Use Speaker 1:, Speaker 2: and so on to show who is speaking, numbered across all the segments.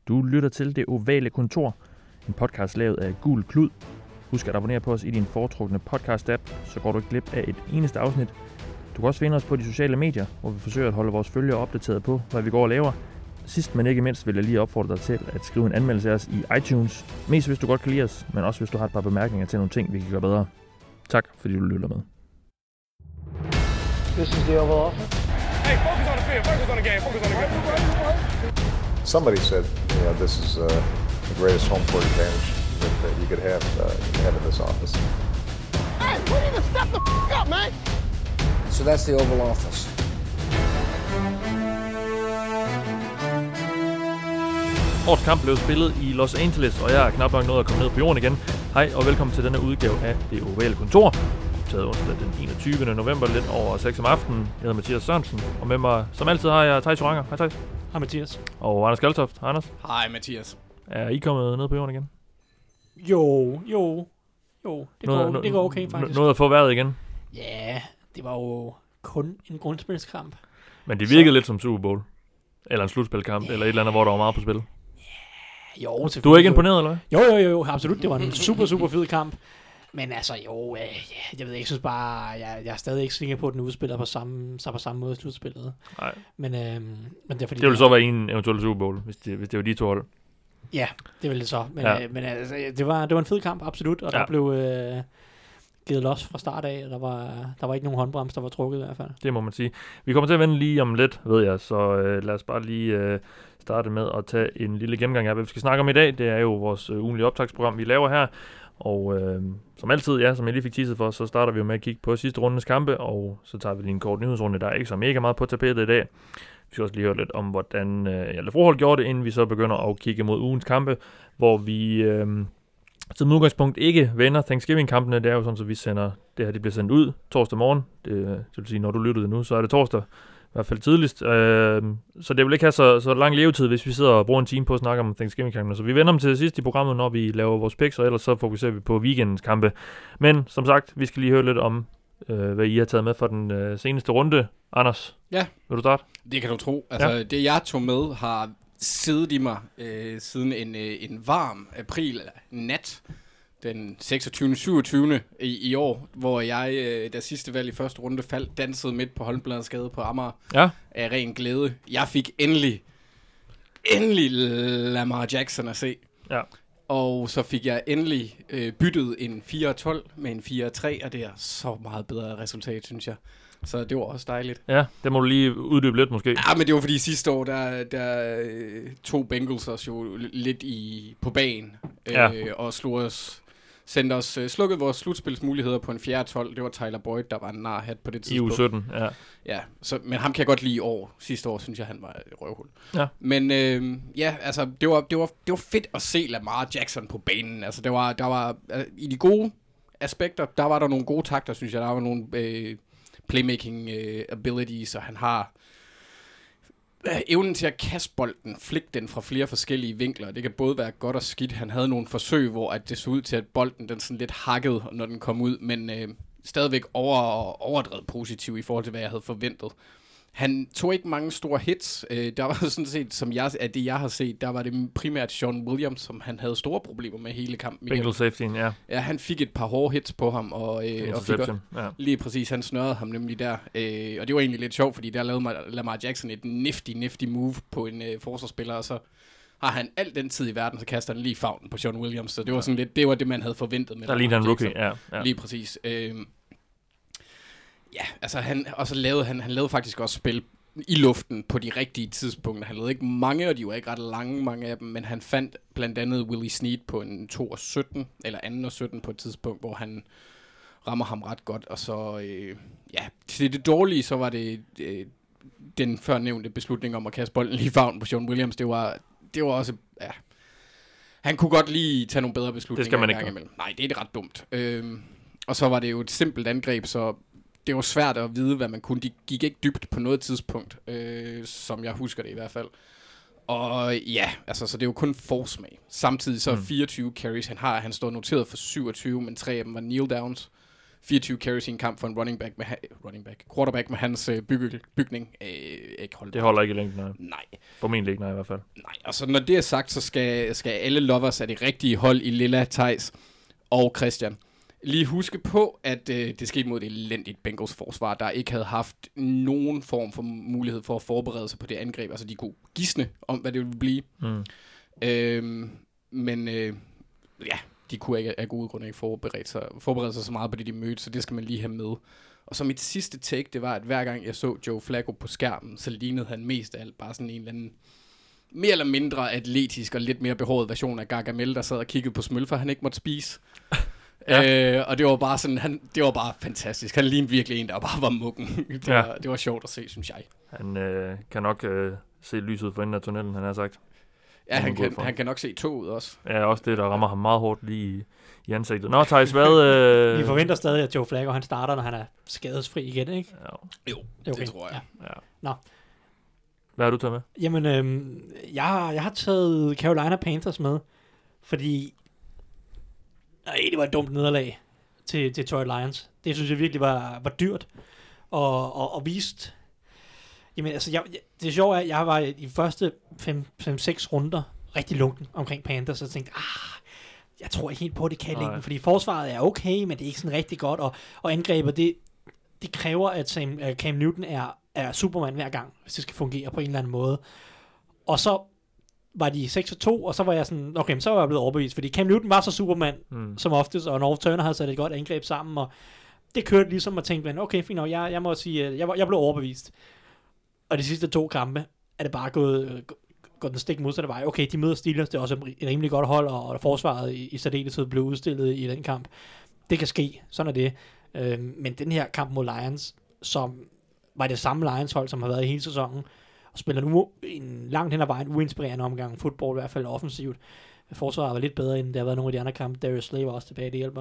Speaker 1: Du lytter til Det Ovale Kontor, en podcast lavet af Gul Klud. Husk at abonnere på os i din foretrukne podcast-app, så går du ikke glip af et eneste afsnit. Du kan også finde os på de sociale medier, hvor vi forsøger at holde vores følgere opdateret på, hvad vi går og laver. Sidst men ikke mindst vil jeg lige opfordre dig til at skrive en anmeldelse af os i iTunes. Mest hvis du godt kan lide os, men også hvis du har et par bemærkninger til nogle ting, vi kan gøre bedre. Tak fordi du lytter med.
Speaker 2: This is the Oval Office.
Speaker 3: Hey, focus on the field, focus on the game, focus on the game.
Speaker 4: Somebody said, this is the greatest home court advantage that you could have in this office.
Speaker 3: Hey, we need to step the up, man.
Speaker 2: So that's the Oval Office.
Speaker 1: Årets kamp blev spillet i Los Angeles, og jeg er knap nok nået at komme ned på jorden igen. Hej og velkommen til denne udgave af Det Ovale Kontor. Taget onsdag den 21. november, lidt over 6 om aftenen. Jeg hedder Mathias Sørensen, og med mig som altid har jeg Thijs Oranger. Hej Thijs.
Speaker 5: Hej Mathias.
Speaker 1: Og Anders Galtoft. Hej Anders.
Speaker 6: Hej Mathias.
Speaker 1: Er I kommet ned på jorden igen?
Speaker 5: Jo. Det går okay faktisk.
Speaker 1: Noget at få vejret igen?
Speaker 5: Ja, det var jo kun en grundspilskamp.
Speaker 1: Men det virkede lidt som Super Bowl. Eller en slutspilkamp, eller et eller andet, hvor der var meget på spil.
Speaker 5: Jo,
Speaker 1: Du er ikke imponeret, eller hvad?
Speaker 5: Jo, absolut. Det var en super fed kamp. Men altså, jeg ved ikke, jeg synes bare, jeg er stadig ikke sikker på, at den udspiller på samme måde i slutspillet.
Speaker 1: Nej.
Speaker 5: Men det er fordi...
Speaker 1: Det ville så være en eventuel Super Bowl, hvis det var de to hold.
Speaker 5: Ja, det ville det så. Men,
Speaker 1: ja.
Speaker 5: Men altså, det var en fed kamp, absolut. Og der blev givet los fra start af. Der var ikke nogen håndbrems, der var trukket i hvert fald.
Speaker 1: Det må man sige. Vi kommer til at vende lige om lidt, ved jeg. Så lad os bare lige starte med at tage en lille gennemgang af, hvad vi skal snakke om i dag. Det er jo vores ugenlige optagsprogram, vi laver her. Og som altid, ja, som jeg lige fik teaset for, så starter vi jo med at kigge på sidste rundes kampe, og så tager vi lige en kort nyhedsrunde. Der er ikke så mega meget på tapetet i dag. Vi skal også lige høre lidt om, hvordan Hjalte Froholt gjorde det, inden vi så begynder at kigge mod ugens kampe, hvor vi som udgangspunkt ikke vender Thanksgiving-kampene. Det er jo sådan, at vi sender det her, det bliver sendt ud torsdag morgen. Det vil sige, når du lytter det nu, så er det torsdag. I hvert fald tidligst. Så det vil ikke have så lang levetid, hvis vi sidder og bruger en time på at snakke om Thanksgiving-kampene. Så vi vender dem til sidst i programmet, når vi laver vores picks, og ellers så fokuserer vi på weekendens kampe. Men som sagt, vi skal lige høre lidt om, hvad I har taget med for den seneste runde. Anders,
Speaker 6: ja.
Speaker 1: Vil du starte?
Speaker 6: Det kan du tro. Altså, ja. Det jeg tog med har siddet i mig siden en varm april nat. Den 26. 27. i år, hvor jeg, da sidste valg i første runde faldt, dansede midt på Holmbladsgade på Amager af ren glæde. Jeg fik endelig Lamar Jackson at se. Ja. Og så fik jeg endelig byttet en 4-12 med en 4-3, og det er så meget bedre resultat, synes jeg. Så det var også dejligt.
Speaker 1: Ja, det må du lige uddybe lidt måske.
Speaker 6: Ja, men det var fordi sidste år, der tog Bengals os jo lidt på bagen og slukkede vores slutspilsmuligheder på en 4-12. Det var Tyler Boyd, der var en narhat på det tidspunkt.
Speaker 1: I U17, ja.
Speaker 6: Ja, men ham kan jeg godt lide i år. Sidste år synes jeg, han var et røvhul. Ja. Men altså, det var fedt at se Lamar Jackson på banen. Altså, der var i de gode aspekter, der var der nogle gode takter, synes jeg. Der var nogle playmaking abilities, og han har evnen til at kaste bolden, flikke den fra flere forskellige vinkler. Det kan både være godt og skidt. Han havde nogle forsøg, hvor at det så ud til, at bolden den sådan lidt hakkede, når den kom ud, men stadigvæk overdrevet positiv i forhold til, hvad jeg havde forventet. Han tog ikke mange store hits. Der var sådan set, af det jeg har set, der var det primært Sean Williams, som han havde store problemer med hele kampen.
Speaker 1: Bengal safetyen, ja.
Speaker 6: Ja, han fik et par hårde hits på ham, og fik lige præcis, han snørrede ham nemlig der. Og det var egentlig lidt sjovt, fordi der lavede Lamar Jackson et nifty move på en forsvarsspiller, og så har han al den tid i verden, så kaster han lige favnen på Sean Williams. Så det var sådan lidt, det var det, man havde forventet med.
Speaker 1: Der lignede en rookie, ja.
Speaker 6: Lige præcis. Ja, altså han lavede faktisk også spil i luften på de rigtige tidspunkter. Han lavede ikke mange, og de var ikke ret lange, mange af dem, men han fandt blandt andet Willie Snead på en 2-17, eller 2-17 på et tidspunkt, hvor han rammer ham ret godt, og så, til det dårlige, så var det den førnævnte beslutning om at kaste bolden lige i favnen på Sean Williams. Det var også, ja, han kunne godt lige tage nogle bedre beslutninger.
Speaker 1: Det skal man ikke.
Speaker 6: Nej, det er ret dumt. Og så var det jo et simpelt angreb, så det var svært at vide, hvad man kunne. De gik ikke dybt på noget tidspunkt, som jeg husker det i hvert fald. Og ja, altså, så det er jo kun forsmag. Samtidig så 24 carries, han står noteret for 27, men 3 af dem var kneel downs. 24 carries i en kamp for en quarterback med hans bygning. Ikke
Speaker 1: det holder ikke i længden, nej.
Speaker 6: Nej.
Speaker 1: Formentlig ikke, nej, i hvert fald.
Speaker 6: Nej, og så når det er sagt, så skal alle lovers af det rigtige hold i Lilla, Theis og Christian lige huske på, at det skete mod et elendigt Bengals forsvar, der ikke havde haft nogen form for mulighed for at forberede sig på det angreb. Altså, de kunne gisne om, hvad det ville blive. Men de kunne ikke af gode grunde ikke forberede sig så meget på det, de mødte, så det skal man lige have med. Og så mit sidste take, det var, at hver gang jeg så Joe Flacco på skærmen, så lignede han mest af alt bare sådan en eller anden mere eller mindre atletisk og lidt mere behåret version af Gargamel, der sad og kiggede på smølfer, han ikke måtte spise. Ja. Og det var bare sådan, det var bare fantastisk. Han lignede virkelig en, der bare var muggen. Det var sjovt at se, synes jeg.
Speaker 1: Han kan nok se lyset for enden af tunnelen, han har sagt.
Speaker 6: Ja, han kan nok se toget også.
Speaker 1: Ja, også det, der rammer ham meget hårdt lige i ansigtet. Nå, Theis, hvad...
Speaker 5: Vi forventer stadig, at Joe Flacco, han starter, når han er skadesfri igen, ikke?
Speaker 6: Jo, okay. Det tror jeg.
Speaker 1: Ja.
Speaker 5: Nå.
Speaker 1: Hvad har du taget med?
Speaker 5: Jamen, jeg har taget Carolina Panthers med, fordi det var et dumt nederlag til Detroit Lions. Det synes jeg virkelig var dyrt og vist. Jamen, altså, det sjove er, at jeg var i de første 5-6 runder rigtig lunken omkring Panthers, og tænkte, jeg tror ikke helt på, det kan længe, fordi forsvaret er okay, men det er ikke sådan rigtig godt, og angrebet, det kræver, at Cam Newton er Superman hver gang, hvis det skal fungere på en eller anden måde. Og så var de 6-2, og så var jeg sådan, okay, så var jeg blevet overbevist, fordi Cam Newton var så Superman, som oftest, og Norv Turner havde sat et godt angreb sammen, og det kørte ligesom, og tænkte, okay, fint nok, jeg må sige, jeg blev overbevist. Og de sidste 2 kampe er det bare gået den stik modsatte vej. Okay, de møder Steelers, det er også et rimelig godt hold, og forsvaret i særdeleshed blev udstillet i den kamp. Det kan ske, sådan er det. Men den her kamp mod Lions, som var det samme Lions-hold, som har været i hele sæsonen, og spiller nu en langt hen ad vejen uinspirerende omgang fodbold, i hvert fald offensivt. Forsvaret var lidt bedre, end der har været nogle af de andre kampe. Darius Slay var også tilbage, det hjælper.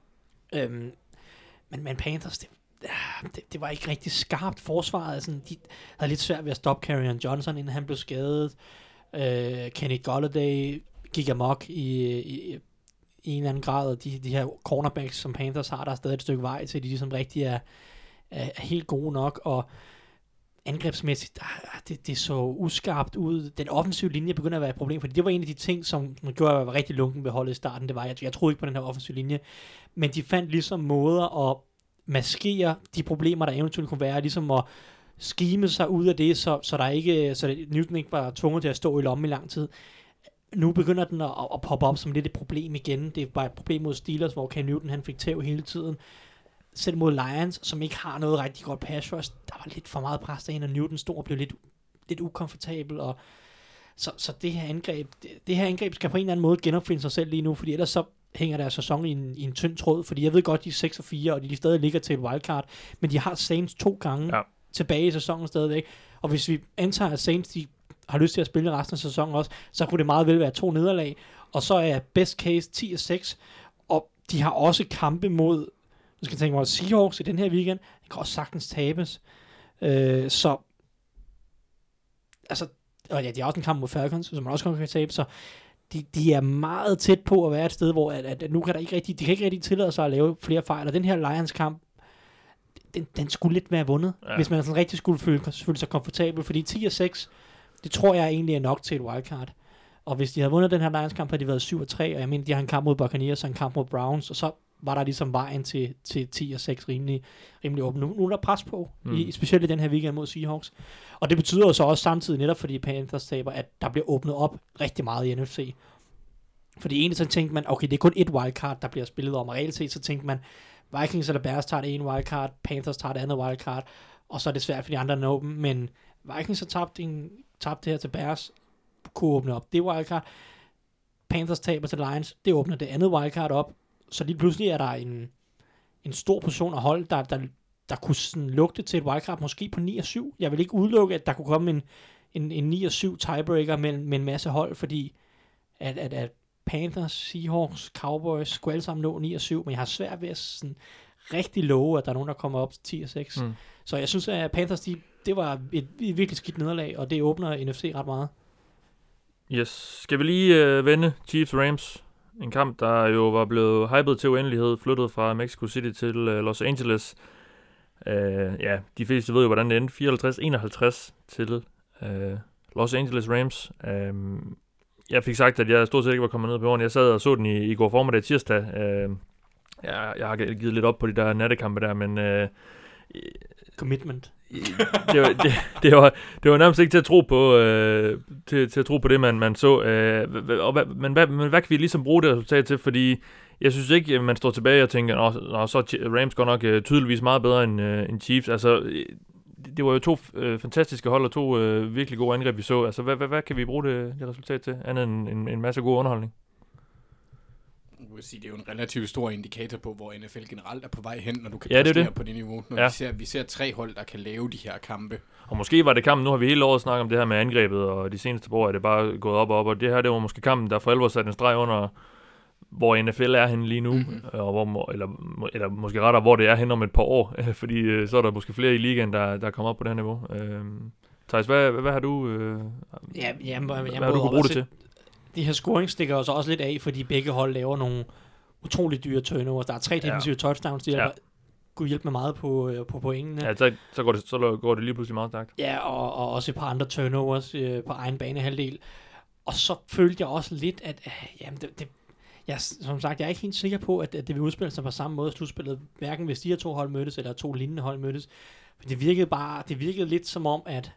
Speaker 5: Men Panthers, det var ikke rigtig skarpt forsvaret. Altså, de havde lidt svært ved at stoppe Kerryon Johnson, inden han blev skadet. Kenny Golladay gik amok i en eller anden grad, og de her cornerbacks, som Panthers har, der er stadig et stykke vej til, de ligesom rigtig er helt gode nok, og angrebsmæssigt, det så uskarpt ud. Den offensive linje begynder at være et problem, fordi det var en af de ting, som gjorde, at jeg var rigtig lunken ved holdet i starten. Det var, jeg troede ikke på den her offensive linje, men de fandt ligesom måder at maskere de problemer, der eventuelt kunne være, ligesom at skime sig ud af det, så Newton ikke var tvunget til at stå i lommen i lang tid. Nu begynder den at poppe op som lidt et problem igen. Det var et problem mod Steelers, hvor Cam Newton han fik tæv hele tiden. Selv mod Lions, som ikke har noget rigtig godt pass rush, der var lidt for meget pres derinde, og Newton stod og blev lidt ukomfortabel, og så det her angreb skal på en eller anden måde genopfinde sig selv lige nu, fordi ellers så hænger deres sæson i en tynd tråd, fordi jeg ved godt, de er 6-4, og de stadig ligger til et wildcard, men de har Saints 2 gange tilbage i sæsonen stadigvæk, og hvis vi antager, at Saints de har lyst til at spille resten af sæsonen også, så kunne det meget vel være 2 nederlag, og så er best case 10-6, og de har også kampe mod, nu skal jeg tænke mig, Seahawks i den her weekend, det kan også sagtens tabes, så altså, og ja, de har også en kamp mod Falcons, som man også kan tabe, så de er meget tæt på at være et sted, hvor at nu kan de kan ikke rigtig tillade sig at lave flere fejl, og den her Lions kamp, den skulle lidt være vundet, hvis man sådan rigtig skulle føle sig komfortabel, fordi 10-6, det tror jeg egentlig er nok til et wildcard. Og hvis de havde vundet den her Lions kamp, havde de været 7-3, og jeg mener, de har en kamp mod Buccaneers og en kamp mod Browns, og så var der ligesom vejen til 10-6 rimelig åben. Nu er der pres på, specielt i den her weekend mod Seahawks. Og det betyder jo så også samtidig, netop fordi Panthers taber, at der bliver åbnet op rigtig meget i NFC. Fordi egentlig så tænkte man, okay, det er kun et wildcard, der bliver spillet om, og reelt set så tænkte man, Vikings eller Bears tager det ene wildcard, Panthers tager det andet wildcard, og så er det svært for de andre at nå dem, men Vikings har tabt det her til Bears, kunne åbne op det wildcard. Panthers taber til Lions, det åbner det andet wildcard op, så lige pludselig er der en stor portion af hold, der kunne sådan lugte til et wildcard, måske på 9-7. Jeg vil ikke udelukke, at der kunne komme en 9-7 tiebreaker med en masse hold, fordi at Panthers, Seahawks, Cowboys skulle alle sammen nå 9-7, men jeg har svært ved at sådan rigtig love, at der er nogen, der kommer op til 10-6. Så jeg synes, at Panthers, det var et virkelig skidt nederlag, og det åbner NFC ret meget.
Speaker 1: Yes. Skal vi lige vende Chiefs Rams? En kamp, der jo var blevet hypet til uendelighed, flyttet fra Mexico City til Los Angeles. De fleste ved jo, hvordan det endte. 54-51 til Los Angeles Rams. Jeg fik sagt, at jeg stort set ikke var kommet ned på jorden. Jeg sad og så den i går formiddag tirsdag. Jeg har givet lidt op på de der nattekampe der, men...
Speaker 5: Commitment.
Speaker 1: det var nærmest ikke til at tro på, til at tro på det, man så. Men hvad kan vi ligesom bruge det resultat til? Fordi jeg synes ikke, man står tilbage og tænker, så Rams går nok tydeligvis meget bedre end Chiefs. Altså, det var jo to fantastiske hold og to virkelig gode angreb, vi så. Altså, hvad kan vi bruge det resultat til? Andet end en masse god underholdning.
Speaker 6: Jeg vil sige, det er jo en relativt stor indikator på, hvor NFL generelt er på vej hen, når du kan præstere på det niveau. Når vi ser 3 hold, der kan lave de her kampe.
Speaker 1: Og måske var det kampen, nu har vi hele året snakket om det her med angrebet, og de seneste år er det bare gået op og op, og det her, det var måske kampen, der for alvor satte en streg under, hvor NFL er henne lige nu, og hvor, eller måske rettere, hvor det er henne om et par år, fordi så er der måske flere i ligaen, der kommer op på det her niveau. Thijs, hvad har du, hvad har du kunne bruge det til?
Speaker 5: De her scoring stikker også lidt af, fordi begge hold laver nogle utroligt dyre turnovers. Der er 3 defensive touchdowns, de kunne hjælpe med meget på pointene.
Speaker 1: Ja, så går det lige pludselig meget stærkt.
Speaker 5: Ja, og også et par andre turnovers på egen banehalvdel. Og så følte jeg også lidt, at som sagt, jeg er ikke helt sikker på, at det vil udspille sig på samme måde slutspillet, hverken hvis de her 2 hold mødtes, eller 2 lignende hold mødtes. Men det virkede lidt som om, at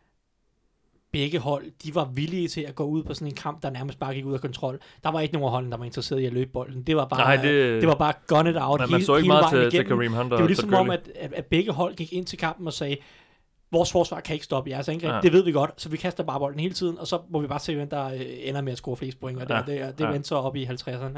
Speaker 5: begge hold, de var villige til at gå ud på sådan en kamp, der nærmest bare gik ud af kontrol. Der var ikke nogen af holdene, der var interesseret i at løbe bolden. Det var bare, det var bare gun it out.
Speaker 1: Man så ikke meget til Kareem Hunter.
Speaker 5: Det var ligesom om, at begge hold gik ind til kampen og sagde, vores forsvar kan ikke stoppe jeres angreb. Det ved vi godt, så vi kaster bare bolden hele tiden, og så må vi bare se, hvem der ender med at score flest point, og det vendte så op i 50'erne.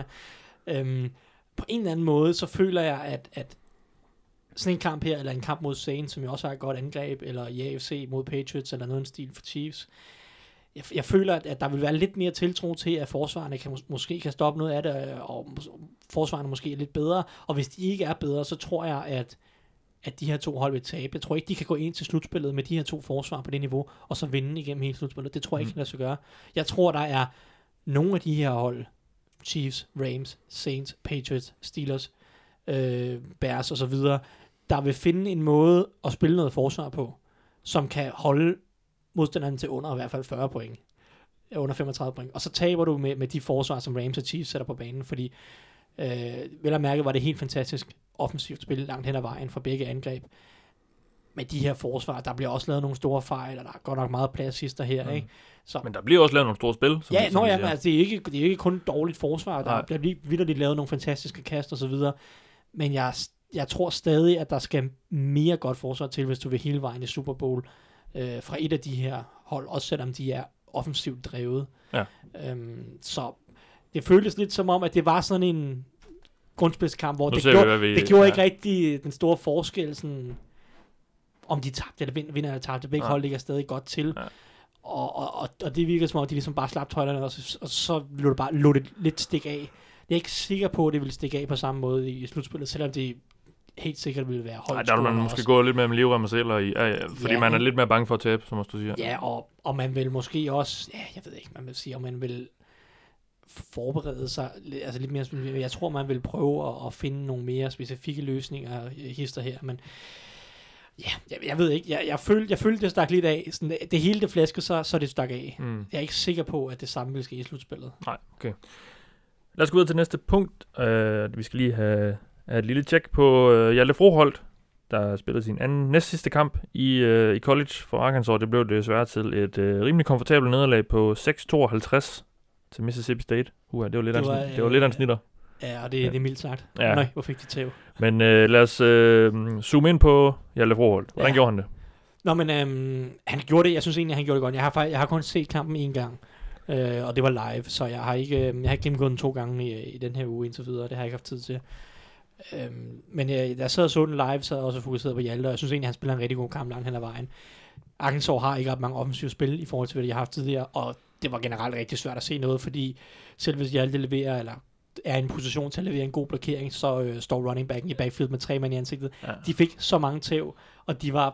Speaker 5: På en eller anden måde, så føler jeg, at sådan en kamp her, eller en kamp mod Saints, som jo også har et godt angreb, eller i AFC mod Patriots, eller noget en stil for Chiefs. Jeg føler, at der vil være lidt mere tiltro til, at forsvarerne måske kan stoppe noget af det, og forsvarerne måske er lidt bedre. Og hvis de ikke er bedre, så tror jeg, at de her 2 hold vil tabe. Jeg tror ikke, de kan gå ind til slutspillet med de her 2 forsvar på det niveau, og så vinde igennem hele slutspillet. Det tror jeg ikke, der skal gøre. Jeg tror, der er nogle af de her hold, Chiefs, Rams, Saints, Patriots, Steelers, Bears og så videre, der vil finde en måde at spille noget forsvar på, som kan holde modstanderen til under i hvert fald 40 point. Under 35 point. Og så taber du med de forsvar, som Rams og Chiefs sætter på banen, fordi vel at mærke var det helt fantastisk offensivt spil langt hen ad vejen for begge angreb. Med de her forsvar, der bliver også lavet nogle store fejl, og der er godt nok meget plads sidst her, ikke? Så.
Speaker 1: Men der bliver også lavet nogle store spil.
Speaker 5: Men altså, det er ikke kun dårligt forsvar. Der bliver vildt lavet nogle fantastiske kast og så videre. Men jeg tror stadig, at der skal mere godt forsvar til, hvis du vil hele vejen i Super Bowl fra et af de her hold, også selvom de er offensivt drevet. Ja. Så det føltes lidt som om, at det var sådan en grundspilskamp, hvor det gjorde ikke rigtig den store forskel, sådan, om de tabte eller vinder eller tabte. Begge hold ligger stadig godt til. Ja. Og det virker som om, de ligesom bare slap tøjlerne, og så lå det lidt stik af. Jeg er ikke sikker på, at det vil stikke af på samme måde i slutspillet, selvom det helt sikkert ville være højt.
Speaker 1: Der vil man måske gå lidt mere med livrem og sæler i, fordi man er lidt mere bange for at tabe, som du siger.
Speaker 5: Ja, og man vil måske også, jeg ved ikke, man vil sige, om man vil forberede sig, altså lidt mere, jeg tror, man vil prøve at finde nogle mere specifikke løsninger, hister her, men jeg ved ikke, jeg følte det stak lidt af, sådan, det hele det flæske, så det stak af. Jeg er ikke sikker på, at det samme vil ske i slutspillet.
Speaker 1: Nej, okay. Lad os gå ud til næste punkt. Vi skal lige have et lille tjek på Hjalte Froholt, der spillede sin næst sidste kamp i college for Arkansas. Det blev desværre til et rimelig komfortabelt nederlag på 6-52 til Mississippi State. Det var lidt af en snitter.
Speaker 5: Ja, og det er mildt sagt. Ja. Nej, hvor fik de tæv.
Speaker 1: Men lad os zoome ind på Hjalte Froholt. Hvordan gjorde han det?
Speaker 5: Nå, men han gjorde det. Jeg synes egentlig, han gjorde det godt. Jeg har kun set kampen en gang. Og det var live, så jeg har ikke gennemgået den 2 gange i den her uge indtil videre. Det har jeg ikke haft tid til. Men jeg sad og så den live, så jeg også fokuseret på Hjalte, og jeg synes egentlig, han spiller en rigtig god kamp langt hen ad vejen. Arkansas har ikke ret mange offensive spil i forhold til, hvad de har haft tidligere, og det var generelt rigtig svært at se noget, fordi selv hvis Hjalte leverer, eller er i en position til at levere en god blokering, så står running backen i backfield med 3 mand i ansigtet. Ja. De fik så mange tæv, og de var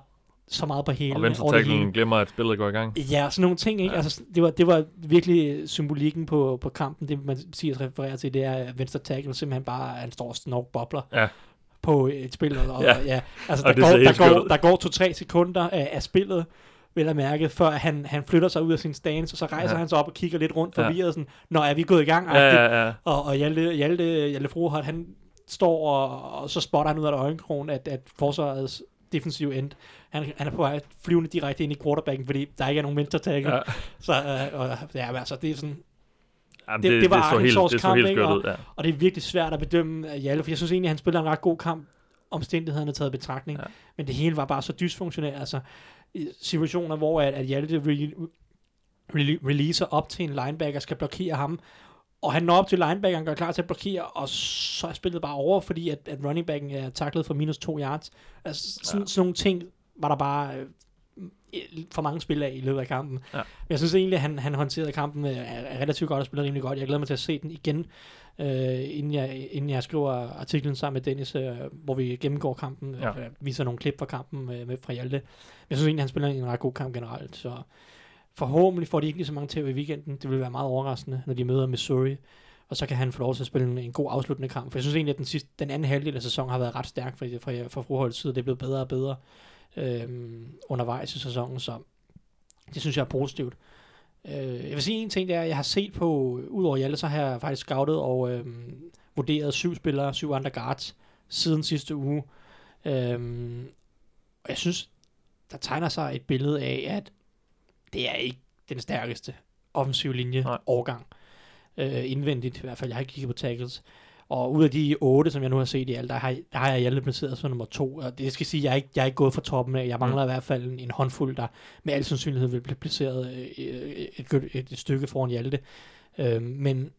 Speaker 5: så meget på hele.
Speaker 1: Og venstre-tacklen glemmer, at spillet går i gang.
Speaker 5: Ja, sådan nogle ting, ikke? Ja. Altså, det var virkelig symbolikken på kampen. Det, man siger refererer til, det er, at venstre-tackle simpelthen bare, han står og snorkbobler på et spil. Og, altså, og der går 2-3 sekunder af spillet, vel at mærke, før han flytter sig ud af sin stance, og så rejser han sig op og kigger lidt rundt forvirret, sådan, når er vi gået i gang? Og Hjalte Froholt, han står, og så spotter han ud af øjenkrogen, at forsvarets defensive end, han er på vej flyvende direkte ind i quarterbacken, fordi der ikke er nogen venstre tackle. Ja. Så altså, det er sådan...
Speaker 1: Jamen, det var Arkansas'
Speaker 5: kamp, ikke? Og det er virkelig svært at bedømme Hjalte, for jeg synes egentlig, at han spiller en ret god kamp, omstændighederne taget i betragtning, men det hele var bare så dysfunktionelt, altså situationer, hvor at Hjalte releaser op til en linebacker, skal blokere ham, og han når op til linebackeren, gør klar til at blokere, og så er spillet bare over, fordi at running backen er taklet for -2 yards. Altså sådan nogle ting var der bare for mange spil af i løbet af kampen. Ja. Men jeg synes egentlig, at han håndterede kampen relativt godt og spillede rimelig godt. Jeg glæder mig til at se den igen, inden jeg skriver artiklen sammen med Dennis, hvor vi gennemgår kampen, viser nogle klip fra kampen med fra Hjalte. Jeg synes egentlig, han spiller en ret god kamp generelt, så forhåbentlig får de ikke lige så mange tæv i weekenden. Det vil være meget overraskende, når de møder Missouri, og så kan han få lov til at spille en god afsluttende kamp. For jeg synes egentlig, at den anden halvdel af sæsonen har været ret stærk fra Froholts side. Det er blevet bedre og bedre undervejs i sæsonen, så det synes jeg er positivt. Jeg vil sige en ting, det er, at jeg har set på, udover Hjalte, så har jeg faktisk scoutet og vurderet 7 spillere, 7 andre guards, siden sidste uge. Og jeg synes, der tegner sig et billede af, at det er ikke den stærkeste offensive linje overgang. Indvendigt i hvert fald. Jeg har ikke kigget på tackles. Og ud af de 8, som jeg nu har set i alt, der har jeg Hjalte placeret som nummer 2. Og det skal sige, at jeg er ikke gået fra toppen af. Jeg mangler i hvert fald en håndfuld, der med al sandsynlighed vil blive placeret et stykke foran Hjalte. Men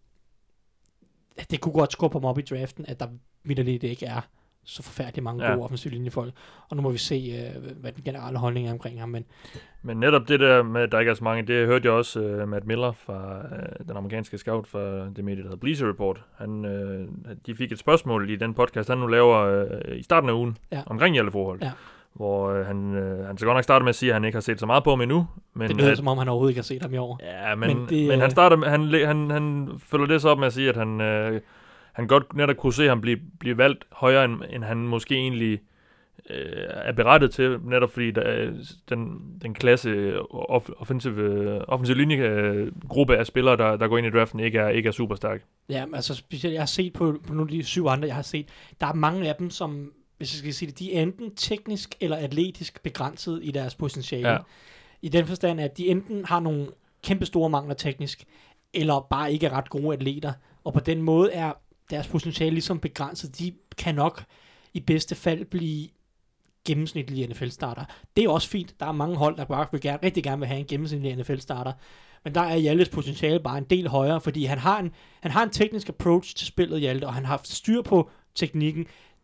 Speaker 5: det kunne godt skubbe ham op i draften, at der vitterligt ikke er så forfærdeligt mange gode offensive linjefolk. Og nu må vi se, hvad den generelle holdning er omkring ham.
Speaker 1: Men netop det der med, at der ikke er så mange, det hørte jeg også Matt Miller fra den amerikanske scout fra det medie, der hedder Bleacher Report. De fik et spørgsmål i den podcast, han nu laver i starten af ugen, omkring Hjalte Froholt. Ja. Hvor han så godt nok starter med at sige, at han ikke har set så meget på ham endnu. Men
Speaker 5: det lyder som om, han overhovedet ikke har set ham i år.
Speaker 1: Ja, men han følger det så op med at sige, at han godt netop kunne se, at han blive valgt højere, end han måske egentlig er berettet til, netop fordi den klasse offensiv linjegruppe af spillere, der går ind i draften, ikke er super stærk.
Speaker 5: Ja, altså specielt, jeg har set på nogle af de 7 andre, jeg har set, der er mange af dem, som, hvis jeg skal sige det, de er enten teknisk eller atletisk begrænset i deres potentiale. Ja. I den forstand, at de enten har nogle kæmpe store mangler teknisk, eller bare ikke er ret gode atleter, og på den måde er deres potentiale ligesom begrænset. De kan nok i bedste fald blive gennemsnitlige NFL-starter. Det er også fint. Der er mange hold, der bare rigtig gerne vil have en gennemsnitlig NFL-starter. Men der er Hjaltes potentiale bare en del højere, fordi han har en teknisk approach til spillet, Hjalte, og han har styr på teknikken.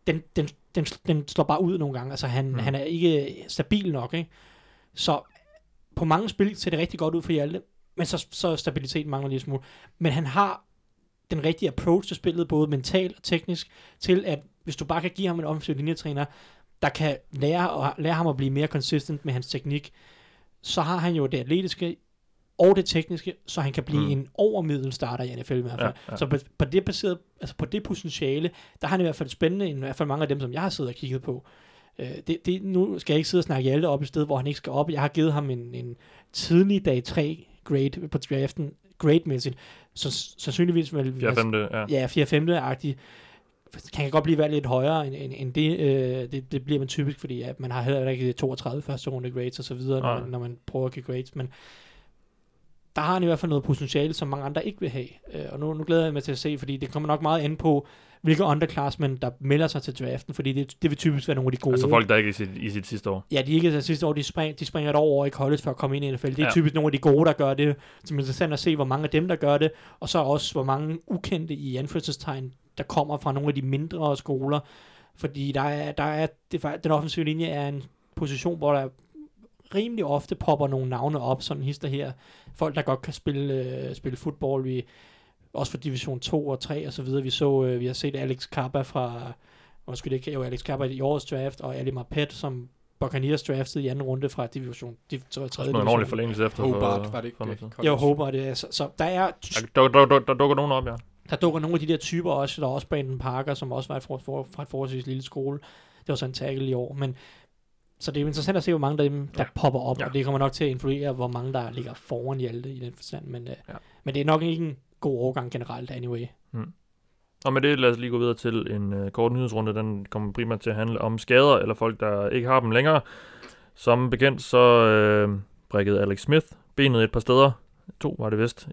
Speaker 5: Den slår bare ud nogle gange. Altså han er ikke stabil nok, ikke? Så på mange spil ser det rigtig godt ud for Hjalte, men så stabiliteten mangler lige smule. Men han har den rigtige approach til spillet, både mentalt og teknisk, til at hvis du bare kan give ham en offensiv linjetræner, der kan lære ham at blive mere consistent med hans teknik, så har han jo det atletiske og det tekniske, så han kan blive en overmiddel starter i NFL i hvert fald. Ja. Så på det baseret, altså på det potentiale, der har han i hvert fald spændende, i hvert fald mange af dem, som jeg har siddet og kigget på. Nu skal jeg ikke sidde og snakke Hjalte op et sted, hvor han ikke skal op. Jeg har givet ham en tidlig dag 3 grade på draften, grade-mæssigt, så sandsynligvis vel 4-5-agtigt. Kan godt blive valgt lidt højere end det. Det bliver man typisk, fordi at man har heller ikke 32 første runde grades og så videre, når man prøver at give grades, men der har han i hvert fald noget potentiale, som mange andre ikke vil have. Og nu glæder jeg mig til at se, fordi det kommer nok meget an på, hvilke underclassmen, der melder sig til draften, fordi det vil typisk være nogle af de gode.
Speaker 1: Altså folk, der ikke er i sit sidste år.
Speaker 5: Ja, de ikke er i sidste år, de springer et år over i college for at komme ind i NFL. Det er typisk nogle af de gode, der gør det. Så det er interessant at se, hvor mange af dem, der gør det, og så også, hvor mange ukendte i anførselstegn, der kommer fra nogle af de mindre skoler. Fordi den offensive linje er en position, hvor der rimelig ofte popper nogle navne op, sådan hister her. Folk, der godt kan spille fodbold, også for division 2 og 3 og så videre. Vi har set Alex Kappa Alex Kappa i årets draft, og Ali Marpet, som Buccaneers draftet i anden runde fra division.
Speaker 1: Også noget en ordentlig forlængelse efter.
Speaker 6: Hobart, var det ikke det?
Speaker 5: Jeg håber det. Så der er...
Speaker 1: Der dukker nogen op, ja.
Speaker 5: Der dukker nogle af de der typer også. Der er også Brandon Parker, som også var fra et forholdsvis lille skole. Det var så en tackle i år. Men, så det er jo interessant at se, hvor mange af dem, der popper op. Og det kommer nok til at influere, hvor mange der ligger foran i alt i den forstand. Men det er nok ikke en god overgang generelt, anyway.
Speaker 1: Og med det, lad os lige gå videre til en kort nyhedsrunde. Den kommer primært til at handle om skader, eller folk, der ikke har dem længere. Som bekendt, så brækkede Alex Smith benet et par steder. 2 var det vist,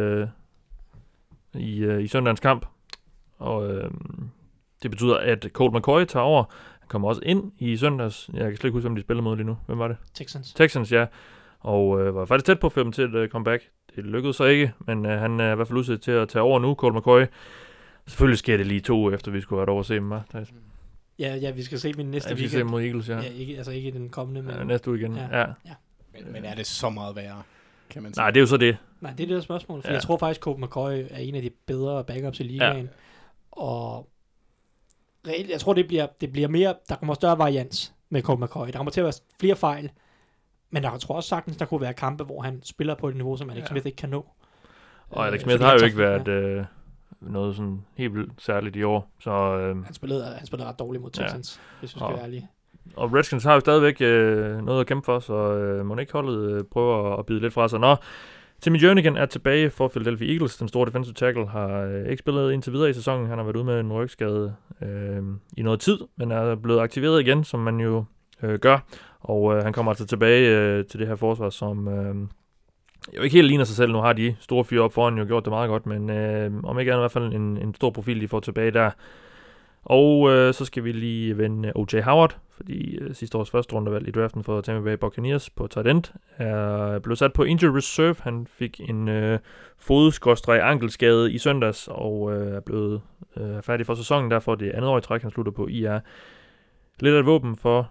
Speaker 1: i søndagens kamp. Og det betyder, at Colt McCoy tager over. Han kommer også ind i søndags. Jeg kan slet ikke huske, om de spillede mod lige nu. Hvem var det? Texans, ja. Og var faktisk tæt på at få dem til et comeback. Det lykkedes så ikke, men han er i hvert fald udsat til at tage over nu, Colt McCoy. Selvfølgelig sker det lige 2 uger efter, vi skulle have været over at se dem, hva'?
Speaker 5: Ja, vi skal se dem næste weekend.
Speaker 1: Vi skal se mod Eagles, ja.
Speaker 5: Ikke den kommende, men...
Speaker 1: næste uge igen, ja.
Speaker 6: Men er det så meget værre, kan man sige?
Speaker 1: Nej, det er jo så det.
Speaker 5: Nej, det er det der spørgsmål, for jeg tror faktisk, Colt McCoy er en af de bedre backups i ligaen. Og reelt, jeg tror, det bliver mere... Der kommer større varians med Colt McCoy. Der kommer til at være flere fejl, men der tror også sagtens, der kunne være kampe, hvor han spiller på et niveau, som Alex Smith ikke kan nå.
Speaker 1: Og Alex Smith har jo ikke været... noget sådan helt vildt særligt i år. Så,
Speaker 5: han spillede ret dårligt mod Texans, hvis vi skal være ærlige.
Speaker 1: Og Redskins har jo stadigvæk noget at kæmpe for, så må ikke holdet prøve at bide lidt fra sig. Nå, Timmy Jernigan er tilbage for Philadelphia Eagles. Den store defensive tackle har ikke spillet indtil videre i sæsonen. Han har været ude med en rygskade i noget tid, men er blevet aktiveret igen, som man jo gør. Og han kommer altså tilbage til det her forsvar, som... jo ikke helt ligner sig selv. Nu har de store fyre op foran jo gjort det meget godt, men om ikke andet i hvert fald en stor profil, de får tilbage der. Og så skal vi lige vende O.J. Howard, fordi sidste års første rundevalg i draften for Tampa Bay Buccaneers på tight end er blevet sat på injury reserve. Han fik en fod-ankelskade i søndags og er blevet færdig for sæsonen. Derfor det andet år i træk, han slutter på IR. Lidt af et våben for...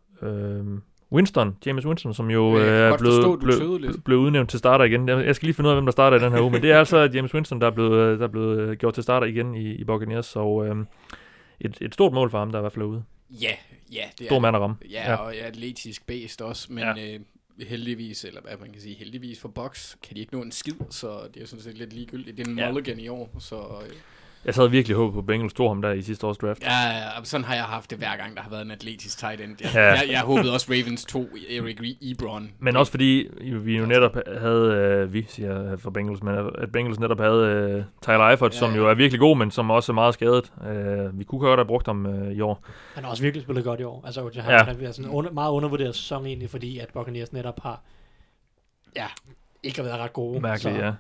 Speaker 1: James Winston, som jo er blevet udnævnt til starter igen. Jeg skal lige finde ud af, hvem der starter i den her uge, men det er altså James Winston, der er blevet gjort til starter igen i Buccaneers, så et stort mål for ham, der er i hvert fald ude.
Speaker 6: Ja, det er
Speaker 1: stor mand at ramme.
Speaker 6: Ja, og atletisk based også, men heldigvis, eller hvad man kan sige, heldigvis for Bucs, kan de ikke nå en skid, så det er sådan set lidt ligegyldigt. Det er en mulligan i år, så...
Speaker 1: Jeg havde virkelig håbet på, at Bengals tog ham der i sidste års draft.
Speaker 6: Ja, sådan har jeg haft det hver gang, der har været en atletisk tight end. Jeg håbede også, Ravens tog Eric Ebron.
Speaker 1: Men også fordi vi jo netop havde, vi siger for Bengals, men at Bengals netop havde Tyler Eifert, som jo er virkelig god, men som også er meget skadet. Vi kunne godt have brugt ham i år.
Speaker 5: Han har også virkelig spillet godt i år. Altså, han har sådan meget undervurderet sæson egentlig, fordi at Buccaneers netop har ikke har været ret gode.
Speaker 1: Mærkeligt, ja.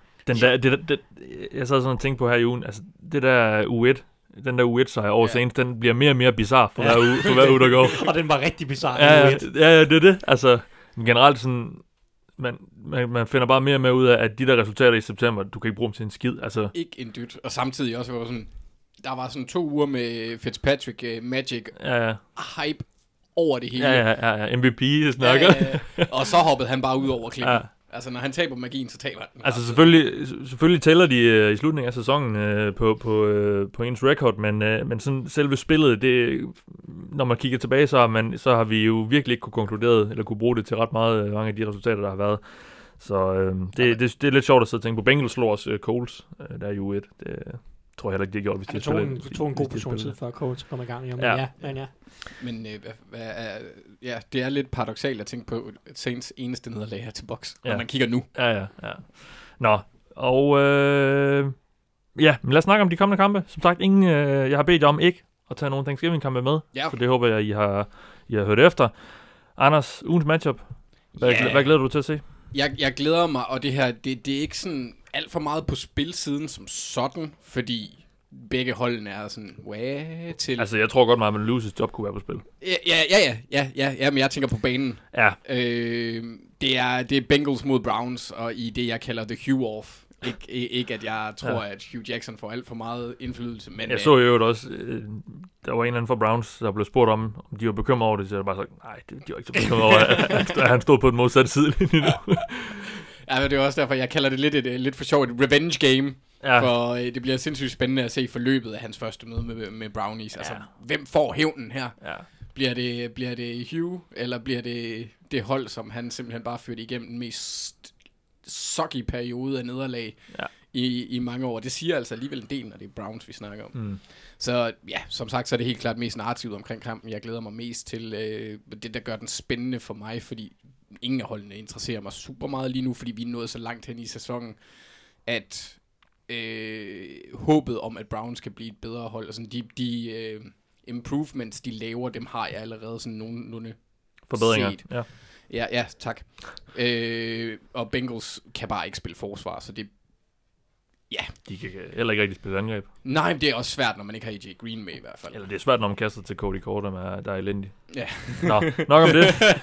Speaker 1: Jeg sad sådan og tænkte på her i ugen, altså det der U1, den der U1-sejr over senest, den bliver mere og mere bizarre for hver uge, der går.
Speaker 5: Og den var rigtig bizarre.
Speaker 1: Ja, det er det. Altså generelt sådan, man finder bare mere og mere ud af, at de der resultater i september, du kan ikke bruge dem til en skid. Altså.
Speaker 6: Ikke en dyt. Og samtidig også var sådan, der var sådan 2 uger med Fitzpatrick, Magic, hype over det hele.
Speaker 1: Ja, MVP snakker.
Speaker 6: Og så hoppede han bare ud over klippen. Ja. Altså, når han taber magien, så taber han.
Speaker 1: Altså, selvfølgelig tæller de i slutningen af sæsonen på ens record, men sådan selve spillet, det, når man kigger tilbage, så har vi jo virkelig ikke kunne konkludere, eller kunne bruge det til ret meget, mange af de resultater, der har været. Så det er lidt sjovt at sidde og tænke på. Bengals slår også Colts, der er jo et. Det tror jeg heller ikke, de har gjort, hvis de spiller.
Speaker 5: Det tog en god portion for Colts kom i gang. Jo, men
Speaker 6: Men det er lidt paradoksalt at tænke på Saints eneste nederlag her til Bucs, når man kigger nu.
Speaker 1: Ja. Nå, og men lad os snakke om de kommende kampe. Som sagt, jeg har bedt jer om ikke at tage nogle Thanksgiving-kampe med, så det håber jeg, I har hørt efter. Anders, ugens matchup. Hvad glæder du til at se?
Speaker 6: Jeg glæder mig, og det her, det er ikke sådan alt for meget på spilsiden som sådan, fordi begge holdene er sådan, til...
Speaker 1: Altså, jeg tror godt meget, at Loses job kunne være på spil.
Speaker 6: Ja, men jeg tænker på banen.
Speaker 1: Ja.
Speaker 6: Det er Bengals mod Browns, og i det, jeg kalder the Hugh-off. Ikke at jeg tror, at Hugh Jackson får alt for meget indflydelse, men...
Speaker 1: Jeg så jo også, der var en eller anden fra Browns, der blev spurgt om de var bekymret over det, så jeg bare sagt, nej, de var ikke så bekymret over, at han stod på den modsatte side lige nu.
Speaker 6: Ja, men det er også derfor, jeg kalder det lidt for sjovt et revenge game. Ja. For det bliver sindssygt spændende at se forløbet af hans første møde med Brownies. Altså, hvem får hævnen her?
Speaker 1: Ja.
Speaker 6: Bliver det Hugh, eller bliver det hold, som han simpelthen bare førte igennem den mest soggy periode af nederlag i mange år? Det siger altså alligevel en del, når det er Browns, vi snakker om. Så ja, som sagt, så er det helt klart mest narrativet omkring kampen. Jeg glæder mig mest til det, der gør den spændende for mig, fordi ingen af holdene interesserer mig super meget lige nu, fordi vi er nået så langt hen i sæsonen, at håbet om, at Browns kan blive et bedre hold, og sådan de improvements, de laver, dem har jeg allerede sådan nogenlunde
Speaker 1: forbedringer.
Speaker 6: Set. Ja, tak. Og Bengals kan bare ikke spille forsvar, så det... Ja.
Speaker 1: De kan heller ikke rigtig spille angreb.
Speaker 6: Nej, men det er også svært, når man ikke har AJ Green med i hvert fald.
Speaker 1: Eller det er svært, når man kaster til Cody Corder, der er elendig.
Speaker 6: Ja.
Speaker 1: Nå, nok om det.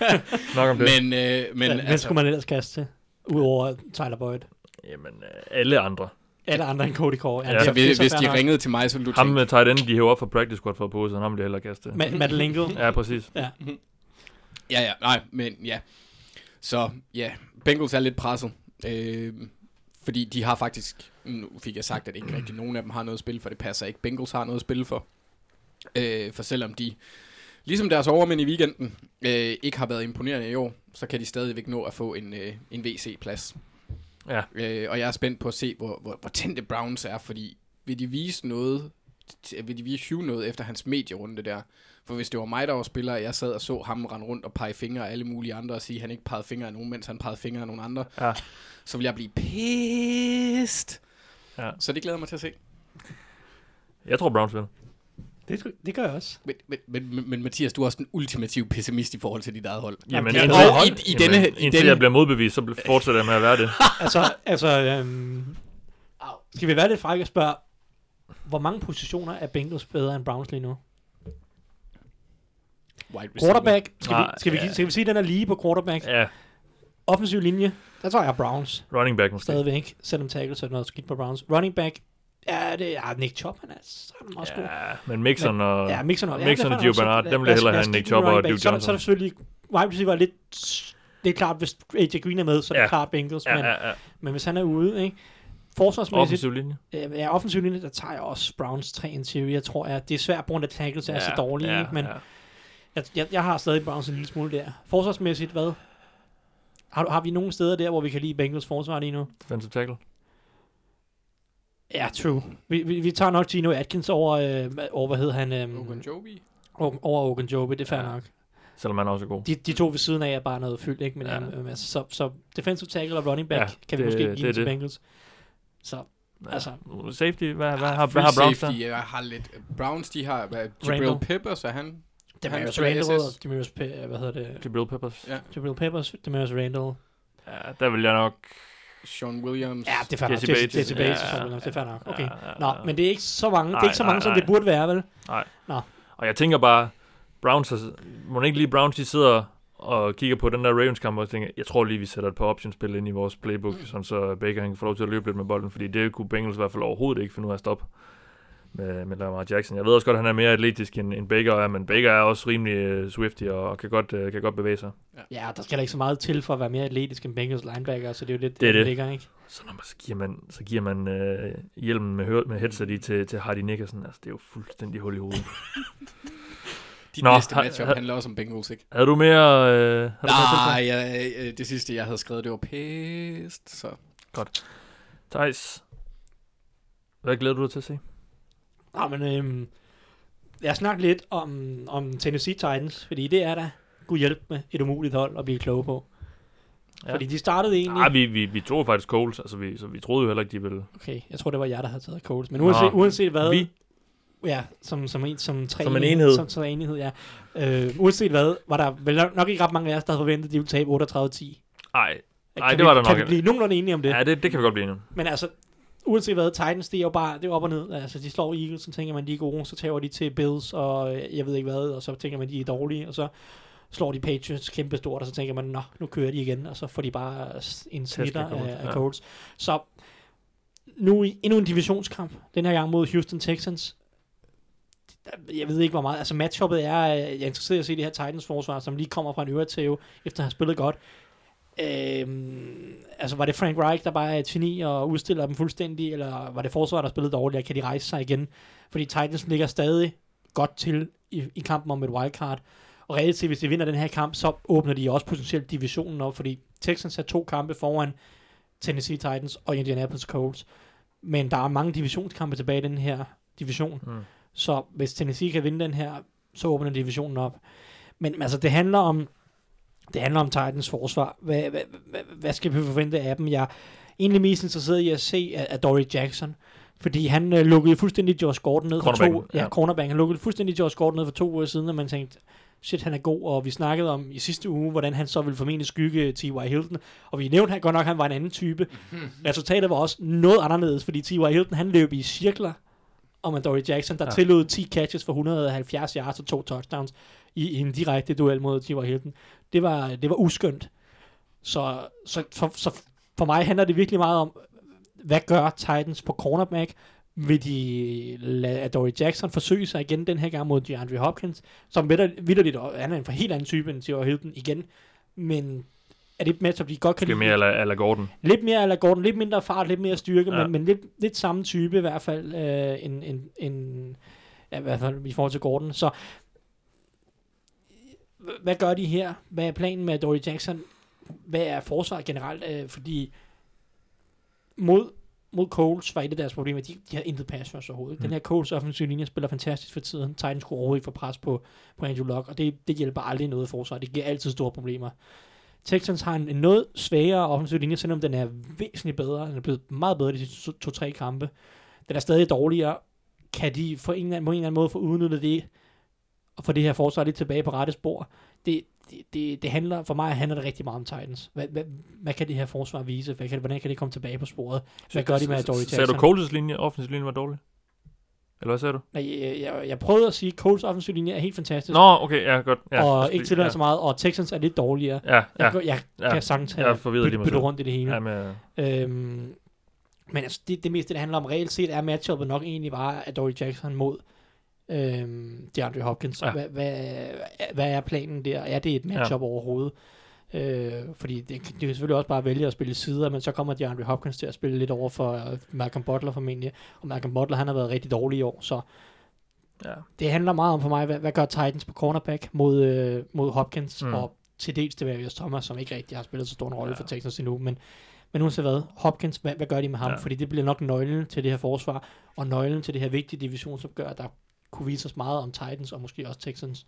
Speaker 6: Men
Speaker 5: hvem skulle man ellers kaste til? Udover Tyler Boyd?
Speaker 1: Jamen, alle andre.
Speaker 5: Alle andre end Cody Corder.
Speaker 6: Ja, hvis de ringede til mig, så ville du
Speaker 1: ham med tight end, de hæver op for practice squad for på, så ham bliver heller kastet.
Speaker 5: Matt Lingle.
Speaker 1: Ja, præcis.
Speaker 6: Ja, nej, men ja. Så ja, Bengals er lidt presset. Fordi de har faktisk, nu fik jeg sagt, at ikke rigtig nogen af dem har noget at spille for, det passer ikke. Bengals har noget at spille for. For selvom de, ligesom deres overmænd i weekenden, ikke har været imponerende i år, så kan de stadigvæk nå at få en VC-plads.
Speaker 1: Ja.
Speaker 6: Og jeg er spændt på at se, hvor tændte Browns er, fordi vil de vise Hugh noget efter hans medierunde der? For hvis det var mig, der var spiller, og jeg sad og så ham rende rundt og pege fingre af alle mulige andre, og sige, at han ikke pegede fingre af nogen, mens han pegede fingre af nogen andre, så vil jeg blive pissed. Ja. Så det glæder mig til at se.
Speaker 1: Jeg tror, Browns vinder.
Speaker 5: Det gør jeg også.
Speaker 6: Men Mathias, du er også den ultimative pessimist i forhold til dit eget hold.
Speaker 1: Jamen,
Speaker 6: indtil
Speaker 1: jeg bliver modbevist, så fortsætter jeg med at være det.
Speaker 5: Skal vi være lidt frække og spørge, hvor mange positioner er Bengals bedre end Browns lige nu? Quarterback. Skal vi sige, at den er lige på quarterback?
Speaker 1: Ja.
Speaker 5: Offensiv linje, der tror jeg Browns.
Speaker 1: Running back måske.
Speaker 5: Stadigvæk, selvom tackles er noget skidt på Browns. Running back, Nick Chubb, han er sammen også god.
Speaker 1: Men Mixon og Gio Bernard, dem vil hellere have Nick Chubb og Duke Johnson.
Speaker 5: Så er det selvfølgelig, wide receiver lidt, det er klart, hvis AJ Green er med, så er det klart Bengals, men hvis han er ude, ikke? Forsvarsmæssigt.
Speaker 1: Offensiv linje.
Speaker 5: Ja, offensiv linje, der tager jeg også Browns 3 interior, tror jeg. Det er svært, at tackles er så dårlige, ikke? Men jeg har stadig Browns en lille smule der. Forsvarsmæssigt, hvad? Har vi nogle steder der, hvor vi kan lide Bengals forsvar lige nu?
Speaker 1: Defensive tackle.
Speaker 5: Ja, true. Vi tager nok Geno Atkins over hvad hedder han?
Speaker 6: Ogunjobi.
Speaker 5: Over Ogunjobi, det er fair nok.
Speaker 1: Selvom han også er god.
Speaker 5: De to ved siden af er bare noget fyldt, ikke? Men så defensive tackle og running back kan vi måske give til Bengals. Så, altså...
Speaker 1: Safety, hvad har Browns der?
Speaker 6: Jeg har lidt... Browns, de har... Jabril Peppers, er han...
Speaker 5: Demarius Randall, hvad hedder det?
Speaker 1: Jabril Peppers.
Speaker 5: Ja. Jabril Peppers, Demarius Randall.
Speaker 1: Ja, der vil jeg nok...
Speaker 6: Sean Williams.
Speaker 5: Ja, det er fair nok. Jesse Bates og Sean Williams, det er fair nok. Okay. Nå, men det er ikke så mange, det er ikke så mange, som det burde være, vel?
Speaker 1: Nej. Nå. Og jeg tænker bare, Browns, må ikke lige Browns, de sidder og kigger på den der Ravens-kamp og tænker, jeg tror lige, vi sætter et par optionsspil ind i vores playbook, sådan så Baker kan få lov til at løbe lidt med bolden, fordi det kunne Bengals i hvert fald overhovedet ikke finde ud af at stoppe med Lamar Jackson. Jeg ved også godt, at han er mere atletisk end Baker er, men Baker er også rimelig swifty og kan godt bevæge sig.
Speaker 5: Ja, der skal da ikke så meget til for at være mere atletisk end Bengals linebacker, så det er jo lidt
Speaker 1: det
Speaker 5: ligger, ikke?
Speaker 1: Så når man giver man hjelmen med headset i til Hardy Nickerson, altså det er jo fuldstændig hul i hovedet.
Speaker 6: Næste matchup handler også om Bengals, ikke?
Speaker 1: Havde du mere...
Speaker 6: det sidste, jeg havde skrevet, det var pæst, så...
Speaker 1: Godt. Thijs, hvad glæder du dig til at se?
Speaker 5: Men jeg snakker lidt om Tennessee Titans, fordi det er da god hjælp med et umuligt hold at blive kloge på. Ja. Fordi de startede egentlig...
Speaker 1: vi tog faktisk Coles, altså vi troede jo heller ikke, de ville...
Speaker 5: Okay, jeg tror det var jer, der havde taget Coles, men uanset hvad...
Speaker 1: Vi?
Speaker 5: Ja, som en enhed. Som enhed, ja. Uanset hvad, var der vel nok ikke ret mange af os, der havde forventet, at de ville tabe 38-10.
Speaker 1: Nej, det var der nok.
Speaker 5: Kan vi blive nogenlunde enige om det?
Speaker 1: Ja, det kan vi godt blive enige om.
Speaker 5: Men altså, uanset hvad, Titans, det er jo bare, det er op og ned. Altså, de slår Eagles, så tænker man, de er gode, så tager de til Bills, og jeg ved ikke hvad, og så tænker man, de er dårlige, og så slår de Patriots kæmpe stort, og så tænker man, nu kører de igen, og så får de bare en snitter af Colts. Så nu endnu en divisionskamp, den her gang mod Houston Texans. Jeg ved ikke, hvor meget. Altså matchuppet er, jeg er interesseret i at se det her Titans-forsvar, som lige kommer fra en øretæve, efter at have spillet godt. Altså var det Frank Reich, der bare er et geni og udstiller dem fuldstændig, eller var det forsvaret, der spillede dårligt, og kan de rejse sig igen? Fordi Titans ligger stadig godt til i kampen om et wildcard. Og reelt set, hvis de vinder den her kamp, så åbner de også potentielt divisionen op, fordi Texans har 2 kampe foran Tennessee Titans og Indianapolis Colts. Men der er mange divisionskampe tilbage i den her division. Så hvis Tennessee kan vinde den her, så åbner divisionen op. Men altså, det handler om Titans forsvar. Hvad skal vi forvente af dem? Jeg er egentlig mest interesseret i at se af Dory Jackson, fordi han lukkede fuldstændig Josh Gordon ned cornerback. Han lukkede fuldstændig Josh Gordon ned for 2 uger siden, og man tænkte, shit, han er god, og vi snakkede om i sidste uge, hvordan han så ville formentlig skygge T.Y. Hilton, og vi nævnte godt nok, at han var en anden type. Resultatet var også noget anderledes, fordi T.Y. Hilton, han løb i cirkler om Dory Jackson, der tillod 10 catches for 170 yards og 2 touchdowns i en direkte duel mod T.Y. Hilton. Det var uskyndt. Så for mig handler det virkelig meget om, hvad gør Titans på cornerback? Vil de lade Dory Jackson forsøge sig igen den her gang mod DeAndre Hopkins, som vitterligt, han er en helt anden type end T.Y. Hilton igen, men er det et matchup, de godt kan lide?
Speaker 1: Mere a la Gordon.
Speaker 5: Lidt mere a la Gordon, lidt mindre fart, lidt mere styrke, men lidt samme type i hvert fald, i hvert fald i forhold til Gordon. Så hvad gør de her? Hvad er planen med Dory Jackson? Hvad er forsvaret generelt? Fordi mod Colts var et af deres problemer, de har intet pass rush overhovedet. Den her Colts offensive linje spiller fantastisk for tiden. Titans kunne overhovedet ikke få pres på Andrew Luck, og det hjælper aldrig noget forsvar. Det giver altid store problemer. Texans har en noget svagere offensive linje, selvom den er væsentligt bedre. Den er blevet meget bedre de sidste 2-3 kampe. Den er stadig dårligere. Kan de på en eller anden måde få udnyttet det, og få det her forsvar lidt tilbage på rette spor? Det handler, for mig handler det rigtig meget om Titans. Hvad kan det her forsvar vise? Hvordan kan det komme tilbage på sporet? Hvad gør de med Dory Jackson?
Speaker 1: Sagde du Colts linje, offensiv linje var dårlig? Eller hvad sagde du?
Speaker 5: Nej, jeg prøvede at sige, at Colts offensiv linje er helt fantastisk.
Speaker 1: Nå, okay, ja, godt. Ja,
Speaker 5: og ikke tillader så meget, og Texans er lidt dårligere. Jeg kan sagtens have bytte rundt i det hele. Men altså, det meste, det handler om reelt set, er matchuppet nok egentlig bare af Dory Jackson mod DeAndre Hopkins. Hvad er planen der? Er det et matchup overhovedet? Fordi det kan selvfølgelig også bare vælge at spille sider, men så kommer DeAndre Hopkins til at spille lidt over for Malcolm Butler formentlig, og Malcolm Butler, han har været rigtig dårlig i år, så det handler meget om for mig, hvad gør Titans på cornerback mod Hopkins, og til dels det Various Thomas, som ikke rigtig har spillet så stor en rolle for Texans endnu, men uanset hvad, Hopkins, hvad gør de med ham? Fordi det bliver nok nøglen til det her forsvar, og nøglen til det her vigtige divisionsopgør, der kunne vise os meget om Titans, og måske også Texans.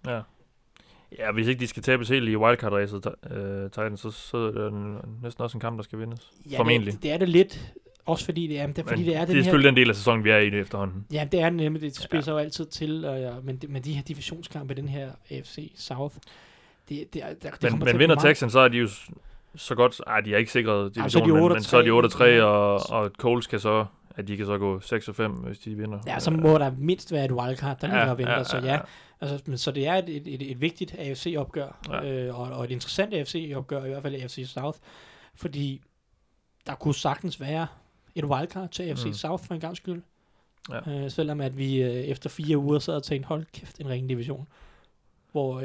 Speaker 1: Ja, hvis ikke de skal tabes helt i wildcard-racet, Titans, så er det næsten også en kamp, der skal vindes.
Speaker 5: Ja, formentlig. Det er det lidt, også fordi det er, fordi det er den her...
Speaker 1: Det er selvfølgelig den del af sæsonen, vi er i det efterhånden.
Speaker 5: Ja, det er nemlig, det spiller sig jo altid til, men de her divisionskampe, den her AFC South, det
Speaker 1: men vinder Texans, så er de jo så godt... de er ikke sikret divisionen, men så er de 8-3, og Colts kan så... at de kan så gå 6-5, hvis de vinder.
Speaker 5: Ja, så må der mindst være et wildcard, der ligger og venter. Så altså, så det er et vigtigt AFC-opgør, og et interessant AFC-opgør, i hvert fald AFC South, fordi der kunne sagtens være et wildcard til AFC South for en gang skyld. Selvom at vi efter 4 uger sad og tænkte, hold kæft, en ren division. Hvor,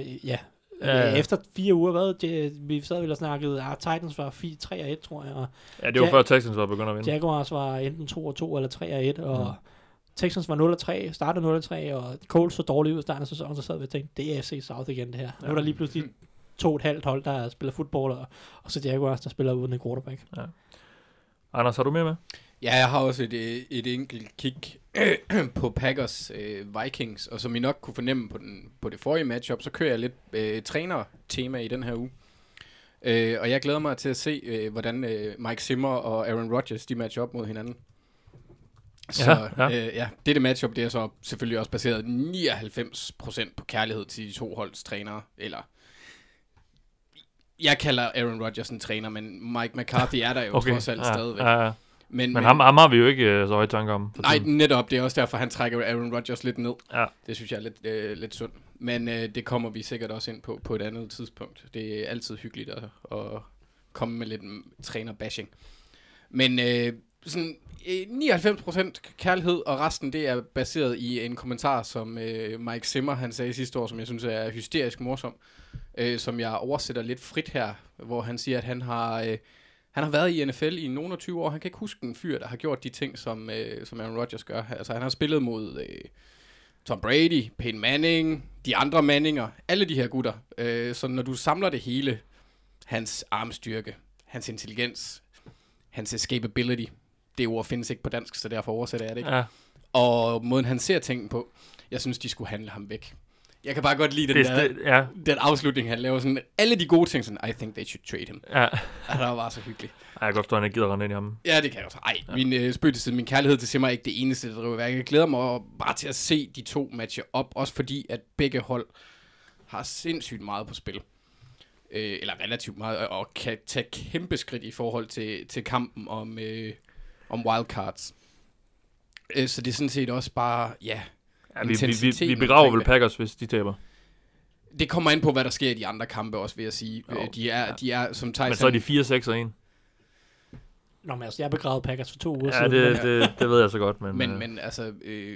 Speaker 5: efter 4 uger, vi sad vel og snakkede, Titans var 3-1, tror jeg. Og
Speaker 1: det var før Texans var begyndt at vinde.
Speaker 5: Jaguars var enten 2-2 eller 3-1, og Texans var 0-3, startede 0-3, og Colts så dårligt ud i starten af sæsonen, så sad vi og tænkte, det er AFC South igen det her. Nu er der lige pludselig 2,5 hold, der spiller fodbold, og så Jaguars, der spiller uden en quarterback.
Speaker 1: Ja. Anders, har du mere med?
Speaker 6: Ja, jeg har også et enkelt kig på Packers Vikings, og som I nok kunne fornemme på det forrige matchup, så kører jeg lidt træner-tema i den her uge. Og jeg glæder mig til at se, hvordan Mike Zimmer og Aaron Rodgers, de matcher op mod hinanden. Så dette matchup, det er så selvfølgelig også baseret 99% på kærlighed til de to holds trænere, eller... Jeg kalder Aaron Rodgers en træner, men Mike McCarthy er der jo trods alt stadigvæk. Men
Speaker 1: ham har vi jo ikke så høje tanker om.
Speaker 6: Nej, netop. Det er også derfor, han trækker Aaron Rodgers lidt ned. Ja. Det synes jeg er lidt sundt. Men det kommer vi sikkert også ind på et andet tidspunkt. Det er altid hyggeligt at komme med lidt træner-bashing. Men sådan 99% kærlighed, og resten det er baseret i en kommentar, som Mike Zimmer han sagde sidste år, som jeg synes er hysterisk morsom, som jeg oversætter lidt frit her, hvor han siger, at han har været i NFL i nogle 20 år. Han kan ikke huske en fyr, der har gjort de ting, som Aaron Rodgers gør. Altså, han har spillet mod Tom Brady, Peyton Manning, de andre Manninger, alle de her gutter. Så når du samler det hele, hans armstyrke, hans intelligens, hans escapability, det ord findes ikke på dansk, så derfor oversætter jeg det ikke.
Speaker 1: Ja.
Speaker 6: Og måden han ser tingene på, jeg synes, de skulle handle ham væk. Jeg kan bare godt lide den afslutning, han laver. Sådan, alle de gode ting, sådan, I think they should trade him.
Speaker 1: Ja.
Speaker 6: Det var bare så hyggeligt.
Speaker 1: Jeg kan godt forstå, at han ikke gider rende ind i ham.
Speaker 6: Ja, det kan jeg også. Min spøg til siden, min kærlighed til Simmer er ikke det eneste, der driver værk. Jeg glæder mig bare til at se de to matche op, også fordi, at begge hold har sindssygt meget på spil. Eller relativt meget, og kan tage kæmpe skridt i forhold til kampen om wildcards. Så det er sådan set også bare,
Speaker 1: vi begraver vel Packers, hvis de taber.
Speaker 6: Det kommer ind på, hvad der sker i de andre kampe også, vil jeg sige. De er som Tyson.
Speaker 1: Men så er de 4-6-1.
Speaker 5: Nå, men altså, jeg begravede Packers for 2 uger
Speaker 1: siden. Det ved jeg så godt.
Speaker 6: Men altså,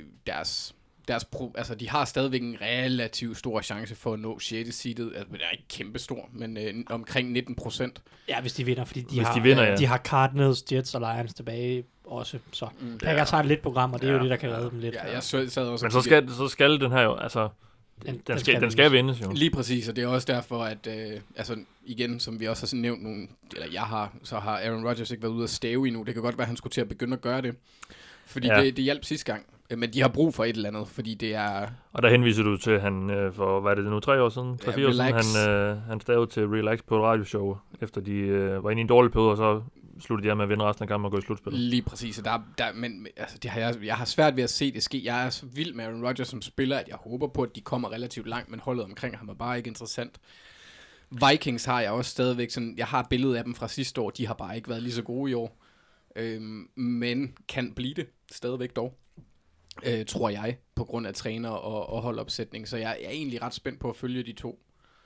Speaker 6: de har stadigvæk en relativt stor chance for at nå 6. seedet. Altså, det er ikke kæmpestor, men omkring 19%.
Speaker 5: Ja, hvis de vinder, fordi de har Cardinals, Jets og Lions tilbage også. Så Packers har et lidt program, og det er jo det, der kan redde dem lidt.
Speaker 6: Ja, jeg sad også.
Speaker 1: Men så skal den her jo, altså... Den skal vindes jo.
Speaker 6: Lige præcis, og det er også derfor, at igen, som vi også har nævnt så har Aaron Rodgers ikke været ude at stave endnu. Det kan godt være, at han skulle til at begynde at gøre det. Fordi det hjalp sidste gang. Men de har brug for et eller andet, fordi det er... Og
Speaker 1: der henviser du til, han for, hvad er det nu, 3 år siden? 3-4 år siden, han stavede til Relax på et radioshow, efter de var inde i en dårlig periode, og så sluttede de med at vinde resten af kampen og gå i slutspillet.
Speaker 6: Lige præcis, og men altså, jeg har svært ved at se det ske. Jeg er så vild med Aaron Rodgers som spiller, at jeg håber på, at de kommer relativt langt, men holdet omkring ham er bare ikke interessant. Vikings har jeg også stadigvæk sådan, jeg har billedet af dem fra sidste år, de har bare ikke været lige så gode i år, men kan blive det stadigvæk dog. Tror jeg, på grund af træner og holdopsætning. Så jeg er egentlig ret spændt på at følge de to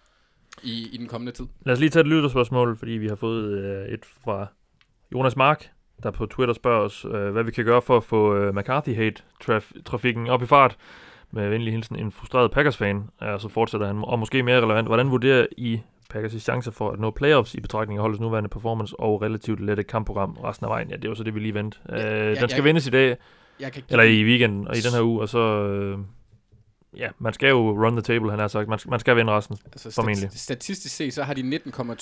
Speaker 6: i den kommende tid.
Speaker 1: Lad os lige tage et lytterspørgsmål, fordi vi har fået et fra Jonas Mark, der på Twitter spørger os, hvad vi kan gøre for at få McCarthy-hate-trafikken op i fart. Med venlig hilsen en frustreret Packers-fan. Så fortsætter han, og måske mere relevant. Hvordan vurderer I Packers' chancer for at nå playoffs i betragtning af holdets nuværende performance og relativt lette kampprogram resten af vejen? Ja, det er jo så det, vi lige venter. Den skal vindes i dag. Eller i weekenden og i den her uge, og så man skal jo run the table, han har sagt. Man skal vinde resten, formentlig.
Speaker 6: Statistisk set, så har de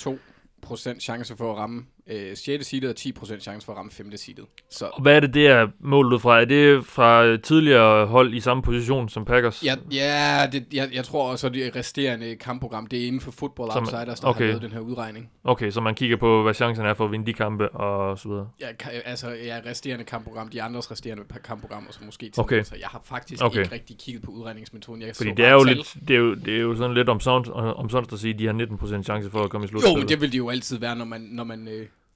Speaker 6: 19,2% chance for at ramme 6. seedet og 10% chance for at ramme 5. seedet.
Speaker 1: Og hvad er det der målet ud fra? Er det fra tidligere hold i samme position som Packers?
Speaker 6: Jeg tror også, at det resterende kampprogram, det er inden for Football Outsiders, der har lavet den her udregning.
Speaker 1: Okay, så man kigger på, hvad chancen er for at vinde de kampe og så videre?
Speaker 6: Resterende kampprogram, de andres resterende kampprogrammer, så måske til. Okay. Så jeg har faktisk ikke rigtig kigget på udregningsmetoden. Fordi
Speaker 1: det er jo lidt, det er jo sådan lidt omsonst at sige, at de har 19% chance for at komme i slutspillet.
Speaker 6: Jo, men det vil det jo altid være, når man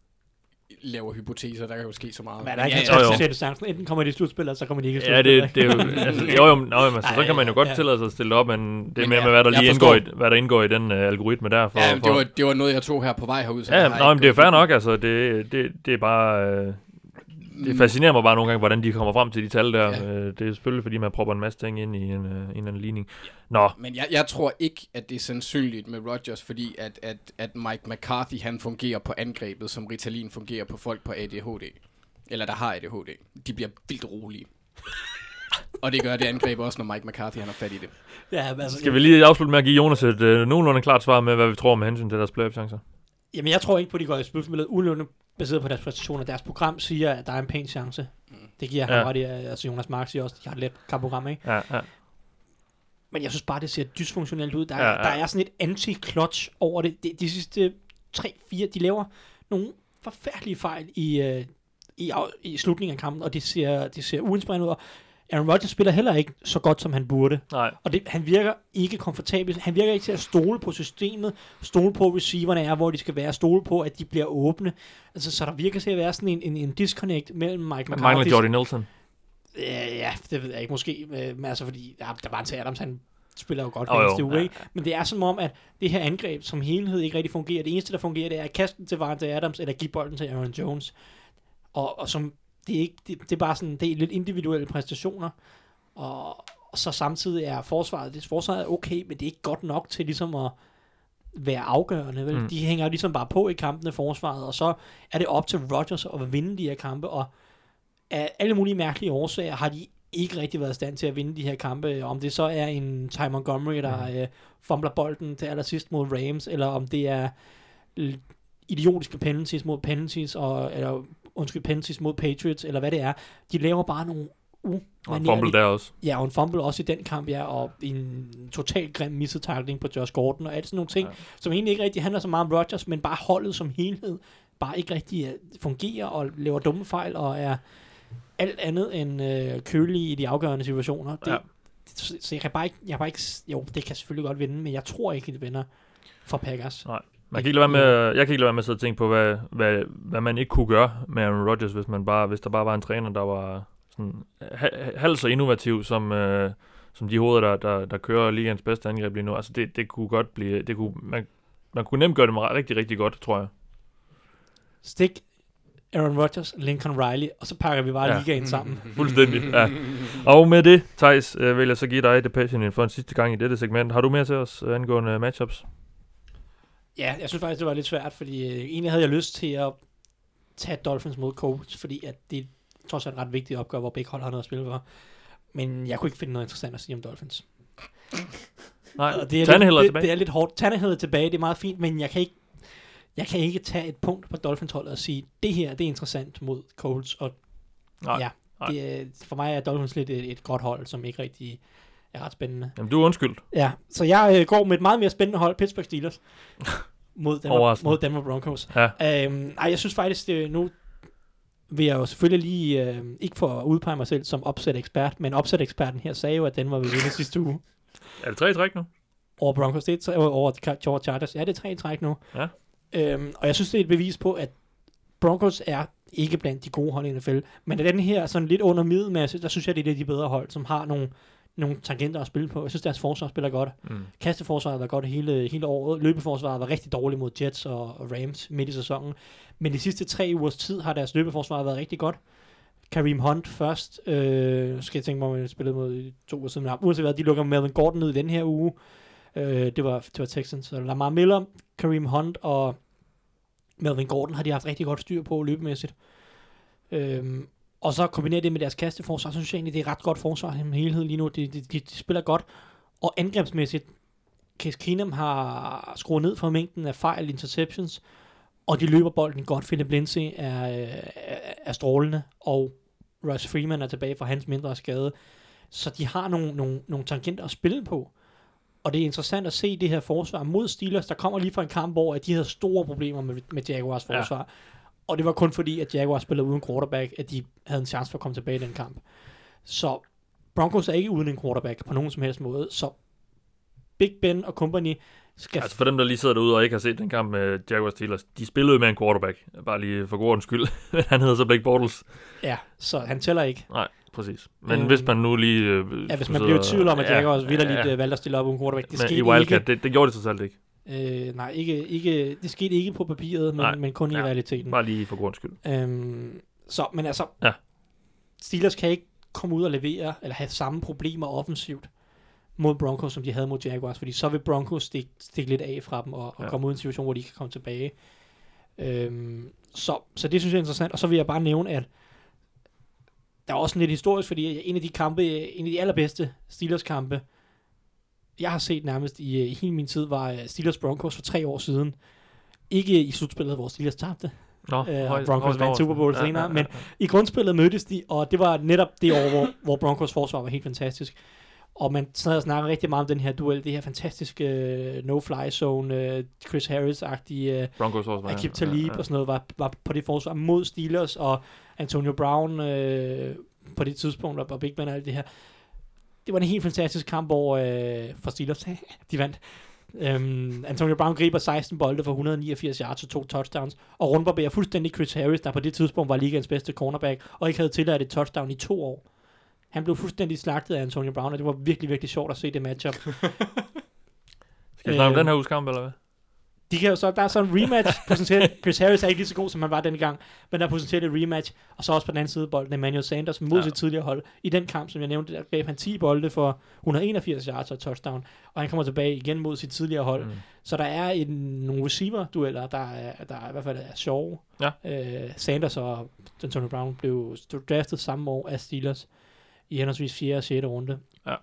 Speaker 6: laver hypoteser, der kan jo ske så meget.
Speaker 5: Men der er ikke chancen. Enten kommer de i slutspillet, så kommer de ikke i
Speaker 1: slutspillet. Ja, det er jo... så kan man jo godt tillade sig at stille op, men det er mere med, hvad der indgår i den algoritme der.
Speaker 6: Det var noget, jeg tog her på vej herud.
Speaker 1: Men det er fair nok, altså. Det er bare... Det fascinerer mig bare nogle gange, hvordan de kommer frem til de tal der. Ja. Det er selvfølgelig, fordi man propper en masse ting ind i en ligning. Nå.
Speaker 6: Men jeg tror ikke, at det er sandsynligt med Rodgers, fordi at Mike McCarthy, han fungerer på angrebet, som Ritalin fungerer på folk på ADHD. Eller der har ADHD. De bliver vildt rolige. Og det gør det angreb også, når Mike McCarthy han har fat i det.
Speaker 5: Ja, altså,
Speaker 1: skal vi lige afslutte med at give Jonas et nogenlunde klart svar med, hvad vi tror med hensyn til deres playoff-chancer?
Speaker 5: Jamen, jeg tror ikke på, at de går i slutspillet udelukkende baseret på deres præstationer. Deres program siger, at der er en pæn chance. Det giver ham ret i. Altså Jonas Mark siger også, at de har et let kampprogram, ikke?
Speaker 1: Ja.
Speaker 5: Men jeg synes bare, det ser dysfunktionelt ud. Der er sådan et anti-clutch over det. De sidste 3-4, de laver nogle forfærdelige fejl i slutningen af kampen, og det ser uinspirerende ud. Aaron Rodgers spiller heller ikke så godt, som han burde.
Speaker 1: Nej.
Speaker 5: Og han virker ikke komfortabel. Han virker ikke til at stole på systemet, stole på receiverne er, hvor de skal være, stole på, at de bliver åbne. Altså, så der virker til at være sådan en disconnect mellem Mike McCarthy.
Speaker 1: Mangler Jordy Nelson?
Speaker 5: Ja, det ved jeg ikke måske. Men altså, fordi der var en til Adams, han spiller jo godt for næste uge. Men det er som om, at det her angreb som helhed ikke rigtig fungerer. Det eneste, der fungerer, det er at kaste den til Davante Adams, eller give bolden til Aaron Jones. Og som det er bare sådan, det er lidt individuelle præstationer, og så samtidig er forsvaret er okay, men det er ikke godt nok til ligesom at være afgørende, vel? De hænger ligesom bare på i kampene forsvaret, og så er det op til Rodgers at vinde de her kampe, og af alle mulige mærkelige årsager har de ikke rigtig været i stand til at vinde de her kampe. Om det så er en Ty Montgomery, der fumbler bolden til allersidst mod Rams, eller om det er idiotiske penalties mod penalties, penalties mod Patriots, eller hvad det er. De laver bare nogle
Speaker 1: og en fumble der også.
Speaker 5: Ja, og en fumble også i den kamp, ja, og en totalt grim misset tackling på Josh Gordon, og alt sådan nogle ting, som egentlig ikke rigtig handler så meget om Rodgers, men bare holdet som helhed, bare ikke rigtig fungerer, og laver dumme fejl, og er alt andet end kølige i de afgørende situationer. Så jeg kan bare ikke, jo, det kan selvfølgelig godt vinde, men jeg tror ikke, det vinder for Packers.
Speaker 1: Nej. Jeg kan ikke lade være med at sidde og tænke på, hvad man ikke kunne gøre med Aaron Rodgers, hvis der bare var en træner, der var sådan halvt så innovativ som de hoveder, der kører ligens bedste angreb lige nu. Altså det kunne godt blive, man kunne nemt gøre det rigtig, rigtig godt, tror jeg.
Speaker 5: Stik Aaron Rodgers, Lincoln Riley, og så pakker vi bare ligaen sammen.
Speaker 1: Fuldstændig, ja. Og med det, Theis, vil jeg så give dig det passion for en sidste gang i dette segment. Har du mere til os angående matchups?
Speaker 5: Ja, jeg synes faktisk, det var lidt svært, fordi egentlig havde jeg lyst til at tage Dolphins mod Colts, fordi at det trods alt et ret vigtigt opgør, hvor begge hold har noget at spille for. Men jeg kunne ikke finde noget interessant at sige om Dolphins.
Speaker 1: Nej, Tannehill er tilbage.
Speaker 5: Det er lidt hårdt. Tannehill er tilbage, det er meget fint, men jeg kan ikke tage et punkt på Dolphins-holdet og sige, det her, det er interessant mod Colts. Og for mig er Dolphins lidt et godt hold, som ikke rigtig er ret spændende.
Speaker 1: Jamen, du er undskyldt.
Speaker 5: Ja, så jeg går med et meget mere spændende hold, Pittsburgh Steelers, mod Denver Broncos.
Speaker 1: Ja.
Speaker 5: Jeg synes faktisk, nu vil jeg jo selvfølgelig lige, ikke for at udpege mig selv som upset-ekspert, men upset-eksperten her sagde jo, at Denver ville vinde sidste uge.
Speaker 1: Er det 3 i træk nu?
Speaker 5: Over Broncos, det er over Chargers. Ja, det er 3 i træk nu.
Speaker 1: Ja.
Speaker 5: Og jeg synes, det er et bevis på, at Broncos er ikke blandt de gode hold i NFL, men af den her sådan lidt under middelmasse, der synes jeg, det er de bedre hold, som har nogle tangenter at spille på. Jeg synes, deres forsvar spiller godt. Kasteforsvaret var godt hele året. Løbeforsvaret var rigtig dårligt mod Jets og Rams midt i sæsonen. Men de sidste 3 ugers tid har deres løbeforsvar været rigtig godt. Kareem Hunt først. Skal jeg tænke mig, om jeg spillede mod 2 uger siden. Uanset hvad, de lukker Melvin Gordon ned i den her uge. Det var Texans. Så Lamar Miller, Kareem Hunt og Melvin Gordon har de haft rigtig godt styr på løbemæssigt. Og så kombinere det med deres kasteforsvar, så synes jeg egentlig, det er ret godt forsvar i helhed lige nu. De spiller godt. Og angrebsmæssigt, Case Keenum har skruet ned for mængden af fejl, interceptions, og de løber bolden godt. Philip Lindsay er strålende, og Russ Freeman er tilbage fra hans mindre skade. Så de har nogle tangenter at spille på. Og det er interessant at se det her forsvar mod Steelers, der kommer lige fra en kamp, hvor de havde store problemer med Jaguars forsvar. Ja. Og det var kun fordi, at Jaguars spillede uden quarterback, at de havde en chance for at komme tilbage i den kamp. Så Broncos er ikke uden en quarterback på nogen som helst måde. Så Big Ben og company skal...
Speaker 1: Altså for dem, der lige sidder derude og ikke har set den kamp med Jaguars Steelers, de spillede med en quarterback. Bare lige for god ordens skyld. Han hedder så Blake Bortles.
Speaker 5: Ja, så han tæller ikke.
Speaker 1: Nej, præcis. Men hvis man nu lige...
Speaker 5: hvis man bliver i tvivl om, at Jaguars vitterligt valgte at stille op uden quarterback, det skete
Speaker 1: i Wildcat, ikke. Det gjorde det totalt ikke.
Speaker 5: Nej, ikke, det skete ikke på papiret, men kun i realiteten.
Speaker 1: Bare lige for grund skyld.
Speaker 5: Men altså, Steelers kan ikke komme ud og levere, eller have samme problemer offensivt mod Broncos, som de havde mod Jaguars, fordi så vil Broncos stikke lidt af fra dem, og komme ud i en situation, hvor de kan komme tilbage. Så det synes jeg er interessant, og så vil jeg bare nævne, at der er også lidt historisk, fordi en af de allerbedste Steelers-kampe, jeg har set nærmest i hele min tid, var Steelers Broncos for 3 år siden. Ikke i slutspillet, hvor Steelers tabte. Broncos vandt Super Bowl senere, men i grundspillet mødtes de, og det var netop det år, hvor Broncos forsvar var helt fantastisk. Og man snakker rigtig meget om den her duel, det her fantastiske no-fly zone, Chris Harris-agtige Aqib Talib og sådan noget, var på det forsvar mod Steelers, og Antonio Brown på det tidspunkt, og Big Ben og alt det her. Det var en helt fantastisk kamp, hvor for Steelers, de vandt. Antonio Brown griber 16 bolde for 189 yards og 2 touchdowns, og rundbarberer fuldstændig Chris Harris, der på det tidspunkt var ligaens bedste cornerback, og ikke havde tilladt et touchdown i 2 år. Han blev fuldstændig slagtet af Antonio Brown, og det var virkelig, virkelig sjovt at se det matchup.
Speaker 1: Skal vi snakke om den her uges kamp, eller hvad?
Speaker 5: Der er så en rematch, potentielt. Chris Harris er ikke lige så god, som han var dengang, men der er potentielt et rematch, og så også på den anden side bolden Emmanuel Sanders mod sit tidligere hold. I den kamp, som jeg nævnte, der gav han 10 bolde for 181 yards og touchdown, og han kommer tilbage igen mod sit tidligere hold. Så der er nogle receiver-dueller, der i hvert fald er sjove. Ja. Sanders og Antonio Brown blev draftet samme år af Steelers i henholdsvis 4. og 6. runde.
Speaker 1: Ja.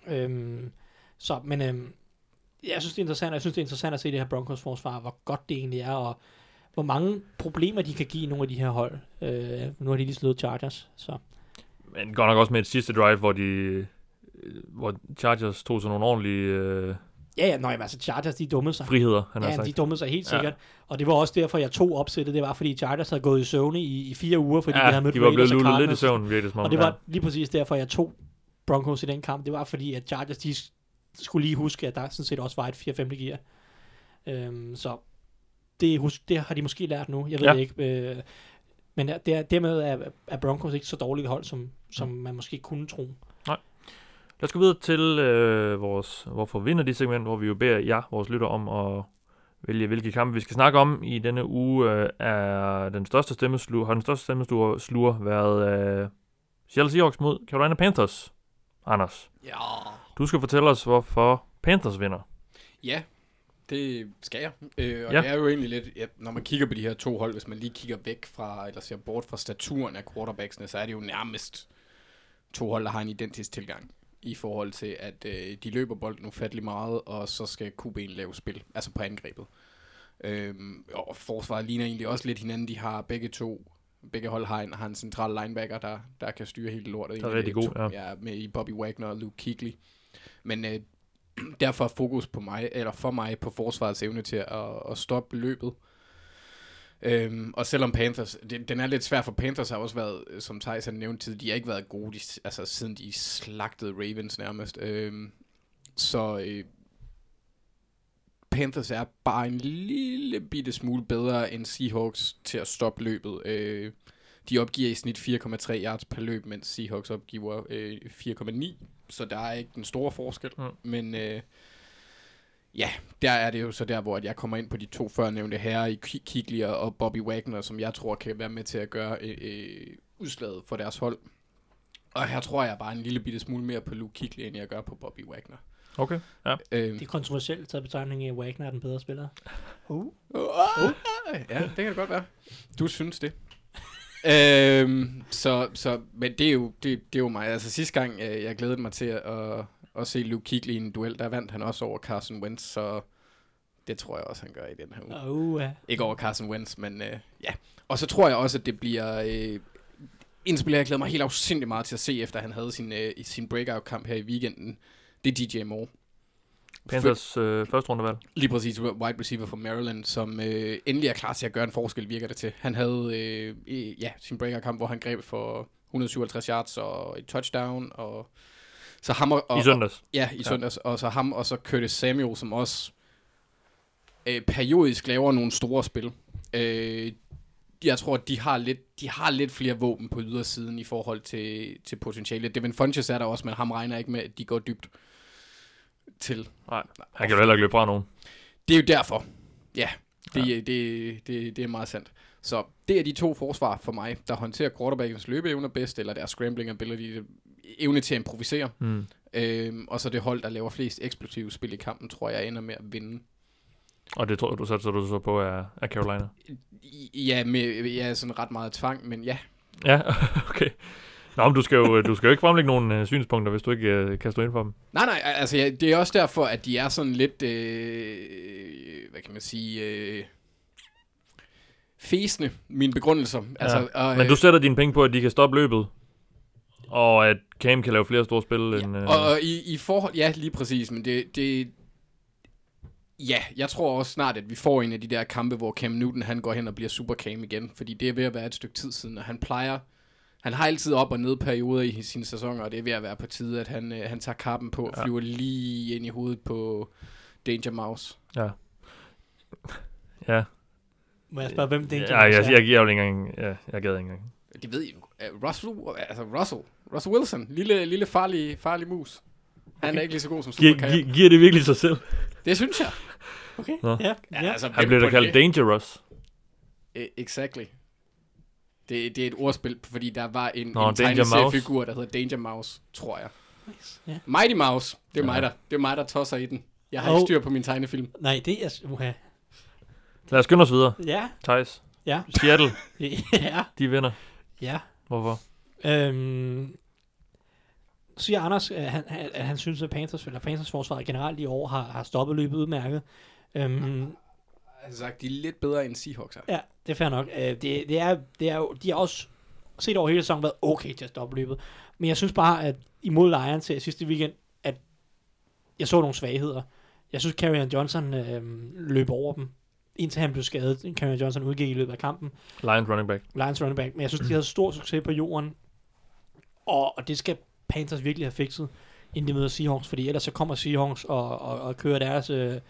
Speaker 5: Jeg synes, det er interessant, og jeg synes, det er interessant at se det her Broncos forsvar, hvor godt det egentlig er, og hvor mange problemer de kan give nogle af de her hold. Nu har de lige slået Chargers, så.
Speaker 1: Men godt nok også med et sidste drive, hvor Chargers tog sådan nogle ordentlige
Speaker 5: Altså Chargers, de dummede sig.
Speaker 1: friheder,
Speaker 5: de dummede sig helt sikkert. Og det var også derfor, jeg tog opsættet. Det var, fordi Chargers havde gået i søvne i 4 uger, fordi de havde mødt
Speaker 1: de var blevet
Speaker 5: Raiders og
Speaker 1: lullet lidt i
Speaker 5: Cardinals.
Speaker 1: søvn, virkelig som om.
Speaker 5: Og det var lige præcis derfor, jeg tog Broncos i den kamp. Det var fordi, at Chargers, de skulle lige huske, at der sådan set også var et 4-5. gear. Så det har de måske lært nu. Jeg ved det ikke. Men dermed er Broncos ikke så dårligt hold, som man måske kunne tro.
Speaker 1: Nej. Lad os gå videre til hvorfor vinder de segment, hvor vi jo beder jer, vores lytter, om at vælge, hvilke kampe vi skal snakke om. I denne uge har den største stemmesluger været Seattle Seahawks mod Carolina Panthers. Anders, du skal fortælle os, hvorfor Panthers vinder.
Speaker 6: Ja, det skal jeg. Og det er jo egentlig lidt, når man kigger på de her to hold, hvis man lige kigger væk fra, eller ser bort fra staturen af quarterbacksene, så er det jo nærmest to hold, der har en identisk tilgang i forhold til, at de løber bolden ufattelig meget, og så skal QB'en lave spil, altså på angrebet. Og forsvaret ligner egentlig også lidt hinanden. De har begge hold har en central linebacker, der kan styre hele lortet.
Speaker 1: Der er rigtig god,
Speaker 6: ja. Med Bobby Wagner og Luke Kuechly. Men derfor fokus på mig, eller for mig, på forsvarets evne til at stoppe løbet. Og selvom Panthers, den er lidt svær, for Panthers har også været, som Thijs har nævnt tid, de har ikke været gode, siden de slagtede Ravens nærmest. Panthers er bare en lille bitte smule bedre end Seahawks til at stoppe løbet. De opgiver i snit 4,3 yards per løb, mens Seahawks opgiver 4,9, så der er ikke den store forskel. Men der er det jo så der, hvor jeg kommer ind på de to førnævnte herrer i Kuechly og Bobby Wagner, som jeg tror kan være med til at gøre udslaget for deres hold. Og her tror jeg bare en lille bitte smule mere på Luke Kuechly, end jeg gør på Bobby Wagner.
Speaker 1: Okay, ja.
Speaker 5: Det er kontroversielt taget betegning af, at Wagner er den bedre spiller.
Speaker 6: Ja, det kan det godt være. Du synes det. Men det er jo mig. Altså sidste gang, jeg glædede mig til at se Luke Kuechly i en duel, der vandt han også over Carson Wentz, så det tror jeg også, han gør i den her uge. Ikke over Carson Wentz, men ja. Og så tror jeg også, at det bliver en spiller, jeg glæder mig helt afsindigt meget til at se, efter han havde sin breakout-kamp her i weekenden. Det er DJ Moore.
Speaker 1: Panthers første rundevalg.
Speaker 6: Lige præcis, wide receiver fra Maryland, som endelig er klar til at gøre en forskel, virker det til. Han havde sin breakout-kamp, hvor han greb for 157 yards og et touchdown, og så ham og
Speaker 1: i søndags.
Speaker 6: I søndags. Og så ham og så Curtis Samuel, som også periodisk laver nogle store spil. Jeg tror, at de har lidt flere våben på ydersiden i forhold til potentiale. Devin Funchess er der også, men ham regner ikke med, at de går dybt til.
Speaker 1: Nej, han kan jo heller ikke løbe fra nogen.
Speaker 6: Det er jo derfor. Ja, det er meget sandt. Så det er de to forsvar for mig, der håndterer quarterbackens løbeevner bedst, eller deres scrambling ability, evne til at improvisere. Og så det hold, der laver flest eksplosive spil i kampen, tror jeg ender med at vinde. Og
Speaker 1: det tror du så på er Carolina?
Speaker 6: Ja, sådan ret meget tvang, men ja.
Speaker 1: Ja, okay. Nå, men du skal jo ikke fremlægge nogen synspunkter, hvis du ikke kan stå ind for dem.
Speaker 6: Nej, altså det er også derfor, at de er sådan lidt, hvad kan man sige, fæsende, mine begrundelser.
Speaker 1: Ja.
Speaker 6: Altså,
Speaker 1: men du sætter dine penge på, at de kan stoppe løbet, og at Cam kan lave flere store spil end...
Speaker 6: Og i forhold... Ja, lige præcis, men det ja, jeg tror også snart, at vi får en af de der kampe, hvor Cam Newton, han går hen og bliver super Cam igen, fordi det er ved at være et stykke tid siden, og han har altid op- og ned perioder i sine sæsoner, og det er ved at være på tide, at han tager kappen på og flyver lige ind i hovedet på Danger Mouse.
Speaker 1: Ja. Ja.
Speaker 5: Må jeg spørge, hvem Danger
Speaker 1: Mouse
Speaker 5: er?
Speaker 1: Jeg giver jo ikke engang... Ja, jeg gad ikke engang.
Speaker 6: Det ved I. Russell Wilson. Lille farlig mus. Han er ikke lige så god som Supercam.
Speaker 1: Giver det virkelig sig selv?
Speaker 6: Det synes jeg.
Speaker 5: Okay, ja.
Speaker 6: Altså,
Speaker 1: han bliver da kaldt Dangerous.
Speaker 6: Exactly. Det er et ordspil, fordi der var en tegneseriefigur, der hedder Danger Mouse, tror jeg.
Speaker 5: Nice. Yeah.
Speaker 6: Mighty Mouse. Det er mig, der tosser i den. Jeg har ikke styr på min tegnefilm.
Speaker 5: Nej, det er...
Speaker 1: Lad os skynde os videre.
Speaker 5: Ja.
Speaker 1: Thijs.
Speaker 5: Ja.
Speaker 1: Seattle.
Speaker 5: Ja.
Speaker 1: De vinder.
Speaker 5: Ja.
Speaker 1: Hvorfor?
Speaker 5: siger Anders, at han synes, at Panthers forsvaret generelt i år har stoppet løbet udmærket.
Speaker 6: Altså sagt, de er lidt bedre end Seahawks her.
Speaker 5: Ja, det er fair nok. Det er jo, de har også set over hele sæsonen været okay til at stoppe løbet. Men jeg synes bare, at imod Lions til sidste weekend, at jeg så nogle svagheder. Jeg synes, Kerryon Johnson løb over dem, indtil han blev skadet. Kerryon Johnson udgik i løbet af kampen.
Speaker 1: Lions running back.
Speaker 5: Men jeg synes, de havde stor succes på jorden. Og det skal Panthers virkelig have fikset, inden de møder Seahawks. Fordi ellers så kommer Seahawks og kører deres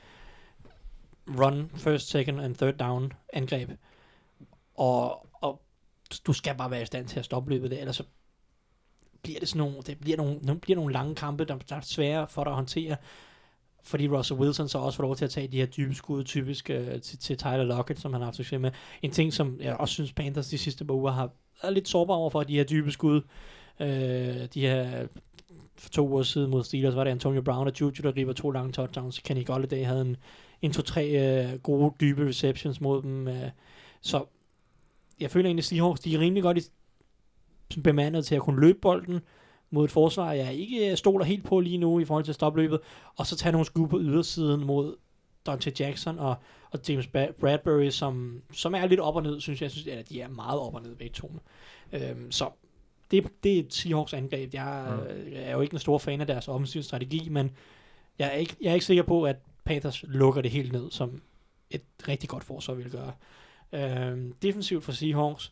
Speaker 5: run, first, second and third down angreb. Og du skal bare være i stand til at stoppe løbet der. Ellers så bliver det sådan nogle lange kampe, der er svære for dig at håndtere. Fordi Russell Wilson så også får lov til at tage de her dybe skud, typisk til Tyler Lockett, som han har haft succes med. En ting, som jeg også synes, Panthers de sidste par uger har været lidt sårbare overfor, de her dybe skud. De her for 2 uger siden mod Steelers, var det Antonio Brown og Juju, der griber 2 lange touchdowns. Kenny Golladay havde en 2-3 gode, dybe receptions mod dem. Så jeg føler egentlig, at Seahawks, de er rimelig godt bemandet til at kunne løbe bolden mod et forsvar, jeg ikke stoler helt på lige nu i forhold til at stoppe løbet, og så tage nogle skud på ydersiden mod Dante Jackson og James Bradbury, som er lidt op og ned, synes jeg. Jeg synes, at de er meget op og ned begge to. Så det er et Seahawks angreb. Jeg er jo ikke en stor fan af deres offensive strategi, men jeg er ikke sikker på, at Panthers lukker det helt ned, som et rigtig godt forsvar vil gøre. Defensivt for Seahawks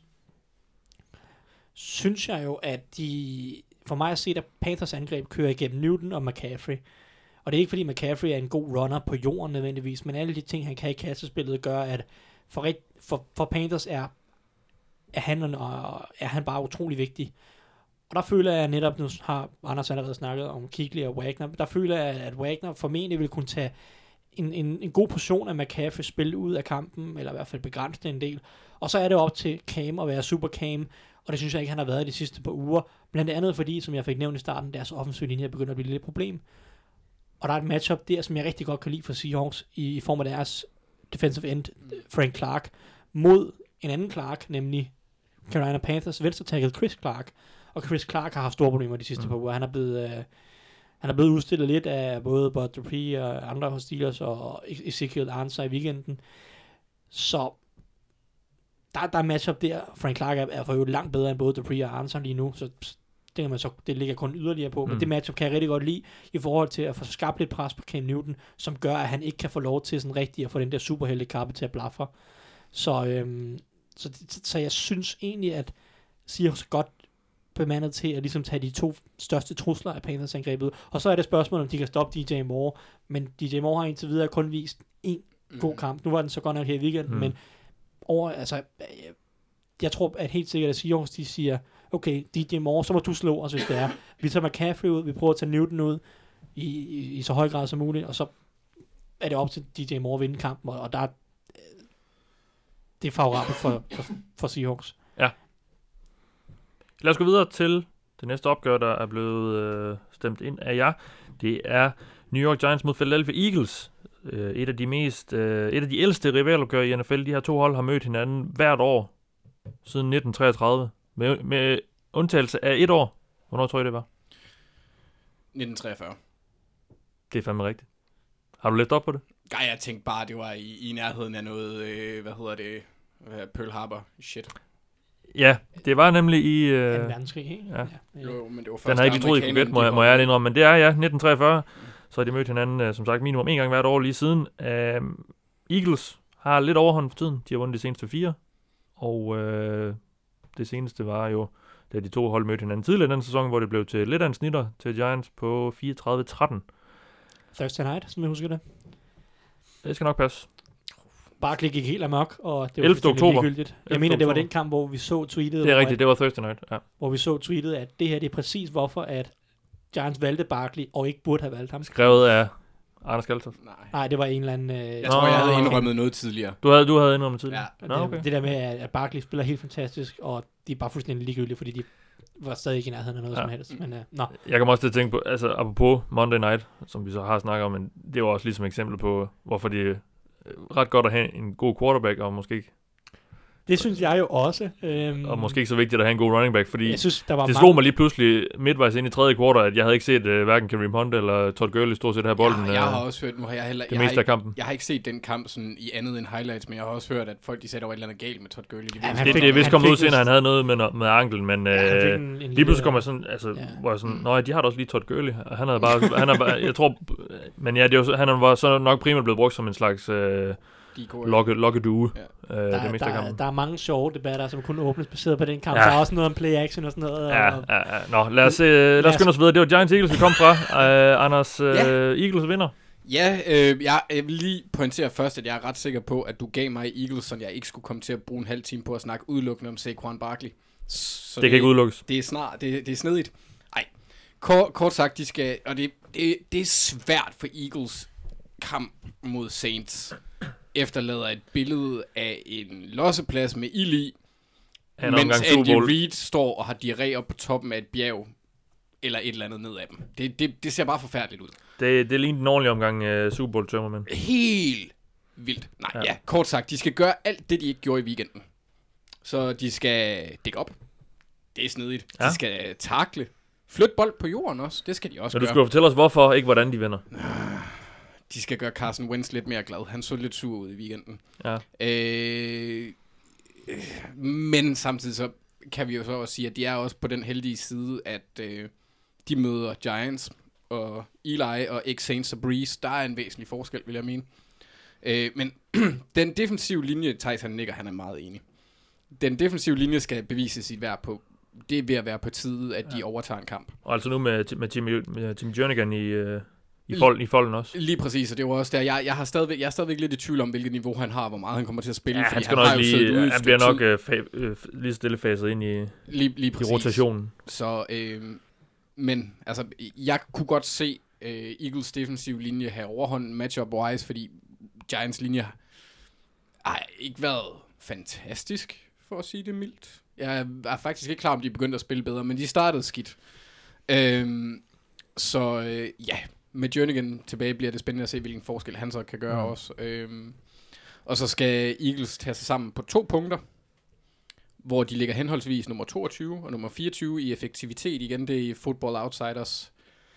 Speaker 5: synes jeg jo, at for mig at se, at Panthers angreb kører igennem Newton og McCaffrey. Og det er ikke fordi McCaffrey er en god runner på jorden nødvendigvis, men alle de ting, han kan i kastespillet, gør, at for Panthers er han bare utrolig vigtig. Og der føler jeg netop, nu har Anders allerede snakket om Kuechly og Wagner, der føler jeg, at Wagner formentlig vil kunne tage en god portion af McCaffrey spil ud af kampen, eller i hvert fald begrænse det en del. Og så er det op til Cam at være super Cam, og det synes jeg ikke, han har været de sidste par uger. Blandt andet fordi, som jeg fik nævnt i starten, deres offensive linje begynder at blive lidt problem. Og der er et matchup der, som jeg rigtig godt kan lide for Seahawks, i form af deres defensive end, Frank Clark, mod en anden Clark, nemlig Carolina Panthers venstre tackle Chris Clark. Og Chris Clark har haft store problemer de sidste par uger. Han er blevet udstillet lidt af både Bud Dupree og andre hos Steelers og Ezekiel Ansah i weekenden. Så der er matchup der. Frank Clark er for øvrigt langt bedre end både Dupree og Ansah lige nu, så det ligger kun yderligere på. Men det matchup kan jeg rigtig godt lide i forhold til at få skabt lidt pres på Cam Newton, som gør, at han ikke kan få lov til sådan rigtigt at få den der superheltekappe til at blafre. Så jeg synes egentlig, at Seahawks er godt bemandet til at ligesom tage de 2 største trusler af Panthers angrebet. Og så er det spørgsmål, om de kan stoppe DJ Moore. Men DJ Moore har indtil videre kun vist en god kamp. Nu var den så godt nok her i weekenden, men jeg tror at helt sikkert, at Seahawks de siger, okay, DJ Moore, så må du slå os, hvis det er. Vi tager McCaffrey ud, vi prøver at tage Newton ud i så høj grad som muligt, og så er det op til DJ Moore at vinde kampen, og der det er favorabelt for Seahawks.
Speaker 1: Ja. Lad os gå videre til det næste opgør, der er blevet stemt ind af jer. Det er New York Giants mod Philadelphia Eagles. Et af de ældste rivalopgør i NFL. De her 2 hold har mødt hinanden hvert år siden 1933. Med undtagelse af 1 år. Hvornår tror I det var?
Speaker 6: 1943.
Speaker 1: Det er fandme rigtigt. Har du læst op på det?
Speaker 6: Nej, jeg tænkte bare, det var i nærheden af noget, Pearl Harbor shit.
Speaker 1: Ja, det var nemlig i...
Speaker 5: 2. verdenskrig, ikke?
Speaker 6: Ja. Jo, men det var først
Speaker 1: den har ikke troet, I kunne gætte, må jeg indrømme. Men det er 1943. Så har de mødt hinanden, som sagt, minimum 1 gang hvert år lige siden. Eagles har lidt overhånd for tiden. De har vundet de seneste 4. Og det seneste var jo, da de 2 hold mødte hinanden tidligere i den sæson, hvor det blev til lidt af en snitter til Giants på 34-13.
Speaker 5: Thursday night, som jeg husker det.
Speaker 1: Det skal nok passe.
Speaker 5: Barkley gik helt amok, og det var
Speaker 1: 11. oktober.
Speaker 5: ligegyldigt. Jeg mener, det var den kamp, hvor vi så tweetet.
Speaker 1: Det er rigtigt, det var Thursday night, ja.
Speaker 5: Hvor vi så tweetet, at det her, det er præcis hvorfor, at Giants valgte Barkley, og ikke burde have valgt ham.
Speaker 1: Skrevet af Anders Galtoft.
Speaker 5: Nej, det var en eller anden...
Speaker 6: jeg tror, jeg havde indrømmet noget tidligere.
Speaker 1: Du havde indrømmet tidligere?
Speaker 5: Ja. Okay. Det der med, at Barkley spiller helt fantastisk, og de er bare fuldstændig ligegyldige, fordi de var stadig ikke i nærheden af noget som helst. Men,
Speaker 1: Jeg kan også tænke på, altså apropos Monday Night, som vi så har snakket om, men det var også ligesom et eksempel på, hvorfor det er ret godt at have en god quarterback, og måske ikke
Speaker 5: Det synes jeg jo også.
Speaker 1: Og måske ikke så vigtigt at have en god running back, fordi
Speaker 5: jeg synes, der var
Speaker 1: det slog mig lige pludselig midtvejs ind i tredje kvartal, at jeg havde ikke set hverken Kareem Hunt eller Todd Gurley stort set her bolden.
Speaker 6: Jeg har også hørt, nu har jeg heller
Speaker 1: det meste af kampen.
Speaker 6: Jeg har ikke set den kamp sådan i andet end highlights, men jeg har også hørt, at folk de sagde, der var et eller andet galt med Todd Gurley.
Speaker 1: Det er vist kommet ud senere, han havde noget med anklen, men lige pludselig kommer sådan, altså, hvor jeg sådan, nå, de har da også lige Todd Gurley, og han er bare, jeg tror, men ja, han var så nok primært blevet brugt som en slags lokkedue.
Speaker 5: Ja. Der er mange sjove debatter, som kun åbnes baseret på den kamp.
Speaker 1: Ja.
Speaker 5: Der er også noget om play action og sådan noget.
Speaker 1: Nå, lad os skynde os videre. Det var Giants Eagles, vi kom fra. Anders, Eagles vinder.
Speaker 6: Ja, jeg vil lige pointere først, at jeg er ret sikker på, at du gav mig Eagles, så jeg ikke skulle komme til at bruge en halv time på at snakke udelukkende om Saquon Barkley. Så
Speaker 1: det kan ikke udelukkes.
Speaker 6: Det er snedigt. Ej, kort sagt, de skal, og det er svært for Eagles kamp mod Saints. Efterlader et billede af en losseplads med ild i, mens Andy Reid står og har diarré op på toppen af et bjerg, eller et eller andet ned af dem. Det ser bare forfærdeligt ud.
Speaker 1: Det er lige en ordentlig omgang Super Bowl tømmermænd.
Speaker 6: Helt vildt. Nej, ja, kort sagt, de skal gøre alt det, de ikke gjorde i weekenden. Så de skal dække op. Det er snedigt. Ja. De skal takle. Flytte bold på jorden også. Det skal de også gøre.
Speaker 1: Du skal fortælle os, hvorfor, ikke hvordan de vinder.
Speaker 6: De skal gøre Carson Wentz lidt mere glad. Han så lidt sur ud i weekenden.
Speaker 1: Ja.
Speaker 6: Men samtidig så kan vi jo så også sige, at de er også på den heldige side, at de møder Giants og Eli og ex-Saints og Breeze. Der er en væsentlig forskel, vil jeg mene. Men den defensive linje, Tyson nikker, han er meget enig. Den defensive linje skal bevise sit værd på. Det er ved at være på tide, at de overtager en kamp.
Speaker 1: Og altså nu med Tim Jernigan i folden også.
Speaker 6: Lige præcis, og det var også der. Jeg er stadigvæk lidt i tvivl om, hvilket niveau han har, hvor meget han kommer til at spille.
Speaker 1: Ja, han skal nok han bliver nok lige stille faset ind i rotationen.
Speaker 6: Så, men altså, jeg kunne godt se Eagles defensive linje have overhånden matchup-wise, fordi Giants linje har ikke været fantastisk, for at sige det mildt. Jeg er faktisk ikke klar, om de er begyndt at spille bedre, men de startede skidt. Med Jernigan tilbage bliver det spændende at se, hvilken forskel han så kan gøre også. Og så skal Eagles tage sig sammen på 2 punkter, hvor de ligger henholdsvis nummer 22 og nummer 24 i effektivitet. Igen, det er i Football Outsiders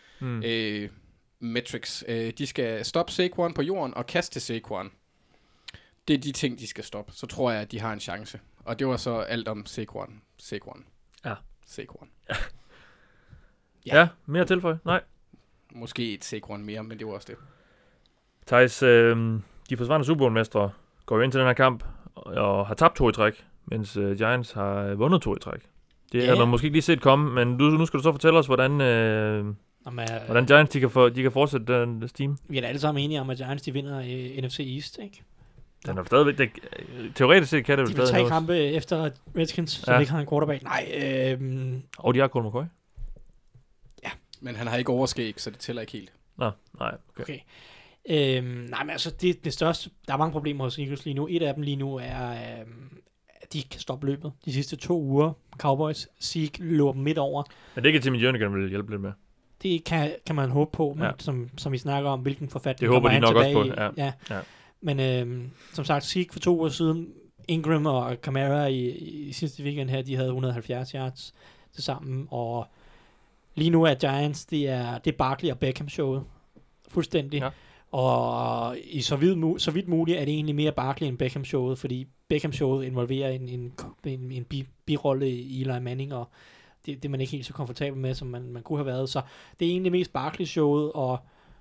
Speaker 6: metrics. De skal stoppe Saquon på jorden og kaste Saquon. Det er de ting, de skal stoppe. Så tror jeg, at de har en chance. Og det var så alt om Saquon.
Speaker 1: Ja.
Speaker 6: Saquon.
Speaker 1: Ja, mere tilføj? Nej.
Speaker 6: Måske et Saquon mere, men det var også det.
Speaker 1: Thijs, de forsvarende Super Bowl-mestre går jo ind til den her kamp og har tabt 2 i træk, mens Giants har vundet 2 i træk. Det har man måske ikke lige set komme, men nu skal du så fortælle os, hvordan Giants de kan fortsætte den steam.
Speaker 5: Vi er da alle sammen enige om, at Giants de vinder NFC East, ikke?
Speaker 1: Den er stadigvæk, teoretisk set kan det jo stadig
Speaker 5: noget. De vil 3 kampe efter Redskins, som ikke har en quarterback. Nej.
Speaker 1: Og de har Colt McCoy.
Speaker 6: Ja, men han har ikke overskæg, så det tæller ikke helt.
Speaker 1: Nå, nej.
Speaker 5: Okay. Nej, men altså, det største, der er mange problemer hos Eagles lige nu. Et af dem lige nu er, at de ikke kan stoppe løbet. De sidste 2 uger, Cowboys, Zeke løber dem midt over.
Speaker 1: Men det ikke Timmy Jernigan vil hjælpe lidt med.
Speaker 5: Det kan man håbe på, men som vi snakker om, hvilken forfatning
Speaker 1: det håber de nok
Speaker 5: tilbage.
Speaker 1: Også på, ja.
Speaker 5: Men som sagt, Zeke for 2 uger siden, Ingram og Kamara i sidste weekend her, de havde 170 yards til sammen, og lige nu er Giants, det er Barkley og Beckham showet. Fuldstændig. Ja. Og i så vidt muligt er det egentlig mere Barkley end Beckham showet, fordi Beckham showet involverer en birolle i Eli Manning, og det er man ikke helt så komfortabel med, som man kunne have været. Så det er egentlig mest Barkley showet, og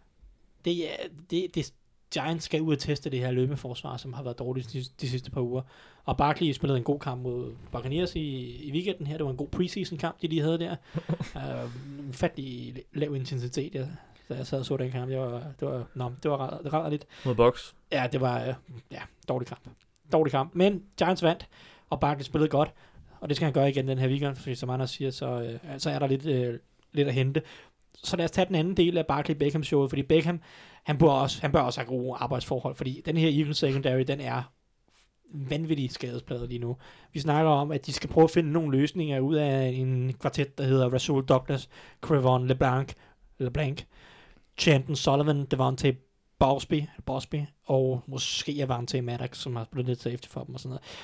Speaker 5: det Giants skal ud og teste det her løbeforsvar, som har været dårligt de sidste par uger. Og Barkley spillede en god kamp mod Buccaneers i weekenden her. Det var en god preseason kamp, de lige havde der. Ufattelig lav intensitet, da jeg sad og så den kamp. Det var ret lidt.
Speaker 1: Mod Bucs.
Speaker 5: Ja, det var dårlig kamp. Men Giants vandt, og Barkley spillede godt. Og det skal han gøre igen den her weekend, fordi som Anders siger, så er der lidt at hente. Så lad os tage den anden del af Barkley-Beckham-showet, fordi Beckham, han bør også have gode arbejdsforhold, fordi den her Eagles secondary, den er vanvittig skadespladet lige nu. Vi snakker om, at de skal prøve at finde nogle løsninger ud af en kvartet, der hedder Rasul Douglas, Crevon LeBlanc, Chanton Sullivan, Devontae Bosby, og måske Avante Maddox, som har spillet lidt safety for dem og sådan noget.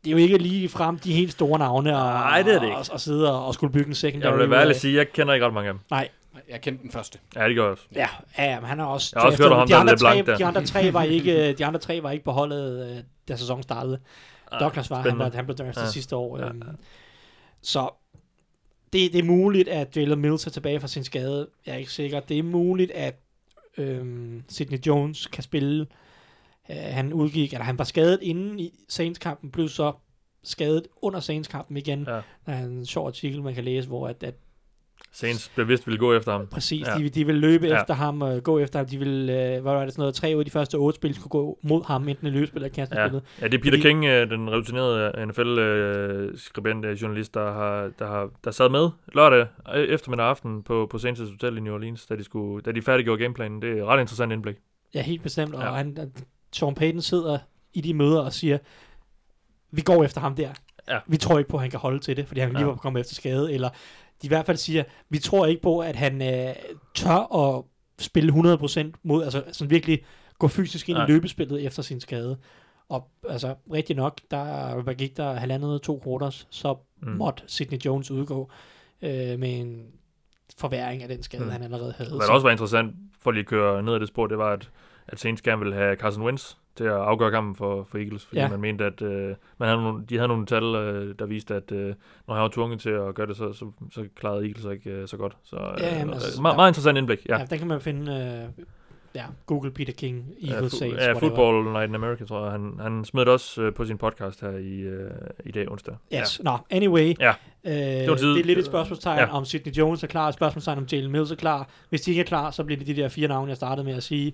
Speaker 5: det er jo ikke lige frem de helt store navne
Speaker 1: Nej, det er det ikke.
Speaker 5: Og sidde og skulle bygge en secondary.
Speaker 1: Jeg vil være ærlig at sige, jeg kender ikke ret mange af dem.
Speaker 5: Nej.
Speaker 6: Jeg kendte den første.
Speaker 1: Ja, det gør jeg også.
Speaker 5: Ja, men han er også...
Speaker 1: Jeg har også hørt ham, der er lidt blank der.
Speaker 5: De andre tre var ikke på holdet, da sæsonen startede. Douglas var, han blev draftet sidste år. Ja. Så det er muligt, at Jalen Mills er tilbage fra sin skade. Jeg er ikke sikker. Det er muligt, at Sidney Jones kan spille. Han var skadet inden i Saints-kampen, blev så skadet under Saints-kampen igen. Ja. Der er en sjov artikel, man kan læse, hvor at
Speaker 1: Saints bevidst ville gå efter ham.
Speaker 5: Præcis, de vil løbe efter ham og gå efter ham. De vil, hvad var det, sådan noget, 3 ud af de første 8 spil skulle gå mod ham, enten i løbespil eller kastespillet.
Speaker 1: Ja, det er Peter King, den rutinerede NFL-skribent, journalist, der sad med lørdag eftermiddag aften på Saints' Hotel i New Orleans, da de færdiggjorde gameplanen. Det er et ret interessant indblik.
Speaker 5: Ja, helt bestemt. Og Sean Payton sidder i de møder og siger, vi går efter ham der. Ja. Vi tror ikke på, at han kan holde til det, fordi han lige var kommet efter skade, eller de i hvert fald siger, vi tror ikke på, at han tør at spille 100% mod, altså sådan virkelig gå fysisk ind i løbespillet efter sin skade. Og altså rigtig nok, der gik der 1,5-2 quarters, så måtte Sidney Jones udgå med en forværring af den skade, han allerede havde.
Speaker 1: Hvad der også var interessant, for lige at køre ned ad det spor, det var, at Saints gerne ville have Carson Wentz til at afgøre kampen for Eagles, fordi man mente, at de havde nogle tal, der viste, at når han var tvunget til at gøre det, så klarede Eagles ikke så godt. Så meget interessant indblik. Ja,
Speaker 5: der kan man finde Google Peter King, Eagles Saints.
Speaker 1: Ja, Football Night in America, tror jeg. Han smed det også på sin podcast her i dag onsdag.
Speaker 5: Yes, anyway. Ja. Det er lidt et spørgsmålstegn om Sidney Jones er klar, et spørgsmålstegn om Jalen Mills er klar. Hvis de ikke er klar, så bliver det de der 4 navne, jeg startede med at sige.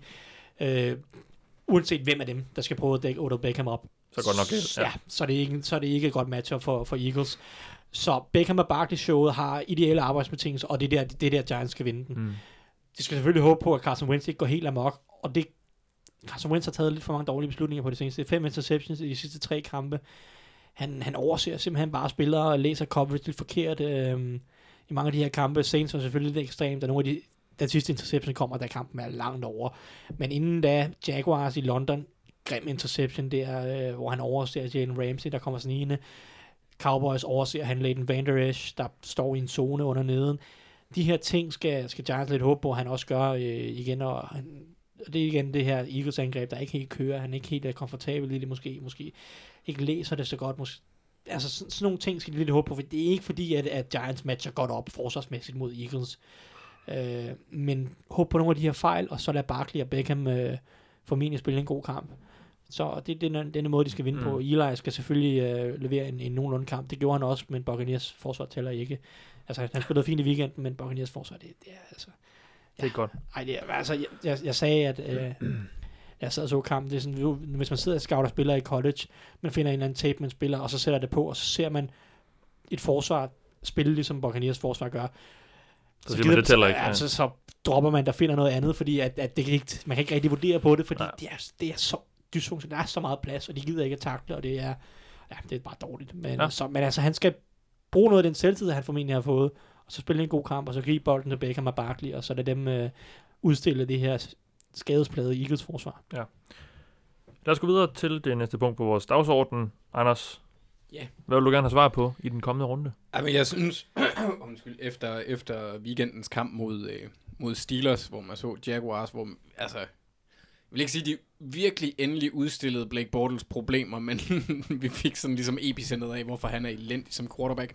Speaker 5: Uanset hvem af dem, der skal prøve at dække Odell Beckham op.
Speaker 1: Så godt nok galt.
Speaker 5: Ja, så er det ikke et godt matchup for Eagles. Så Beckham og Barkley-showet har ideelle arbejdsbetingelser, og det er der Giants skal vinde den. De skal selvfølgelig håbe på, at Carson Wentz ikke går helt amok, og Carson Wentz har taget lidt for mange dårlige beslutninger på det seneste. 5 interceptions i de sidste 3 kampe. Han overser simpelthen bare spillere og læser coverage lidt forkert i mange af de her kampe. Saints var selvfølgelig lidt ekstremt, og nogle af den sidste interception kommer, da kampen er langt over. Men inden da, Jaguars i London, grim interception der, hvor han overser Jalen Ramsey, der kommer snigende. Cowboys overser han Leighton Vander Esch, der står i en zone under neden. De her ting skal Giants lidt håbe på, at han også gør igen, og det er igen det her Eagles angreb, der ikke helt kører, han er ikke helt komfortabel i det, måske ikke læser det så godt, altså sådan nogle ting skal de lidt håbe på, for det er ikke fordi, at Giants matcher godt op forsvarsmæssigt mod Eagles. Men håb på nogle af de her fejl, og så lad Barkley og Beckham formentlig spille en god kamp. Så det er den måde, de skal vinde på. Eli skal selvfølgelig levere en nogenlunde kamp. Det gjorde han også, men Buccaneers forsvar tæller ikke. Altså, han spillede fint i weekenden, men Buccaneers forsvar, det er altså...
Speaker 1: Det er godt.
Speaker 5: Ej, det er, altså, jeg sagde, at jeg sad og så kampen, det er sådan, hvis man sidder og scouter spillere i college, man finder en eller anden tape, man spiller, og så sætter det på, og så ser man et forsvar spille, ligesom Buccaneers forsvar gør.
Speaker 1: Så tæller ikke.
Speaker 5: Ja. Så dropper man, der finder noget andet, fordi at det kan ikke, man kan ikke rigtig vurdere på det, fordi det er så dysfunktionelt, der er så meget plads, og de gider ikke at takle, og det er bare dårligt. Men altså, han skal bruge noget af den selvtid, han formentlig har fået, og så spille en god kamp, og så gribe bolden til Beckham og Barkley, og så lade dem udstille det her skadesplade Eagles forsvar. Ja.
Speaker 1: Lad os gå videre til det næste punkt på vores dagsorden. Anders, hvad vil du gerne have svar på i den kommende runde?
Speaker 6: Jamen, jeg synes, efter weekendens kamp mod Steelers, hvor man så Jaguars, hvor altså, jeg vil ikke sige, de virkelig endelig udstillede Blake Bortles problemer, men vi fik sådan ligesom epicentret af, hvorfor han er elendig som quarterback.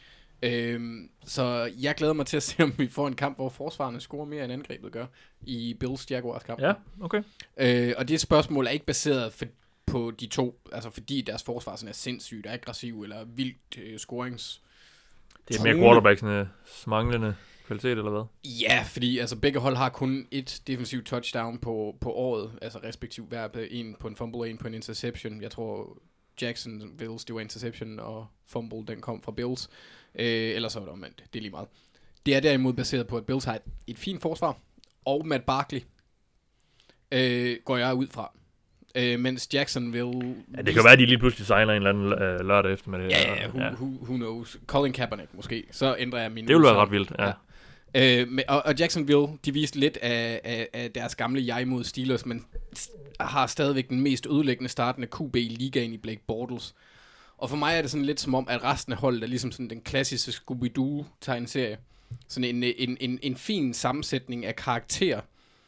Speaker 6: Så jeg glæder mig til at se, om vi får en kamp, hvor forsvarerne scorer mere end angrebet gør i Bills Jaguars kamp.
Speaker 1: Ja, okay.
Speaker 6: Og det spørgsmål er ikke baseret på de to, altså fordi deres forsvar sådan er sindssygt aggressiv eller vildt scorings.
Speaker 1: Det er mere quarterbacksene manglende kvalitet, eller hvad?
Speaker 6: Ja, fordi altså begge hold har kun et defensivt touchdown på året, altså respektivt hver en på en fumble og en på en interception. Jeg tror Jacksonville's, det var interception, og fumble, den kom fra Bills. Ellers så var det omvendt. Det er lige meget. Det er derimod baseret på, at Bills har et fint forsvar, og Matt Barkley går jeg ud fra. Mens Jacksonville...
Speaker 1: Ja, det kan være, at de lige pludselig signer en eller anden lørdag efter med det.
Speaker 6: Ja, who knows. Colin Kaepernick måske. Så ændrer jeg min...
Speaker 1: Det vil være ret vildt, ja.
Speaker 6: Og Jacksonville, de viste lidt af deres gamle jeg mod Steelers, men har stadigvæk den mest ødelæggende startende QB i ligaen i Blake Bortles. Og for mig er det sådan lidt som om, at resten af holdet er ligesom sådan den klassiske Scooby-Doo-tegneserie. Sådan en fin sammensætning af karakterer,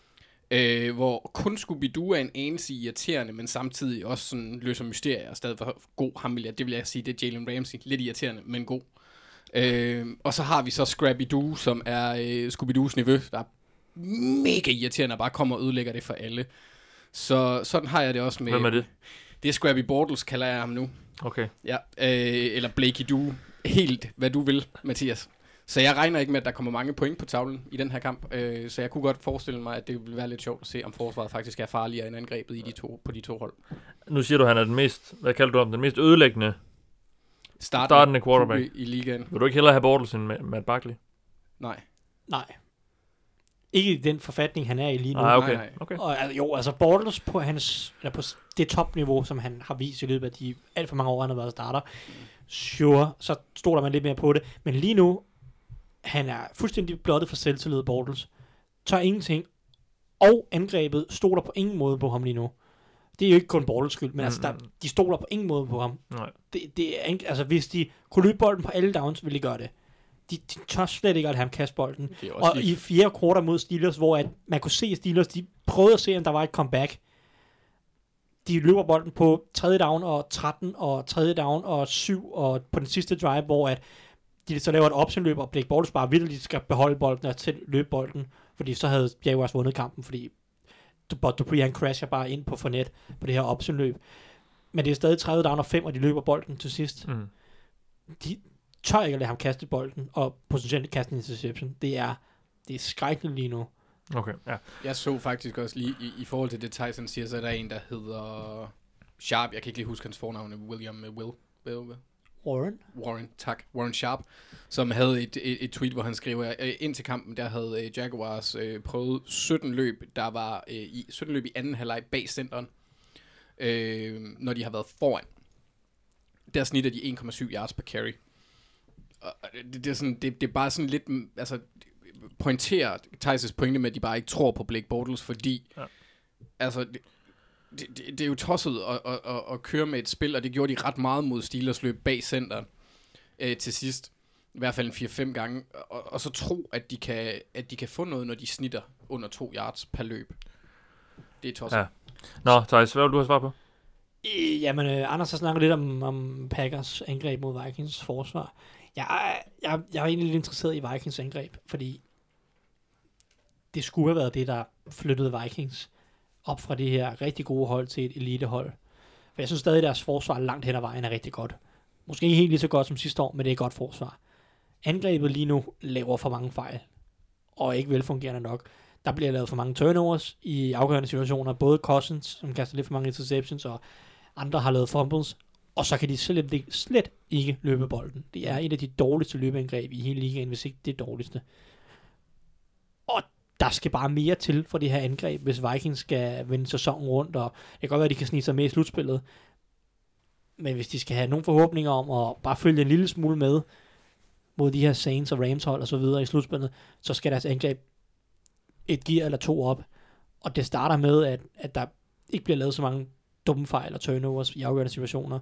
Speaker 6: hvor kun Scooby-Doo er en anelse irriterende, men samtidig også sådan løser mysterier og stadig for god. Det vil jeg sige, det er Jalen Ramsey. Lidt irriterende, men god. Og så har vi så Scrappy-Doo, som er Scooby-Doos nevø, der er mega irriterende og bare kommer og ødelægger det for alle. Så sådan har jeg det også med...
Speaker 1: Hvem er det?
Speaker 6: Det er Scrappy Bortles, kalder jeg ham nu.
Speaker 1: Okay.
Speaker 6: Ja, eller Blakey Doo. Helt hvad du vil, Mathias. Så jeg regner ikke med, at der kommer mange point på tavlen i den her kamp. Så jeg kunne godt forestille mig, at det ville være lidt sjovt at se, om forsvaret faktisk er farligere end angrebet på de to hold.
Speaker 1: Nu siger du, at han er den mest... Hvad kalder du ham? Den mest ødelæggende startende quarterback
Speaker 6: i ligaen.
Speaker 1: Vil du ikke hellere have Bortles end Matt Barkley?
Speaker 6: Nej.
Speaker 5: Ikke i den forfatning, han er i lige nu.
Speaker 1: Okay.
Speaker 5: Og altså Bortles på på det topniveau, som han har vist i løbet af de alt for mange år, han har været starter. Sure, så stoler man lidt mere på det. Men lige nu, han er fuldstændig blottet for selvtillid, Bortles. Tør ingenting. Og angrebet stoler på ingen måde på ham lige nu. Det er jo ikke kun Bortles skyld, men altså, de stoler på ingen måde på ham.
Speaker 1: Nej.
Speaker 5: Det er, altså, hvis de kunne løbe bolden på alle downs, ville de gøre det. De tør slet ikke at have ham kaste bolden. Og i 4 kvarter mod Steelers, hvor at man kunne se Steelers, de prøvede at se, om der var et comeback. De løber bolden på 3. down og 13 og 3. down og 7 og på den sidste drive, hvor at de så laver et optionløb, og Blake Bortles bare vildt, de skal beholde bolden og til løbe bolden, fordi så havde Jaguars vundet kampen, fordi Dupree han crasher bare ind på Fournette på det her optionløb. Men det er stadig 30 down og 5, og de løber bolden til sidst. De tør ikke at lade ham kaste bolden, og potentielt kaste en interception. Det er skrækkeligt lige nu.
Speaker 1: Okay, ja.
Speaker 6: Jeg så faktisk også lige, i forhold til det Tyson siger, så er der en, der hedder Sharp. Jeg kan ikke lige huske hans fornavn. Will? Warren, tak. Warren Sharp, som havde et tweet, hvor han skriver, ind til kampen, der havde Jaguars prøvet 17 løb, der var 17 løb i anden halvleg bag centeren, når de har været foran. Der snitter de 1,7 yards per carry. Og det er bare sådan lidt, altså, pointerer Thijs' pointe med, at de bare ikke tror på Blake Bortles, fordi altså, det er jo tosset at køre med et spil, og det gjorde de ret meget mod Steelers løb bag centeren til sidst. I hvert fald 4-5 gange. Og så tro, at de kan få noget, når de snitter under 2 yards per løb. Det er tosset. Ja.
Speaker 1: Nå, Thijs, hvad vil du have svar på?
Speaker 5: Jamen, Anders har snakket lidt om Packers angreb mod Vikings forsvar. Jeg er egentlig lidt interesseret i Vikings angreb, fordi det skulle have været det, der flyttede Vikings op fra det her rigtig gode hold til et elitehold. For jeg synes stadig, at deres forsvar langt hen ad vejen er rigtig godt. Måske ikke helt lige så godt som sidste år, men det er et godt forsvar. Angrebet lige nu laver for mange fejl, og ikke velfungerende nok. Der bliver lavet for mange turnovers i afgørende situationer. Både Cousins, som kaster lidt for mange interceptions, og andre har lavet fumbles. Og så kan de slet ikke løbe bolden. Det er et af de dårligste løbeangreb i hele ligaen, hvis ikke det dårligste. Og der skal bare mere til for det her angreb, hvis Vikings skal vende sæsonen rundt, og det kan godt være, at de kan snige sig med i slutspillet. Men hvis de skal have nogle forhåbninger om at bare følge en lille smule med mod de her Saints og Rams hold og så videre i slutspillet, så skal deres angreb et gear eller 2 op. Og det starter med, at der ikke bliver lavet så mange dumme fejl og turnovers i afgørende situationer.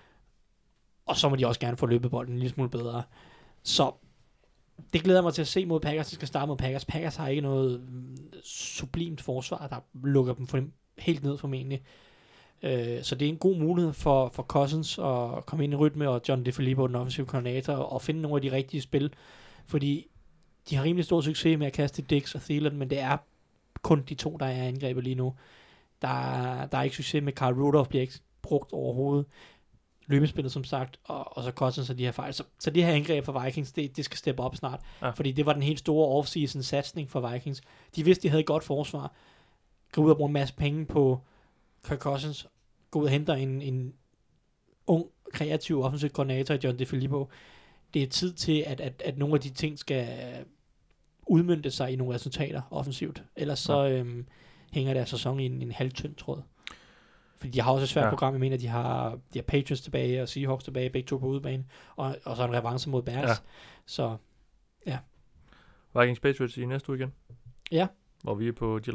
Speaker 5: Og så må de også gerne få løbebolden en lille smule bedre. Så det glæder mig til at se mod Packers. De skal starte mod Packers. Packers har ikke noget sublimt forsvar, der lukker dem helt ned formentlig. Så det er en god mulighed for Cousins at komme ind i rytme, og John DeFilippo, den offensive koordinator, og finde nogle af de rigtige spil. Fordi de har rimelig stor succes med at kaste Diggs og Thielen, men det er kun de 2, der er angrebet lige nu. Der er ikke succes med Carl Rudolph, bliver ikke brugt overhovedet. Løbespillet, som sagt, og så Cousins og de her fejl. Så det her angreb for Vikings, det skal steppe op snart. Ja. Fordi det var den helt store off-season satsning for Vikings. De vidste, de havde et godt forsvar. Gå ud og bruge en masse penge på Kirk Cousins. Gå ud og hente en ung, kreativ offensiv koordinator, John DeFilippo. Det er tid til, at nogle af de ting skal udmønte sig i nogle resultater offensivt. Ellers så hænger deres sæson i en halvtynd tråd. Fordi de har også et svært program. Jeg mener, de har Patriots tilbage og Seahawks tilbage, begge 2 på udebane, og så en revanche mod Bears. Ja. Så, ja.
Speaker 1: Vikings Patriots i næste uge igen.
Speaker 5: Ja.
Speaker 1: Hvor vi er på Gillette.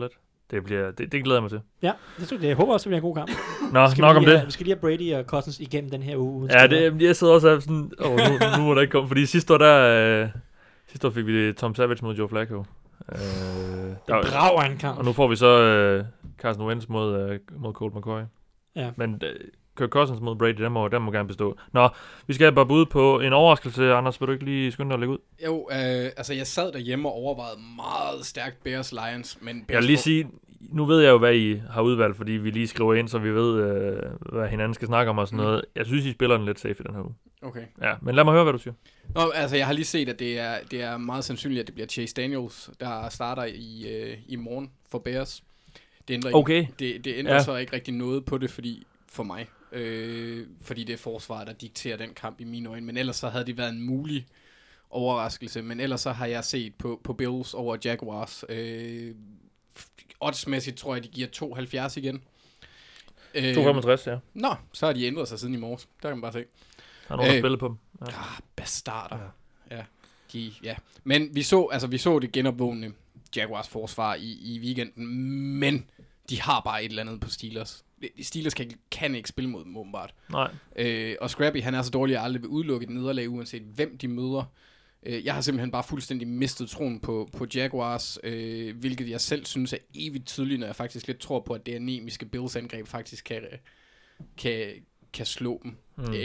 Speaker 1: Det glæder jeg mig til.
Speaker 5: Ja, jeg håber også, det bliver en god kamp.
Speaker 1: Nå, nok om det.
Speaker 5: Vi skal lige have Brady og Cousins igennem den her uge.
Speaker 1: Ja, jeg sidder også af sådan, nu må der ikke komme, fordi sidste år fik vi Tom Savage mod Joe Flacco.
Speaker 5: Brav en kamp.
Speaker 1: Og nu får vi så Carson Wentz mod Colt McCoy.
Speaker 5: Ja.
Speaker 1: Men Kirk Cousins mod Brady, den må gerne bestå. Nå, vi skal bare bud på en overraskelse. Anders, vil du ikke lige skynde dig at lægge ud?
Speaker 6: Jo, altså jeg sad derhjemme og overvejede meget stærkt Bears-Lions, men Bears
Speaker 1: jeg vil lige sige, nu ved jeg jo, hvad I har udvalgt, fordi vi lige skriver ind, så vi ved, hvad hinanden skal snakke om og sådan noget. Jeg synes, I spiller den lidt safe i den her uge.
Speaker 6: Okay.
Speaker 1: Ja, men lad mig høre, hvad du siger.
Speaker 6: Nå, altså jeg har lige set, at det er meget sandsynligt, at det bliver Chase Daniels, der starter i morgen for Bears. Det ændrer så ikke rigtig noget på det, for mig. Fordi det er forsvaret, der dikterer den kamp i mine øjne. Men ellers så havde det været en mulig overraskelse. Men ellers så har jeg set på Bills over Jaguars. Oddsmæssigt tror jeg, de giver 2,70 igen.
Speaker 1: 2,65, ja.
Speaker 6: Nå, så har de ændret sig siden i morges. Der kan man bare se.
Speaker 1: Der er nogen, der spiller på dem.
Speaker 6: Ja. Bastarder. Ja. Men vi så det genopvågnende Jaguars forsvar i weekenden, men de har bare et eller andet på Steelers. Steelers kan ikke spille mod dem, åbenbart.
Speaker 1: Nej.
Speaker 6: Og Scrappy, han er så dårlig, at aldrig vil udelukke et nederlag, uanset hvem de møder. Jeg har simpelthen bare fuldstændig mistet troen på Jaguars, hvilket jeg selv synes er evigt tydeligt, når jeg faktisk lidt tror på, at det anemiske Bills-angreb faktisk kan slå dem.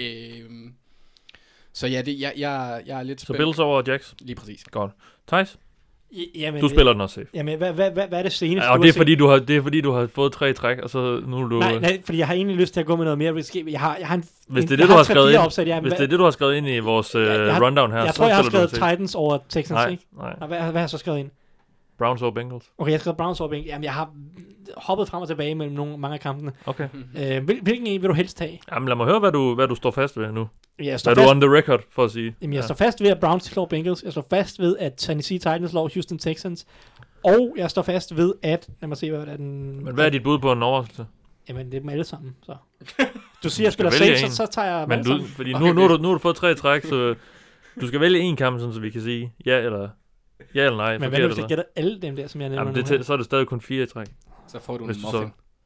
Speaker 6: Så ja, jeg er lidt spændt.
Speaker 1: Så Bills over Jacks?
Speaker 6: Lige præcis.
Speaker 1: Godt. Thijs?
Speaker 5: Jamen,
Speaker 1: du spiller den også safe.
Speaker 5: Jamen, hvad er det seneste?
Speaker 1: Ja, og det er fordi du har fået 3 træk, og så nu er du...
Speaker 5: Nej, fordi jeg har egentlig lyst til at gå med noget mere risky. Jeg har en...
Speaker 1: Hvis det er det, du har skrevet ind, hvis det er det, du har skrevet ind i vores rundown her,
Speaker 5: jeg tror, jeg har skrevet Titans over Texans, ikke?
Speaker 1: Nej.
Speaker 5: Hvad har jeg så skrevet ind?
Speaker 1: Browns over Bengals.
Speaker 5: Okay, jeg har skrevet Browns over Bengals. Jamen, jeg har hoppet frem og tilbage mellem mange af kampene.
Speaker 1: Okay.
Speaker 5: Hvilken en vil du helst tage?
Speaker 1: Jamen, lad mig høre, hvad du står fast ved nu.
Speaker 5: Er
Speaker 1: du on the record, for at sige?
Speaker 5: Jamen, jeg står fast ved, at Browns slår Bengals. Jeg står fast ved, at Tennessee Titans slår Houston Texans. Og jeg står fast ved, at... Lad mig se, hvad er den...
Speaker 1: Men hvad er dit bud på en overraskelse?
Speaker 5: Jamen, det er dem alle sammen, så... Du siger, jeg spiller safe, så tager jeg...
Speaker 1: Men fordi nu har du fået 3 træk, så... Du skal vælge en kamp, sådan, så vi kan sige ja eller nej.
Speaker 5: Men hvad nu, hvis jeg gætter alle dem der, som jeg nævner nu?
Speaker 1: Så er det stadig kun 4 træk.
Speaker 6: Så får du en muffin.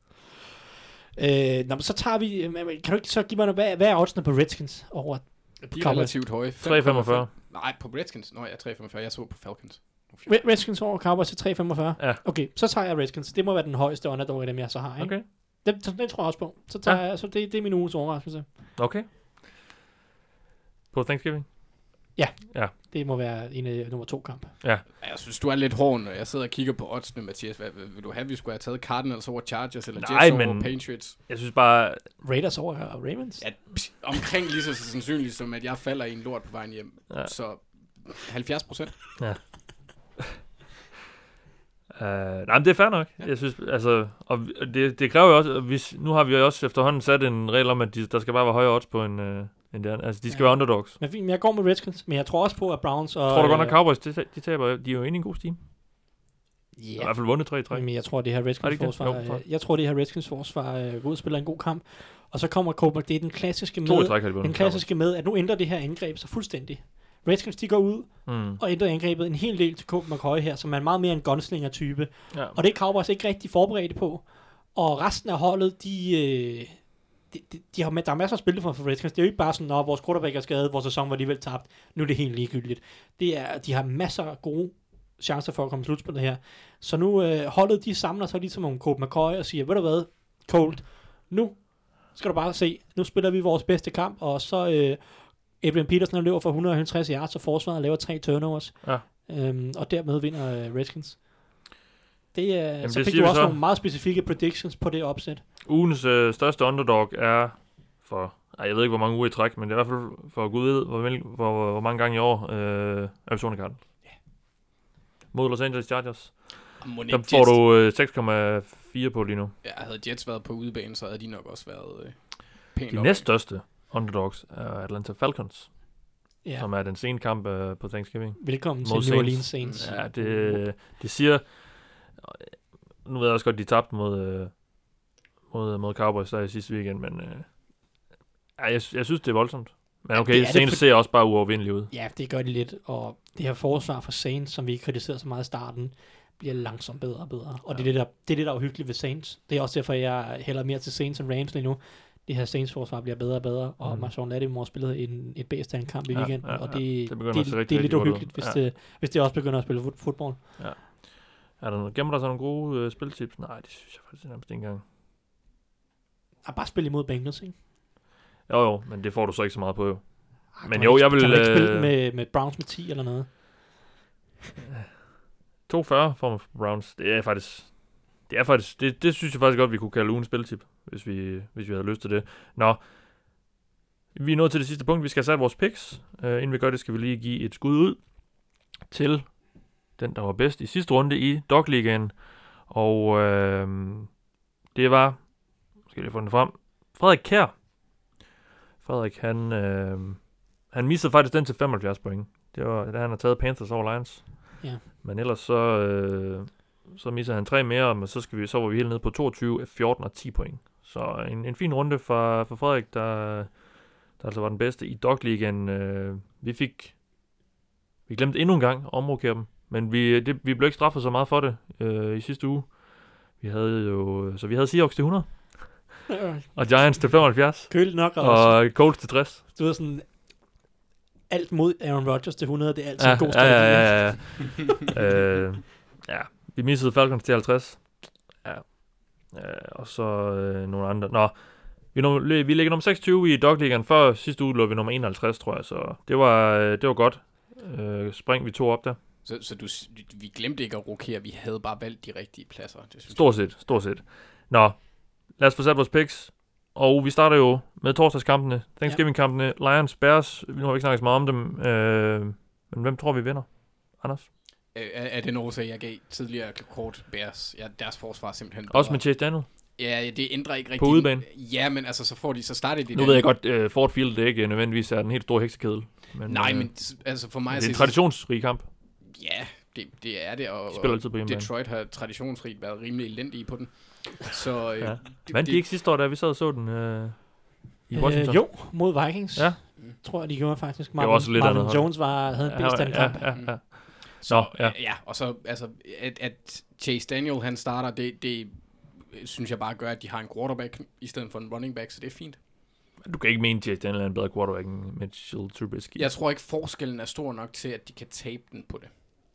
Speaker 5: Så tager vi... Kan du ikke så give mig noget... Hvad er oddsene på Redskins over...
Speaker 6: De er relativt høje.
Speaker 1: 3,45.
Speaker 6: Nej, på Redskins. Nå, ja, 3,45. Jeg så på Falcons.
Speaker 5: Redskins over Cowboys til 3,45?
Speaker 1: Ja.
Speaker 5: Okay, så tager jeg Redskins. Det må være den højeste underdog af dem, jeg så har, ikke?
Speaker 1: Okay.
Speaker 5: Den tror jeg også på. Så tager jeg, så det er min uges overraskelse.
Speaker 1: Okay. På Thanksgiving?
Speaker 5: Ja. Det må være en af nummer 2 kamp.
Speaker 6: Ja. Jeg synes, du er lidt hård, når jeg sidder og kigger på oddsene, Mathias. Hvad vil du have, vi skulle have taget Cardinals over Chargers, eller Jets over Patriots?
Speaker 1: Jeg synes bare...
Speaker 5: Raiders over Ravens?
Speaker 6: Ja, omkring lige så sandsynligt, som at jeg falder i en lort på vejen hjem. Ja. Så 70%.
Speaker 1: Ja. Nej, men det er fair nok. Jeg synes, altså... Og det kræver jo også... Nu har vi jo også efterhånden sat en regel om, at der skal bare være højere odds på en... Altså, de skal være underdogs.
Speaker 5: Men jeg går med Redskins, men jeg tror også på, at Browns og...
Speaker 1: Tror du godt nok, Cowboys, de taber? De er jo inde i en god steam.
Speaker 5: Ja.
Speaker 1: I hvert fald vundet 3-3.
Speaker 5: Men jeg tror, det her Redskins forsvar... Jeg tror, det her Redskins forsvar går ud og spiller en god kamp. Og så kommer Colt, det er den klassiske med... Den klassiske med, at nu ændrer det her angreb så fuldstændig. Redskins, de går ud og ændrer angrebet en hel del til Colt McCoy her, som er meget mere en gunslinger-type. Ja. Og det er Cowboys ikke rigtig forberedt på. Og resten af holdet, der er masser af spil for Redskins. Det er jo ikke bare sådan, at vores quarterback er skadet, vores sæson var alligevel tabt. Nu er det helt ligegyldigt. De har masser af gode chancer for at komme til slutspillet her. Så nu holdet, de samler sig ligesom om Colt McCoy og siger, ved du hvad, Colt, nu skal du bare se, nu spiller vi vores bedste kamp, og så Adrian Peterson løber for 150 yards, og forsvaret laver 3 turnovers. Ja. Og dermed vinder Redskins. Så fik du også nogle meget specifikke predictions på det opsæt.
Speaker 1: Ugens største underdog er for, jeg ved ikke hvor mange uger i træk, men det er i hvert fald for Gud ved, hvor mange gange i år, Arizona Cardinals. Yeah. Mod Los Angeles Chargers. Der får du 6,4 på lige nu.
Speaker 6: Ja, havde Jets været på udebane, så havde de nok også været pænt
Speaker 1: de næststørste underdogs er Atlanta Falcons. Yeah. Som er den sene kamp på Thanksgiving.
Speaker 5: Velkommen til New Orleans Saints.
Speaker 1: Ja, det siger... Nu ved jeg også godt, de tabte mod Cowboys der i sidste weekend, men jeg synes, det er voldsomt. Men okay, ja, Saints ser også bare uovervindelige ud.
Speaker 5: Ja, det gør de lidt, og det her forsvar for Saints, som vi kritiserede så meget i starten, bliver langsomt bedre og bedre. Og det er det, der er uhyggeligt ved Saints. Det er også derfor, jeg hælder mere til Saints end Rams lige nu. Det her Saints-forsvar bliver bedre og bedre, og Marshawn Lattimore spillede et B-stand-kamp i weekenden, og det er lidt uhyggeligt, hvis det også begynder at spille fodbold.
Speaker 1: Ja. Er der gemmer der så nogle gode spiltips? Nej, det synes jeg faktisk nærmest ikke engang.
Speaker 5: Bare spille imod Bengals, ikke?
Speaker 1: Jo, men det får du så ikke så meget på, jo. Men
Speaker 5: jo,
Speaker 1: jeg vil...
Speaker 5: Kan man ikke spille med Browns med 10 eller noget?
Speaker 1: 2,40 for mig Browns. Det er faktisk, det synes jeg faktisk godt, vi kunne kalde ugens spiltip, hvis vi havde lyst til det. Nå, vi er nået til det sidste punkt. Vi skal have sat vores picks. Inden vi gør det, skal vi lige give et skud ud til den, der var bedst i sidste runde i Dog-ligaen. Og det var, skal jeg få den frem, Frederik Kjær. Frederik, han missede faktisk den til 75 point. Det var, da han har taget Panthers over Lions.
Speaker 5: Ja.
Speaker 1: Men ellers så misser han 3 mere, men så var vi helt nede på 22, 14 og 10 point. Så en fin runde for Frederik, der altså var den bedste i Dog-ligaen. Vi glemte endnu en gang at omrokere dem, men vi blev ikke straffet så meget for det i sidste uge. Vi havde Seahawks til 100, og Giants til 75,
Speaker 5: køligt nok,
Speaker 1: og Colts til 60.
Speaker 5: Du ved sådan, alt mod Aaron Rodgers til 100, det er altid en god
Speaker 1: strategi. Ja, vi missede Falcons til 50. Ja. Og så nogle andre. Nå, vi ligger nummer 26 i Dog-ligaen. Før sidste uge lå vi nummer 51, tror jeg. Så det var godt. Spring vi tog op der.
Speaker 6: Så vi glemte ikke at rokere. Vi havde bare valgt de rigtige pladser. Det synes
Speaker 1: Stort set. Nå, lad os få sat vores picks. Og vi starter jo med torsdagskampene, Thanksgiving-kampene, Lions, Bears. Nu har vi ikke snakket så meget om dem. Men hvem tror vi vinder? Anders?
Speaker 6: Er det en årsag, jeg gav tidligere kort Bears? Ja, deres forsvar er simpelthen bedre.
Speaker 1: Også med Chase Daniel?
Speaker 6: Ja, det ændrer ikke rigtig.
Speaker 1: På udebane?
Speaker 6: Ja, men altså, så starter de.
Speaker 1: Nu ved jeg godt, Ford Field, det ikke nødvendigvis er den helt store heksekedel. Men,
Speaker 6: nej, men altså for mig...
Speaker 1: Det er en traditionsrig kamp.
Speaker 6: Ja, det er det, og
Speaker 1: altid på
Speaker 6: Detroit har traditionsrigt været rimelig elendige på den. Så,
Speaker 1: ja. Vandt de ikke sidste år, da vi sad og så den i Washington?
Speaker 5: Jo, mod Vikings.
Speaker 1: Ja.
Speaker 5: Tror jeg, de gjorde faktisk.
Speaker 1: Det var også lidt
Speaker 5: Marvin Jones havde en B-stand-kamp.
Speaker 1: Ja.
Speaker 6: Så, ja, og så altså, at Chase Daniel, han starter, det synes jeg bare gør, at de har en quarterback i stedet for en running back, så det er fint.
Speaker 1: Du kan ikke mene, at Chase Daniel er en bedre quarterback end Mitchell Trubisky.
Speaker 6: Jeg tror ikke, forskellen er stor nok til, at de kan tabe den på det.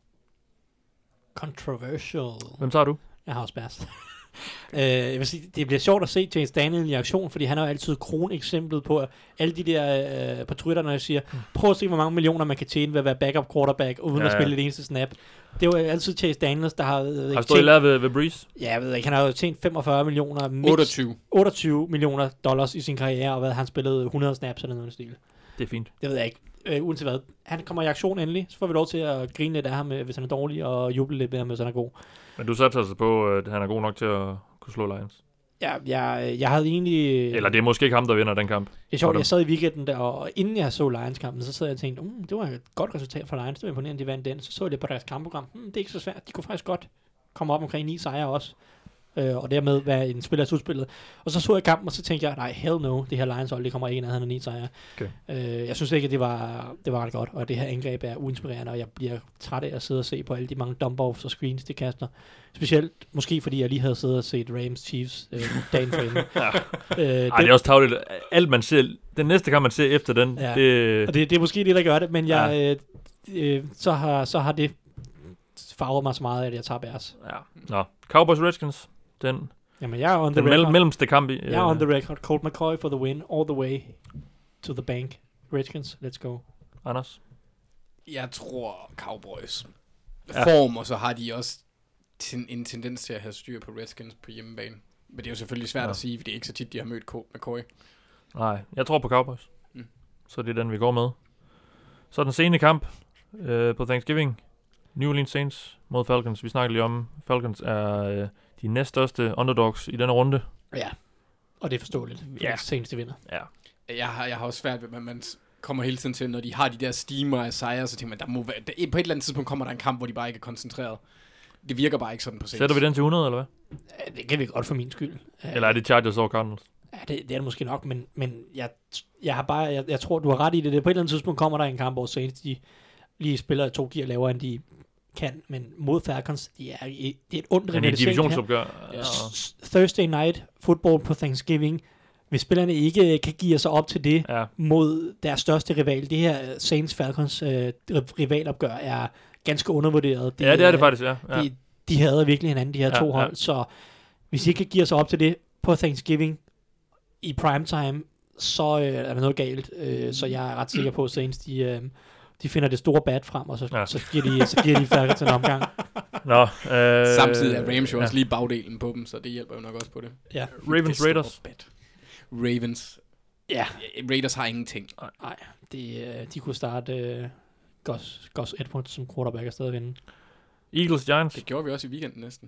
Speaker 5: Controversial.
Speaker 1: Hvem tager du?
Speaker 5: Jeg har også Bears. Jeg vil sige, det bliver sjovt at se Chase Daniel i aktion, fordi han er jo altid kroneksemplet på alle de der på Twitter, når jeg siger, prøv at se, hvor mange millioner man kan tjene ved at være backup quarterback, uden at spille et eneste snap. Det er jo altid Chase Daniels, der har
Speaker 1: stået i lære ved Breeze.
Speaker 5: Ja, jeg ved ikke, han har jo tjent 45 millioner, 28 millioner dollars i sin karriere, og han spillede 100 snaps eller noget stil.
Speaker 1: Det er fint.
Speaker 5: Det ved jeg ikke. Uanset hvad. Han kommer i aktion endelig, så får vi lov til at grine lidt af ham, hvis han er dårlig, og juble lidt med ham, hvis han er god.
Speaker 1: Men du satte altså på, at han er god nok til at kunne slå Lions?
Speaker 5: Ja, jeg havde egentlig...
Speaker 1: Eller det er måske ikke ham, der vinder den kamp?
Speaker 5: Det er sjovt, jeg sad i weekenden der, og inden jeg så Lions-kampen, så sad jeg og tænkte, det var et godt resultat for Lions, det var imponerende, de vandt den. Så jeg det på deres kampprogram. Det er ikke så svært, de kunne faktisk godt komme op omkring 9 sejre også. Og dermed være en spiller af udspillet. Og så jeg kampen, og så tænkte jeg, nej, hell no, det her Lions-hold, det kommer ikke ind, at han er 9 sejre.
Speaker 1: Okay.
Speaker 5: Jeg synes ikke, at det var ret godt, og det her angreb er uinspirerende, og jeg bliver træt af at sidde og se på alle de mange dump-offs og screens, de kaster. Specielt, måske fordi jeg lige havde siddet og set Rams Chiefs dagen for inden.
Speaker 1: Det er også tavligt. Alt man ser, den næste kamp man ser efter den,
Speaker 5: og det er måske det, der gør det, men så har det farvet mig så meget, at jeg tager Bears.
Speaker 1: Ja. Nå, Cowboys Redskins.
Speaker 5: Jamen, jeg er on the record.
Speaker 1: Mellemste kamp i...
Speaker 5: Jeg er on the record. Colt McCoy for the win, all the way to the bank. Redskins, let's go.
Speaker 1: Anders?
Speaker 6: Jeg tror Cowboys form, og så har de også en tendens til at have styr på Redskins på hjemmebane. Men det er jo selvfølgelig svært at sige, for det er ikke så tit, de har mødt Colt McCoy.
Speaker 1: Nej, jeg tror på Cowboys. Så det er den, vi går med. Så den sene kamp på Thanksgiving. New Orleans Saints mod Falcons. Vi snakker lige om, Falcons er de næststørste underdogs i denne runde.
Speaker 5: Ja, og det er forståeligt. Ja. Saints, de vinder.
Speaker 1: Ja.
Speaker 6: Jeg har også svært ved, at man kommer hele tiden til, når de har de der steamer af sejre, så tænker man, på et eller andet tidspunkt kommer der en kamp, hvor de bare ikke er koncentreret. Det virker bare ikke sådan på Saints.
Speaker 1: Sætter vi den til 100, eller hvad?
Speaker 5: Ja, det kan vi godt for min skyld.
Speaker 1: Eller er det Chargers over Cardinals?
Speaker 5: Ja, det er det måske nok, men jeg tror, du har ret i det. På et eller andet tidspunkt kommer der en kamp, hvor Saints de lige spiller 2 gear lavere, end de kan, men mod Falcons, det er et ondt
Speaker 1: Men i
Speaker 5: rivalisering.
Speaker 1: divisionsopgør.
Speaker 5: Thursday Night Football på Thanksgiving. Hvis spillerne ikke kan give sig op til det mod deres største rival, det her Saints-Falcons rivalopgør er ganske undervurderet.
Speaker 1: Det er det faktisk, ja.
Speaker 5: De hader virkelig hinanden, de her to hold, så hvis I ikke kan give sig op til det på Thanksgiving i primetime, så er der noget galt. Så jeg er ret sikker på, at Saints, de finder det store bat frem, og så giver de Falcons en omgang.
Speaker 6: Samtidig er Rams jo også lige bagdelen på dem, så det hjælper jo nok også på det.
Speaker 5: Ja.
Speaker 1: Ravens, Raiders.
Speaker 6: Ravens.
Speaker 5: Ja.
Speaker 6: Raiders har ingenting.
Speaker 5: Nej, de kunne starte Gus Edwards som quarterback og stadig vinde.
Speaker 1: Eagles, Giants.
Speaker 6: Det gjorde vi også i weekenden næsten.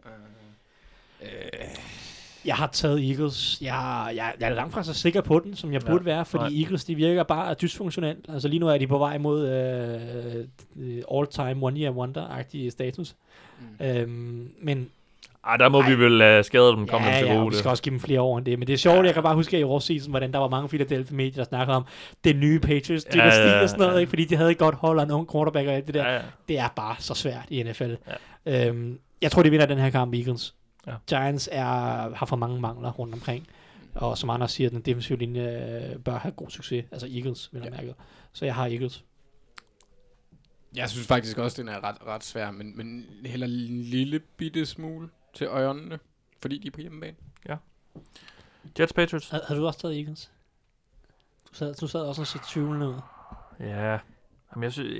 Speaker 5: Jeg har taget Eagles. Jeg er langt fra så sikker på den, som jeg burde være, fordi Eagles, de virker bare dysfunktionelt. Altså lige nu er de på vej mod all-time one-year wonder-agtig status. Men
Speaker 1: der må vi vel skade dem komme til ro.
Speaker 5: Vi skal også give dem flere år end det. Men det er sjovt, jeg kan bare huske i off-season, hvordan der var mange Philadelphia-medier, der snakkede om det nye Patriots-dynasti og sådan noget, ikke? Fordi de havde et godt hold og en ung quarterback og alt det der. Det er bare så svært i NFL. Jeg tror, de vinder den her kamp, Eagles. Giants har for mange mangler rundt omkring. Og som andre siger, den defensive linje bør have god succes. Altså Eagles, vil jeg mærke. Så jeg har Eagles.
Speaker 6: Jeg synes faktisk også, den er ret svær, men heller en lille bitte smule til øjnene, fordi de er på hjemmebane.
Speaker 1: Ja. Jets, Patriots.
Speaker 5: Havde du også taget Eagles? Du sad også og så tvivlende ud.
Speaker 1: Ja. Jamen, jeg synes,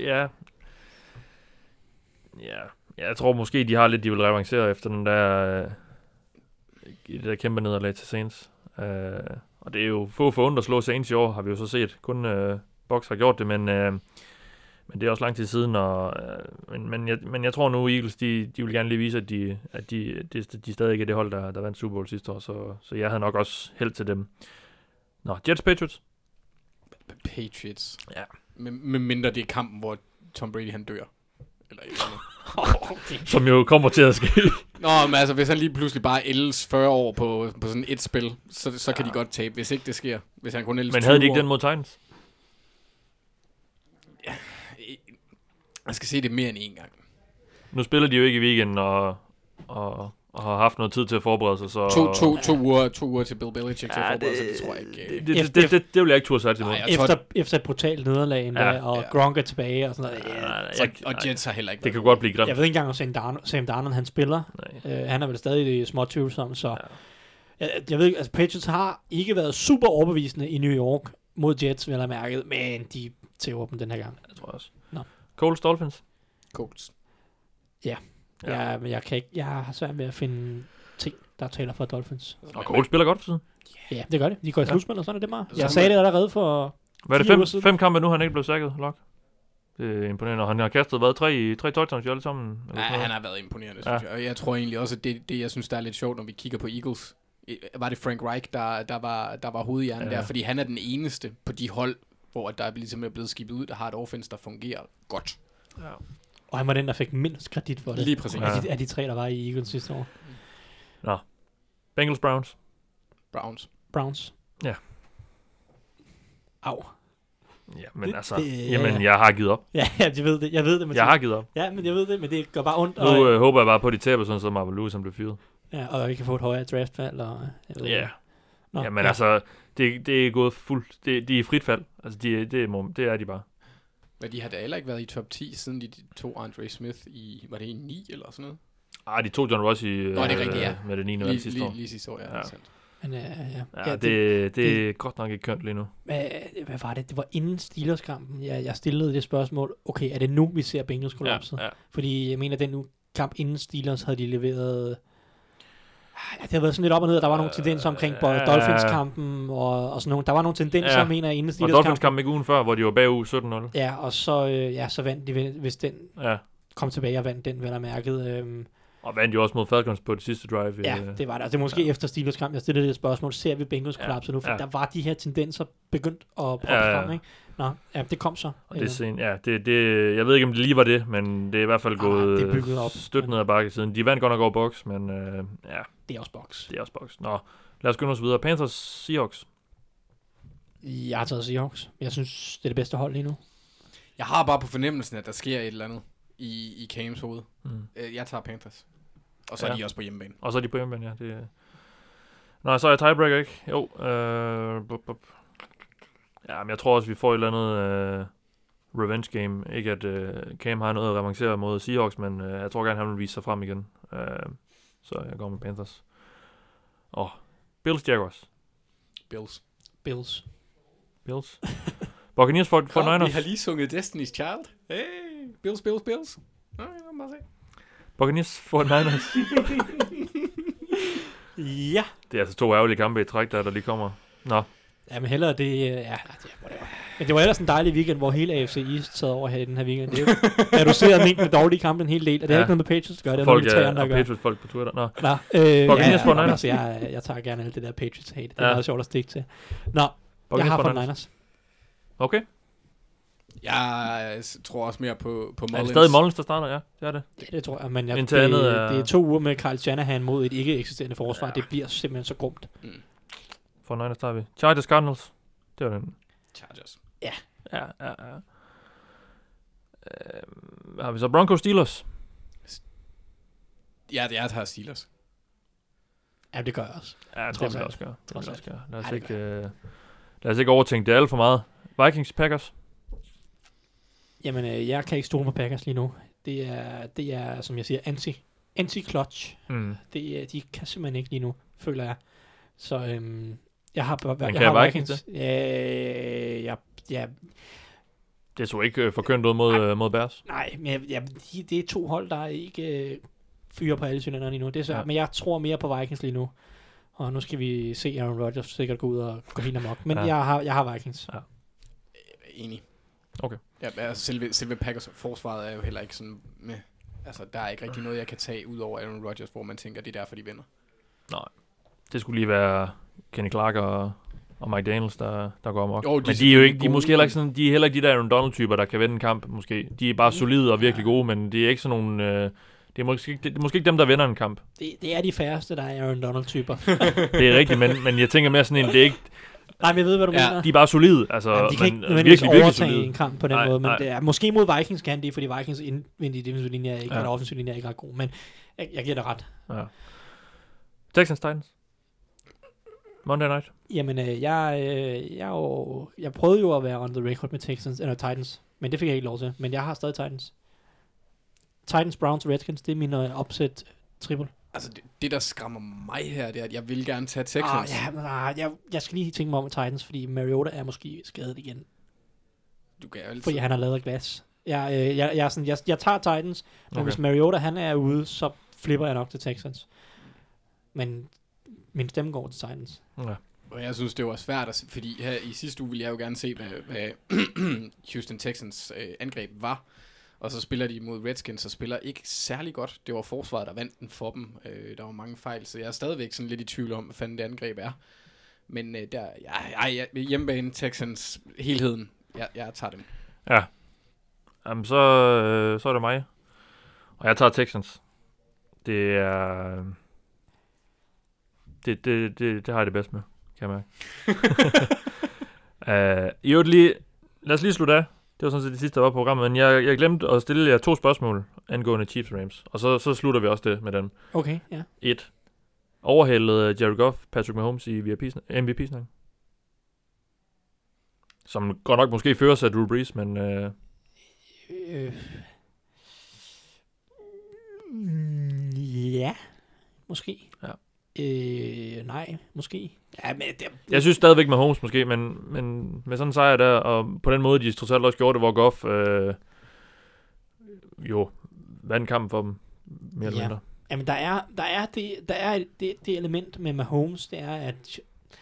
Speaker 1: jeg tror måske, de har lidt, de vil revancere efter den der, det der kæmpe nederlag til Saints. Og det er jo få ondt at slå Saints i år, har vi jo så set. Kun Bucs har gjort det, men det er også lang tid siden. Men jeg tror nu, Eagles, de vil gerne lige vise, at de stadig ikke er det hold, der vandt Super Bowl sidste år. Så jeg havde nok også held til dem. Jets, Patriots.
Speaker 6: Patriots.
Speaker 1: Ja.
Speaker 6: Med mindre det er kampen, hvor Tom Brady han dør. Eller et eller andet.
Speaker 1: Som jo kommer til at ske.
Speaker 6: Men altså, hvis han lige pludselig bare ældes 40 år på sådan et spil, så kan de godt tabe, hvis ikke det sker. Hvis han kun ældes 20 år.
Speaker 1: Men havde de ikke den mod Titans?
Speaker 6: Ja, jeg skal se det mere end en gang.
Speaker 1: Nu spiller de jo ikke i weekenden, og har haft noget tid til at forberede sig. Så
Speaker 6: to uger til Bill Belichick til at forberede sig, det tror jeg ikke.
Speaker 1: Det vil jeg ikke turde sætte imod.
Speaker 5: Efter et brutalt nederlag, og Gronk er tilbage og sådan noget.
Speaker 6: Og Jets har heller ikke.
Speaker 1: Det kan godt blive grimt.
Speaker 5: Jeg ved ikke engang, om Sam Darnold han spiller. Han er vel stadig småtvivlsom, så jeg ved ikke, altså Patriots har ikke været super overbevisende i New York mod Jets, vel har mærket, men de tæver dem den her gang.
Speaker 1: Det tror jeg også. Colts, Dolphins.
Speaker 6: Colts.
Speaker 5: Ja. Men jeg har svært ved at finde ting, der taler for Dolphins.
Speaker 1: Og Colts spiller godt for tiden.
Speaker 5: Ja, det gør det. De går i slutspil, og sådan er det meget. Jeg sagde det allerede for
Speaker 1: hvad er det, 5 kampe nu, han ikke blev sækket, Lok? Det er imponerende, og han har kastet, 3 touchdowns i alle sammen?
Speaker 6: Nej, han har været imponerende, synes jeg. Og jeg tror egentlig også, at det jeg synes, der er lidt sjovt, når vi kigger på Eagles. Var det Frank Reich, der var hovedhjernen der? Fordi han er den eneste på de hold, hvor der ligesom er blevet skibet ud, der har et offense, der fungerer godt.
Speaker 1: Ja.
Speaker 5: Og han var den, der fik mindst kredit for det.
Speaker 6: Lige præcis.
Speaker 5: Af de 3, der var i Eagles sidste år.
Speaker 1: Bengals,
Speaker 6: Browns.
Speaker 1: Ja.
Speaker 5: Au.
Speaker 1: Ja, men jeg har givet op.
Speaker 5: Ja, jeg ved det.
Speaker 1: Jeg har givet op.
Speaker 5: Ja, men jeg ved det, men det går bare ondt.
Speaker 1: Nu håber jeg bare på, at de taber sådan, så Marvel Lewis blev fyret.
Speaker 5: Ja, og vi kan få et højere draftfald.
Speaker 1: Altså, det er gået fuldt. De er i frit fald. Altså, det er de bare.
Speaker 6: Men de har da heller ikke været i top 10, siden de tog Andre Smith i, var det i 9 eller sådan noget?
Speaker 1: De tog John Ross i
Speaker 6: det er rigtigt, ja.
Speaker 1: Med det 9. valg sidste år.
Speaker 6: Lige sidste år, ja.
Speaker 5: Men,
Speaker 1: det er godt nok ikke kønt lige nu.
Speaker 5: Hvad var det? Det var inden Steelers-kampen. Jeg stillede det spørgsmål. Okay, er det nu, vi ser Bengals kollapset? Ja. Fordi jeg mener, den kamp inden Steelers havde de leveret. Det har været sådan lidt op og ned, og der var nogle tendenser omkring Dolphins-kampen og sådan nogle. Der var nogle tendenser, mener jeg, inden Steelers-kampen.
Speaker 1: Og Dolphins-kampen ikke ugen før, hvor de var bagud 17-0.
Speaker 5: Ja, og så vandt de, hvis den kom tilbage og vandt den, vel og mærket.
Speaker 1: Og vandt jo også mod Falcons på det sidste drive.
Speaker 5: Ja, det var det. Og det er måske efter Steelers-kamp, jeg stillede det spørgsmål, ser vi Bengals kollapse nu? For der var de her tendenser begyndt at poppe frem, ikke? Det kom så.
Speaker 1: Og jeg ved ikke, om det lige var det, men det er i hvert fald gået stødt ned ad bakke siden. De vandt godt nok over Bucs, men
Speaker 5: det er også Bucs.
Speaker 1: Lad os gå os videre. Panthers, Seahawks.
Speaker 5: Jeg har taget Seahawks. Jeg synes, det er det bedste hold lige nu.
Speaker 6: Jeg har bare på fornemmelsen, at der sker et eller andet. i Cams hoved. Jeg tager Panthers. Og så er de også på hjemmebane.
Speaker 1: Og så er de på hjemmebane, ja. Nej, så er jeg tiebreaker, ikke? Jo. Ja, men jeg tror også, vi får et eller andet revenge game. Ikke at Cam har noget at revancere mod Seahawks, men jeg tror gerne, han vil vise sig frem igen. Så jeg går med Panthers. Bills Jaguars.
Speaker 6: Bills.
Speaker 1: Buccaneers for Niners.
Speaker 6: Vi har lige sunget Destiny's Child. Hey, Bills. Nej, bare se.
Speaker 1: Buccaneers for Niners.
Speaker 5: Ja.
Speaker 1: Det er altså 2 ærgerlige kampe i træk, der lige kommer. Nå.
Speaker 5: Ja, men hellere det... Men det var ellers en dejlig weekend, hvor hele AFC East sad over her i den her weekend. Det er jo reduceret mængden med dårlige kampe en hel del, og det er ikke noget med Patriots at gøre, det er
Speaker 1: folk,
Speaker 5: noget med der gør.
Speaker 1: Patriots-folk på Twitter. Nå.
Speaker 5: Buccaneers
Speaker 1: for Niners.
Speaker 5: Altså, jeg tager gerne alt det der Patriots-hate. Det er meget sjovt at stikke til. Nå, jeg har for Niners.
Speaker 1: Okay.
Speaker 6: Jeg tror også mere på Mullins.
Speaker 1: Er det stadig Mullins, der starter? Ja, det er det.
Speaker 5: Ja, det tror jeg, men det er 2 uger med Kyle Shanahan mod et ikke eksisterende forsvar. Det bliver simpelthen så grumt.
Speaker 1: For Niners tager vi. Chargers Cardinals. Det var den.
Speaker 6: Chargers.
Speaker 5: Ja.
Speaker 1: Har vi så Broncos Steelers?
Speaker 6: Ja, jeg tager Steelers.
Speaker 5: Ja, det gør jeg også.
Speaker 1: Ja, det vil jeg også gøre. Lad os ikke overtænke det alt for meget. Vikings Packers?
Speaker 5: Jamen, jeg kan ikke stole på Packers lige nu. Det er som jeg siger, anti-clutch. De kan simpelthen ikke lige nu, føler jeg. Så jeg har Vikings. Ja.
Speaker 1: Det så ikke for kønt ud mod Bears.
Speaker 5: Nej, men det er 2 hold, der ikke fyrer på alle cylinderne lige nu. Det er svært, men jeg tror mere på Vikings lige nu. Og nu skal vi se Aaron Rodgers sikkert gå ud og gå helt amok. Men jeg har Vikings.
Speaker 1: Ja.
Speaker 6: Enig.
Speaker 1: Okay.
Speaker 6: Ja, selve Packers forsvaret er jo heller ikke sådan med. Altså, der er ikke rigtig noget, jeg kan tage ud over Aaron Rodgers, hvor man tænker, det er derfor, de vinder.
Speaker 1: Nej. Det skulle lige være Kenny Clark og Mike Daniels, der går amok. Men de er jo ikke, de er måske heller ikke sådan, de er heller ikke de der Aaron Donald-typer, der kan vinde en kamp, måske. De er bare solide og virkelig gode, men det er ikke sådan nogle... det er måske ikke dem, der vinder en kamp.
Speaker 5: Det er de færreste, der er Aaron Donald-typer.
Speaker 1: Det er rigtigt, men jeg tænker mere sådan en, det er ikke...
Speaker 5: Nej, men jeg ved, hvad du mener.
Speaker 1: De er bare solide. Altså,
Speaker 5: ja, de kan ikke nødvendigvis overtage en kamp på den måde, men det er, måske mod Vikings kan de, fordi Vikings indvendige defensive linje er ikke, og offensive linje er ikke ret god, men jeg giver dig ret.
Speaker 1: Ja. Texans Titans? Monday night?
Speaker 5: Jamen, jeg prøvede jo at være on the record med Titans, men det fik jeg ikke lov til, men jeg har stadig Titans. Titans, Browns, Redskins, det er min opsæt triple.
Speaker 6: Altså, det der skræmmer mig her, det er, at jeg vil gerne tage Texans.
Speaker 5: Jeg skal lige tænke mig om med Titans, fordi Mariota er måske skadet igen.
Speaker 6: Du kan altid.
Speaker 5: Fordi han har lavet glas. Jeg tager Titans, men hvis Mariota han er ude, så flipper jeg nok til Texans. Men min stemme går til Titans.
Speaker 1: Ja.
Speaker 6: Og jeg synes, det var svært, fordi her i sidste uge ville jeg jo gerne se, hvad Houston Texans angreb var. Og så spiller de mod Redskins, og spiller ikke særlig godt. Det var forsvaret, der vandt den for dem. Der var mange fejl, så jeg er stadigvæk sådan lidt i tvivl om, hvad fanden det angreb er. Men hjemmebane Texans helheden, jeg tager dem.
Speaker 1: Ja. Jamen, så er det mig. Og jeg tager Texans. Det er... Det har jeg det bedst med, kan jeg mærke. Lad os lige slutte af. Det var sådan set det sidste, der var på programmet, men jeg glemte at stille jer 2 spørgsmål angående Chiefs Rams, og så slutter vi også det med dem.
Speaker 5: Okay, ja.
Speaker 1: 1. Overhældede Jared Goff Patrick Mahomes i MVP-snak? Som godt nok måske fører sig af Drew Brees, men...
Speaker 5: Ja, måske.
Speaker 1: Ja.
Speaker 5: Nej, måske. Ja, men
Speaker 1: jeg synes stadigvæk med Holmes måske, men med sådan en sejr der, og på den måde, de trods alt også gjorde det, hvor Goff jo vandt kampen for dem, mere eller mindre.
Speaker 5: Jamen, der er det element med Mahomes, det er, at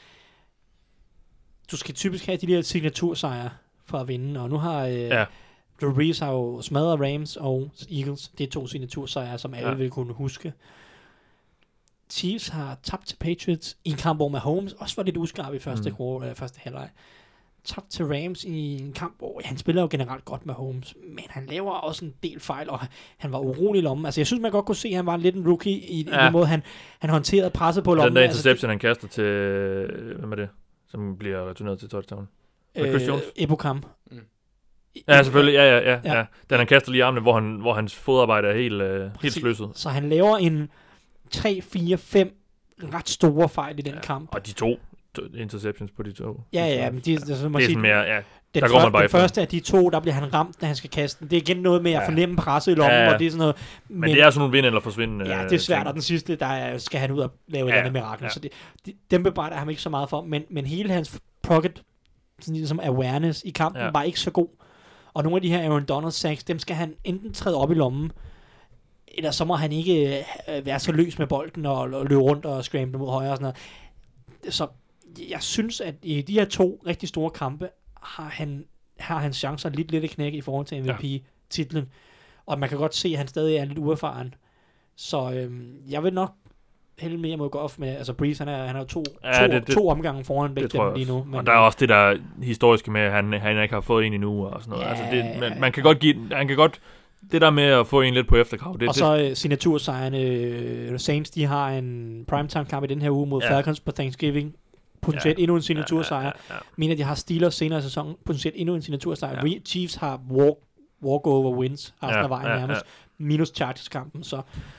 Speaker 5: du skal typisk have de der signatursejre for at vinde, og nu har Drew Brees har jo smadret Rams og Eagles. Det er 2 signatursejre, som alle vil kunne huske. Chiefs har tabt til Patriots i en kamp, hvor Mahomes også var lidt uskarp i første halvleg. Tabt til Rams i en kamp, hvor han spiller jo generelt godt med Mahomes, men han laver også en del fejl, og han var urolig i lommen. Altså, jeg synes, man godt kunne se, at han var lidt en rookie i den måde, han håndterede presset på lommen.
Speaker 1: Den der interception, han kaster til... Hvem er det? Som bliver returneret til touchdown.
Speaker 5: Chris Jones? Ebukam.
Speaker 1: Ja, selvfølgelig. Ja. Den han kaster lige armene, hvor hans fodarbejde er helt sløset.
Speaker 5: Så han laver en 3, 4, 5 ret store fejl i den kamp.
Speaker 1: Og de 2 interceptions på de 2.
Speaker 5: Ja, men det er
Speaker 1: sådan mere, ja.
Speaker 5: Der går man bare den første af de 2, der bliver han ramt, når han skal kaste den. Det er igen noget med at fornemme presset i lommen, og det er sådan noget.
Speaker 1: Men det er sådan nogle vinde eller forsvinde.
Speaker 5: Ja, det er svært, og den sidste, skal han ud og lave et andet mirakel. Så dem bebrejder ham ikke så meget for, men hele hans pocket sådan ligesom awareness i kampen var ikke så god. Og nogle af de her Aaron Donald sacks, dem skal han enten træde op i lommen, eller så må han ikke være så løs med bolden og løbe rundt og scramble mod højre og sådan noget. Så jeg synes, at i de her 2 rigtig store kampe, har hans chancer lidt knække i forhold til MVP-titlen. Og man kan godt se, at han stadig er lidt uerfaren. Så jeg vil nok hælde mere mod Goff med, altså Breeze, han har to omgange foran begge dem lige nu.
Speaker 1: Men, og der er også det der historiske med, at han ikke har fået en endnu og sådan noget. Altså man kan godt han kan godt, det der med at få en lidt på efterkrav.
Speaker 5: Så signatursejrene, Saints, de har en primetime-kamp i den her uge mod Falcons på Thanksgiving. Potentielt endnu en signatursejr. Mener, de har Steelers senere i sæsonen. Potentielt endnu en signatursejr. Chiefs har walkover wins. Resten af vejen nærmest. Minus Chargers-kampen. Så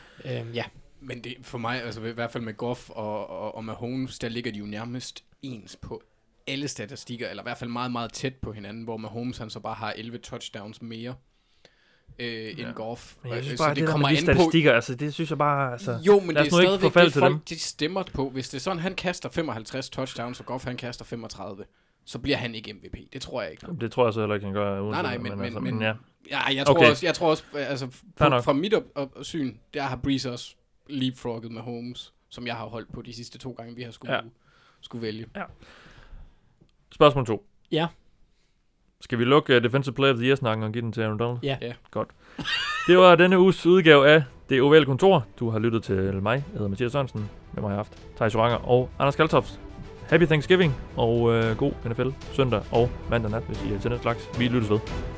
Speaker 6: Men det, for mig, altså i hvert fald med Goff og Mahomes, der ligger de jo nærmest ens på alle statistikker, eller i hvert fald meget, meget tæt på hinanden, hvor Mahomes han så bare har 11 touchdowns mere end Goff.
Speaker 1: Jeg synes bare, det kommer an statistikker, på... altså det synes jeg bare... Altså,
Speaker 6: jo, men det er stadigvæk det, folk de stemmer på. Hvis det er sådan, han kaster 55 touchdowns, og Goff han kaster 35, så bliver han ikke MVP. Det tror jeg ikke.
Speaker 1: Det tror jeg så heller ikke, han gør.
Speaker 6: Nej, men jeg tror også, altså fra mit syn, der har Breeze også leapfrogget med Holmes, som jeg har holdt på de sidste 2 gange, vi har skulle vælge. Ja.
Speaker 1: Spørgsmål 2.
Speaker 5: Ja.
Speaker 1: Skal vi lukke Defensive Player of the Year-snakken og give den til Aaron Donald?
Speaker 5: Ja.
Speaker 1: Godt. Det var denne uges udgave af Det Ovale Kontor. Du har lyttet til mig. Jeg hedder Mathias Sørensen. Med mig har haft Thijs Joranger og Anders Kaltoft. Happy Thanksgiving og god NFL søndag og mandag nat, hvis I er til den slags. Vi lyttes ved.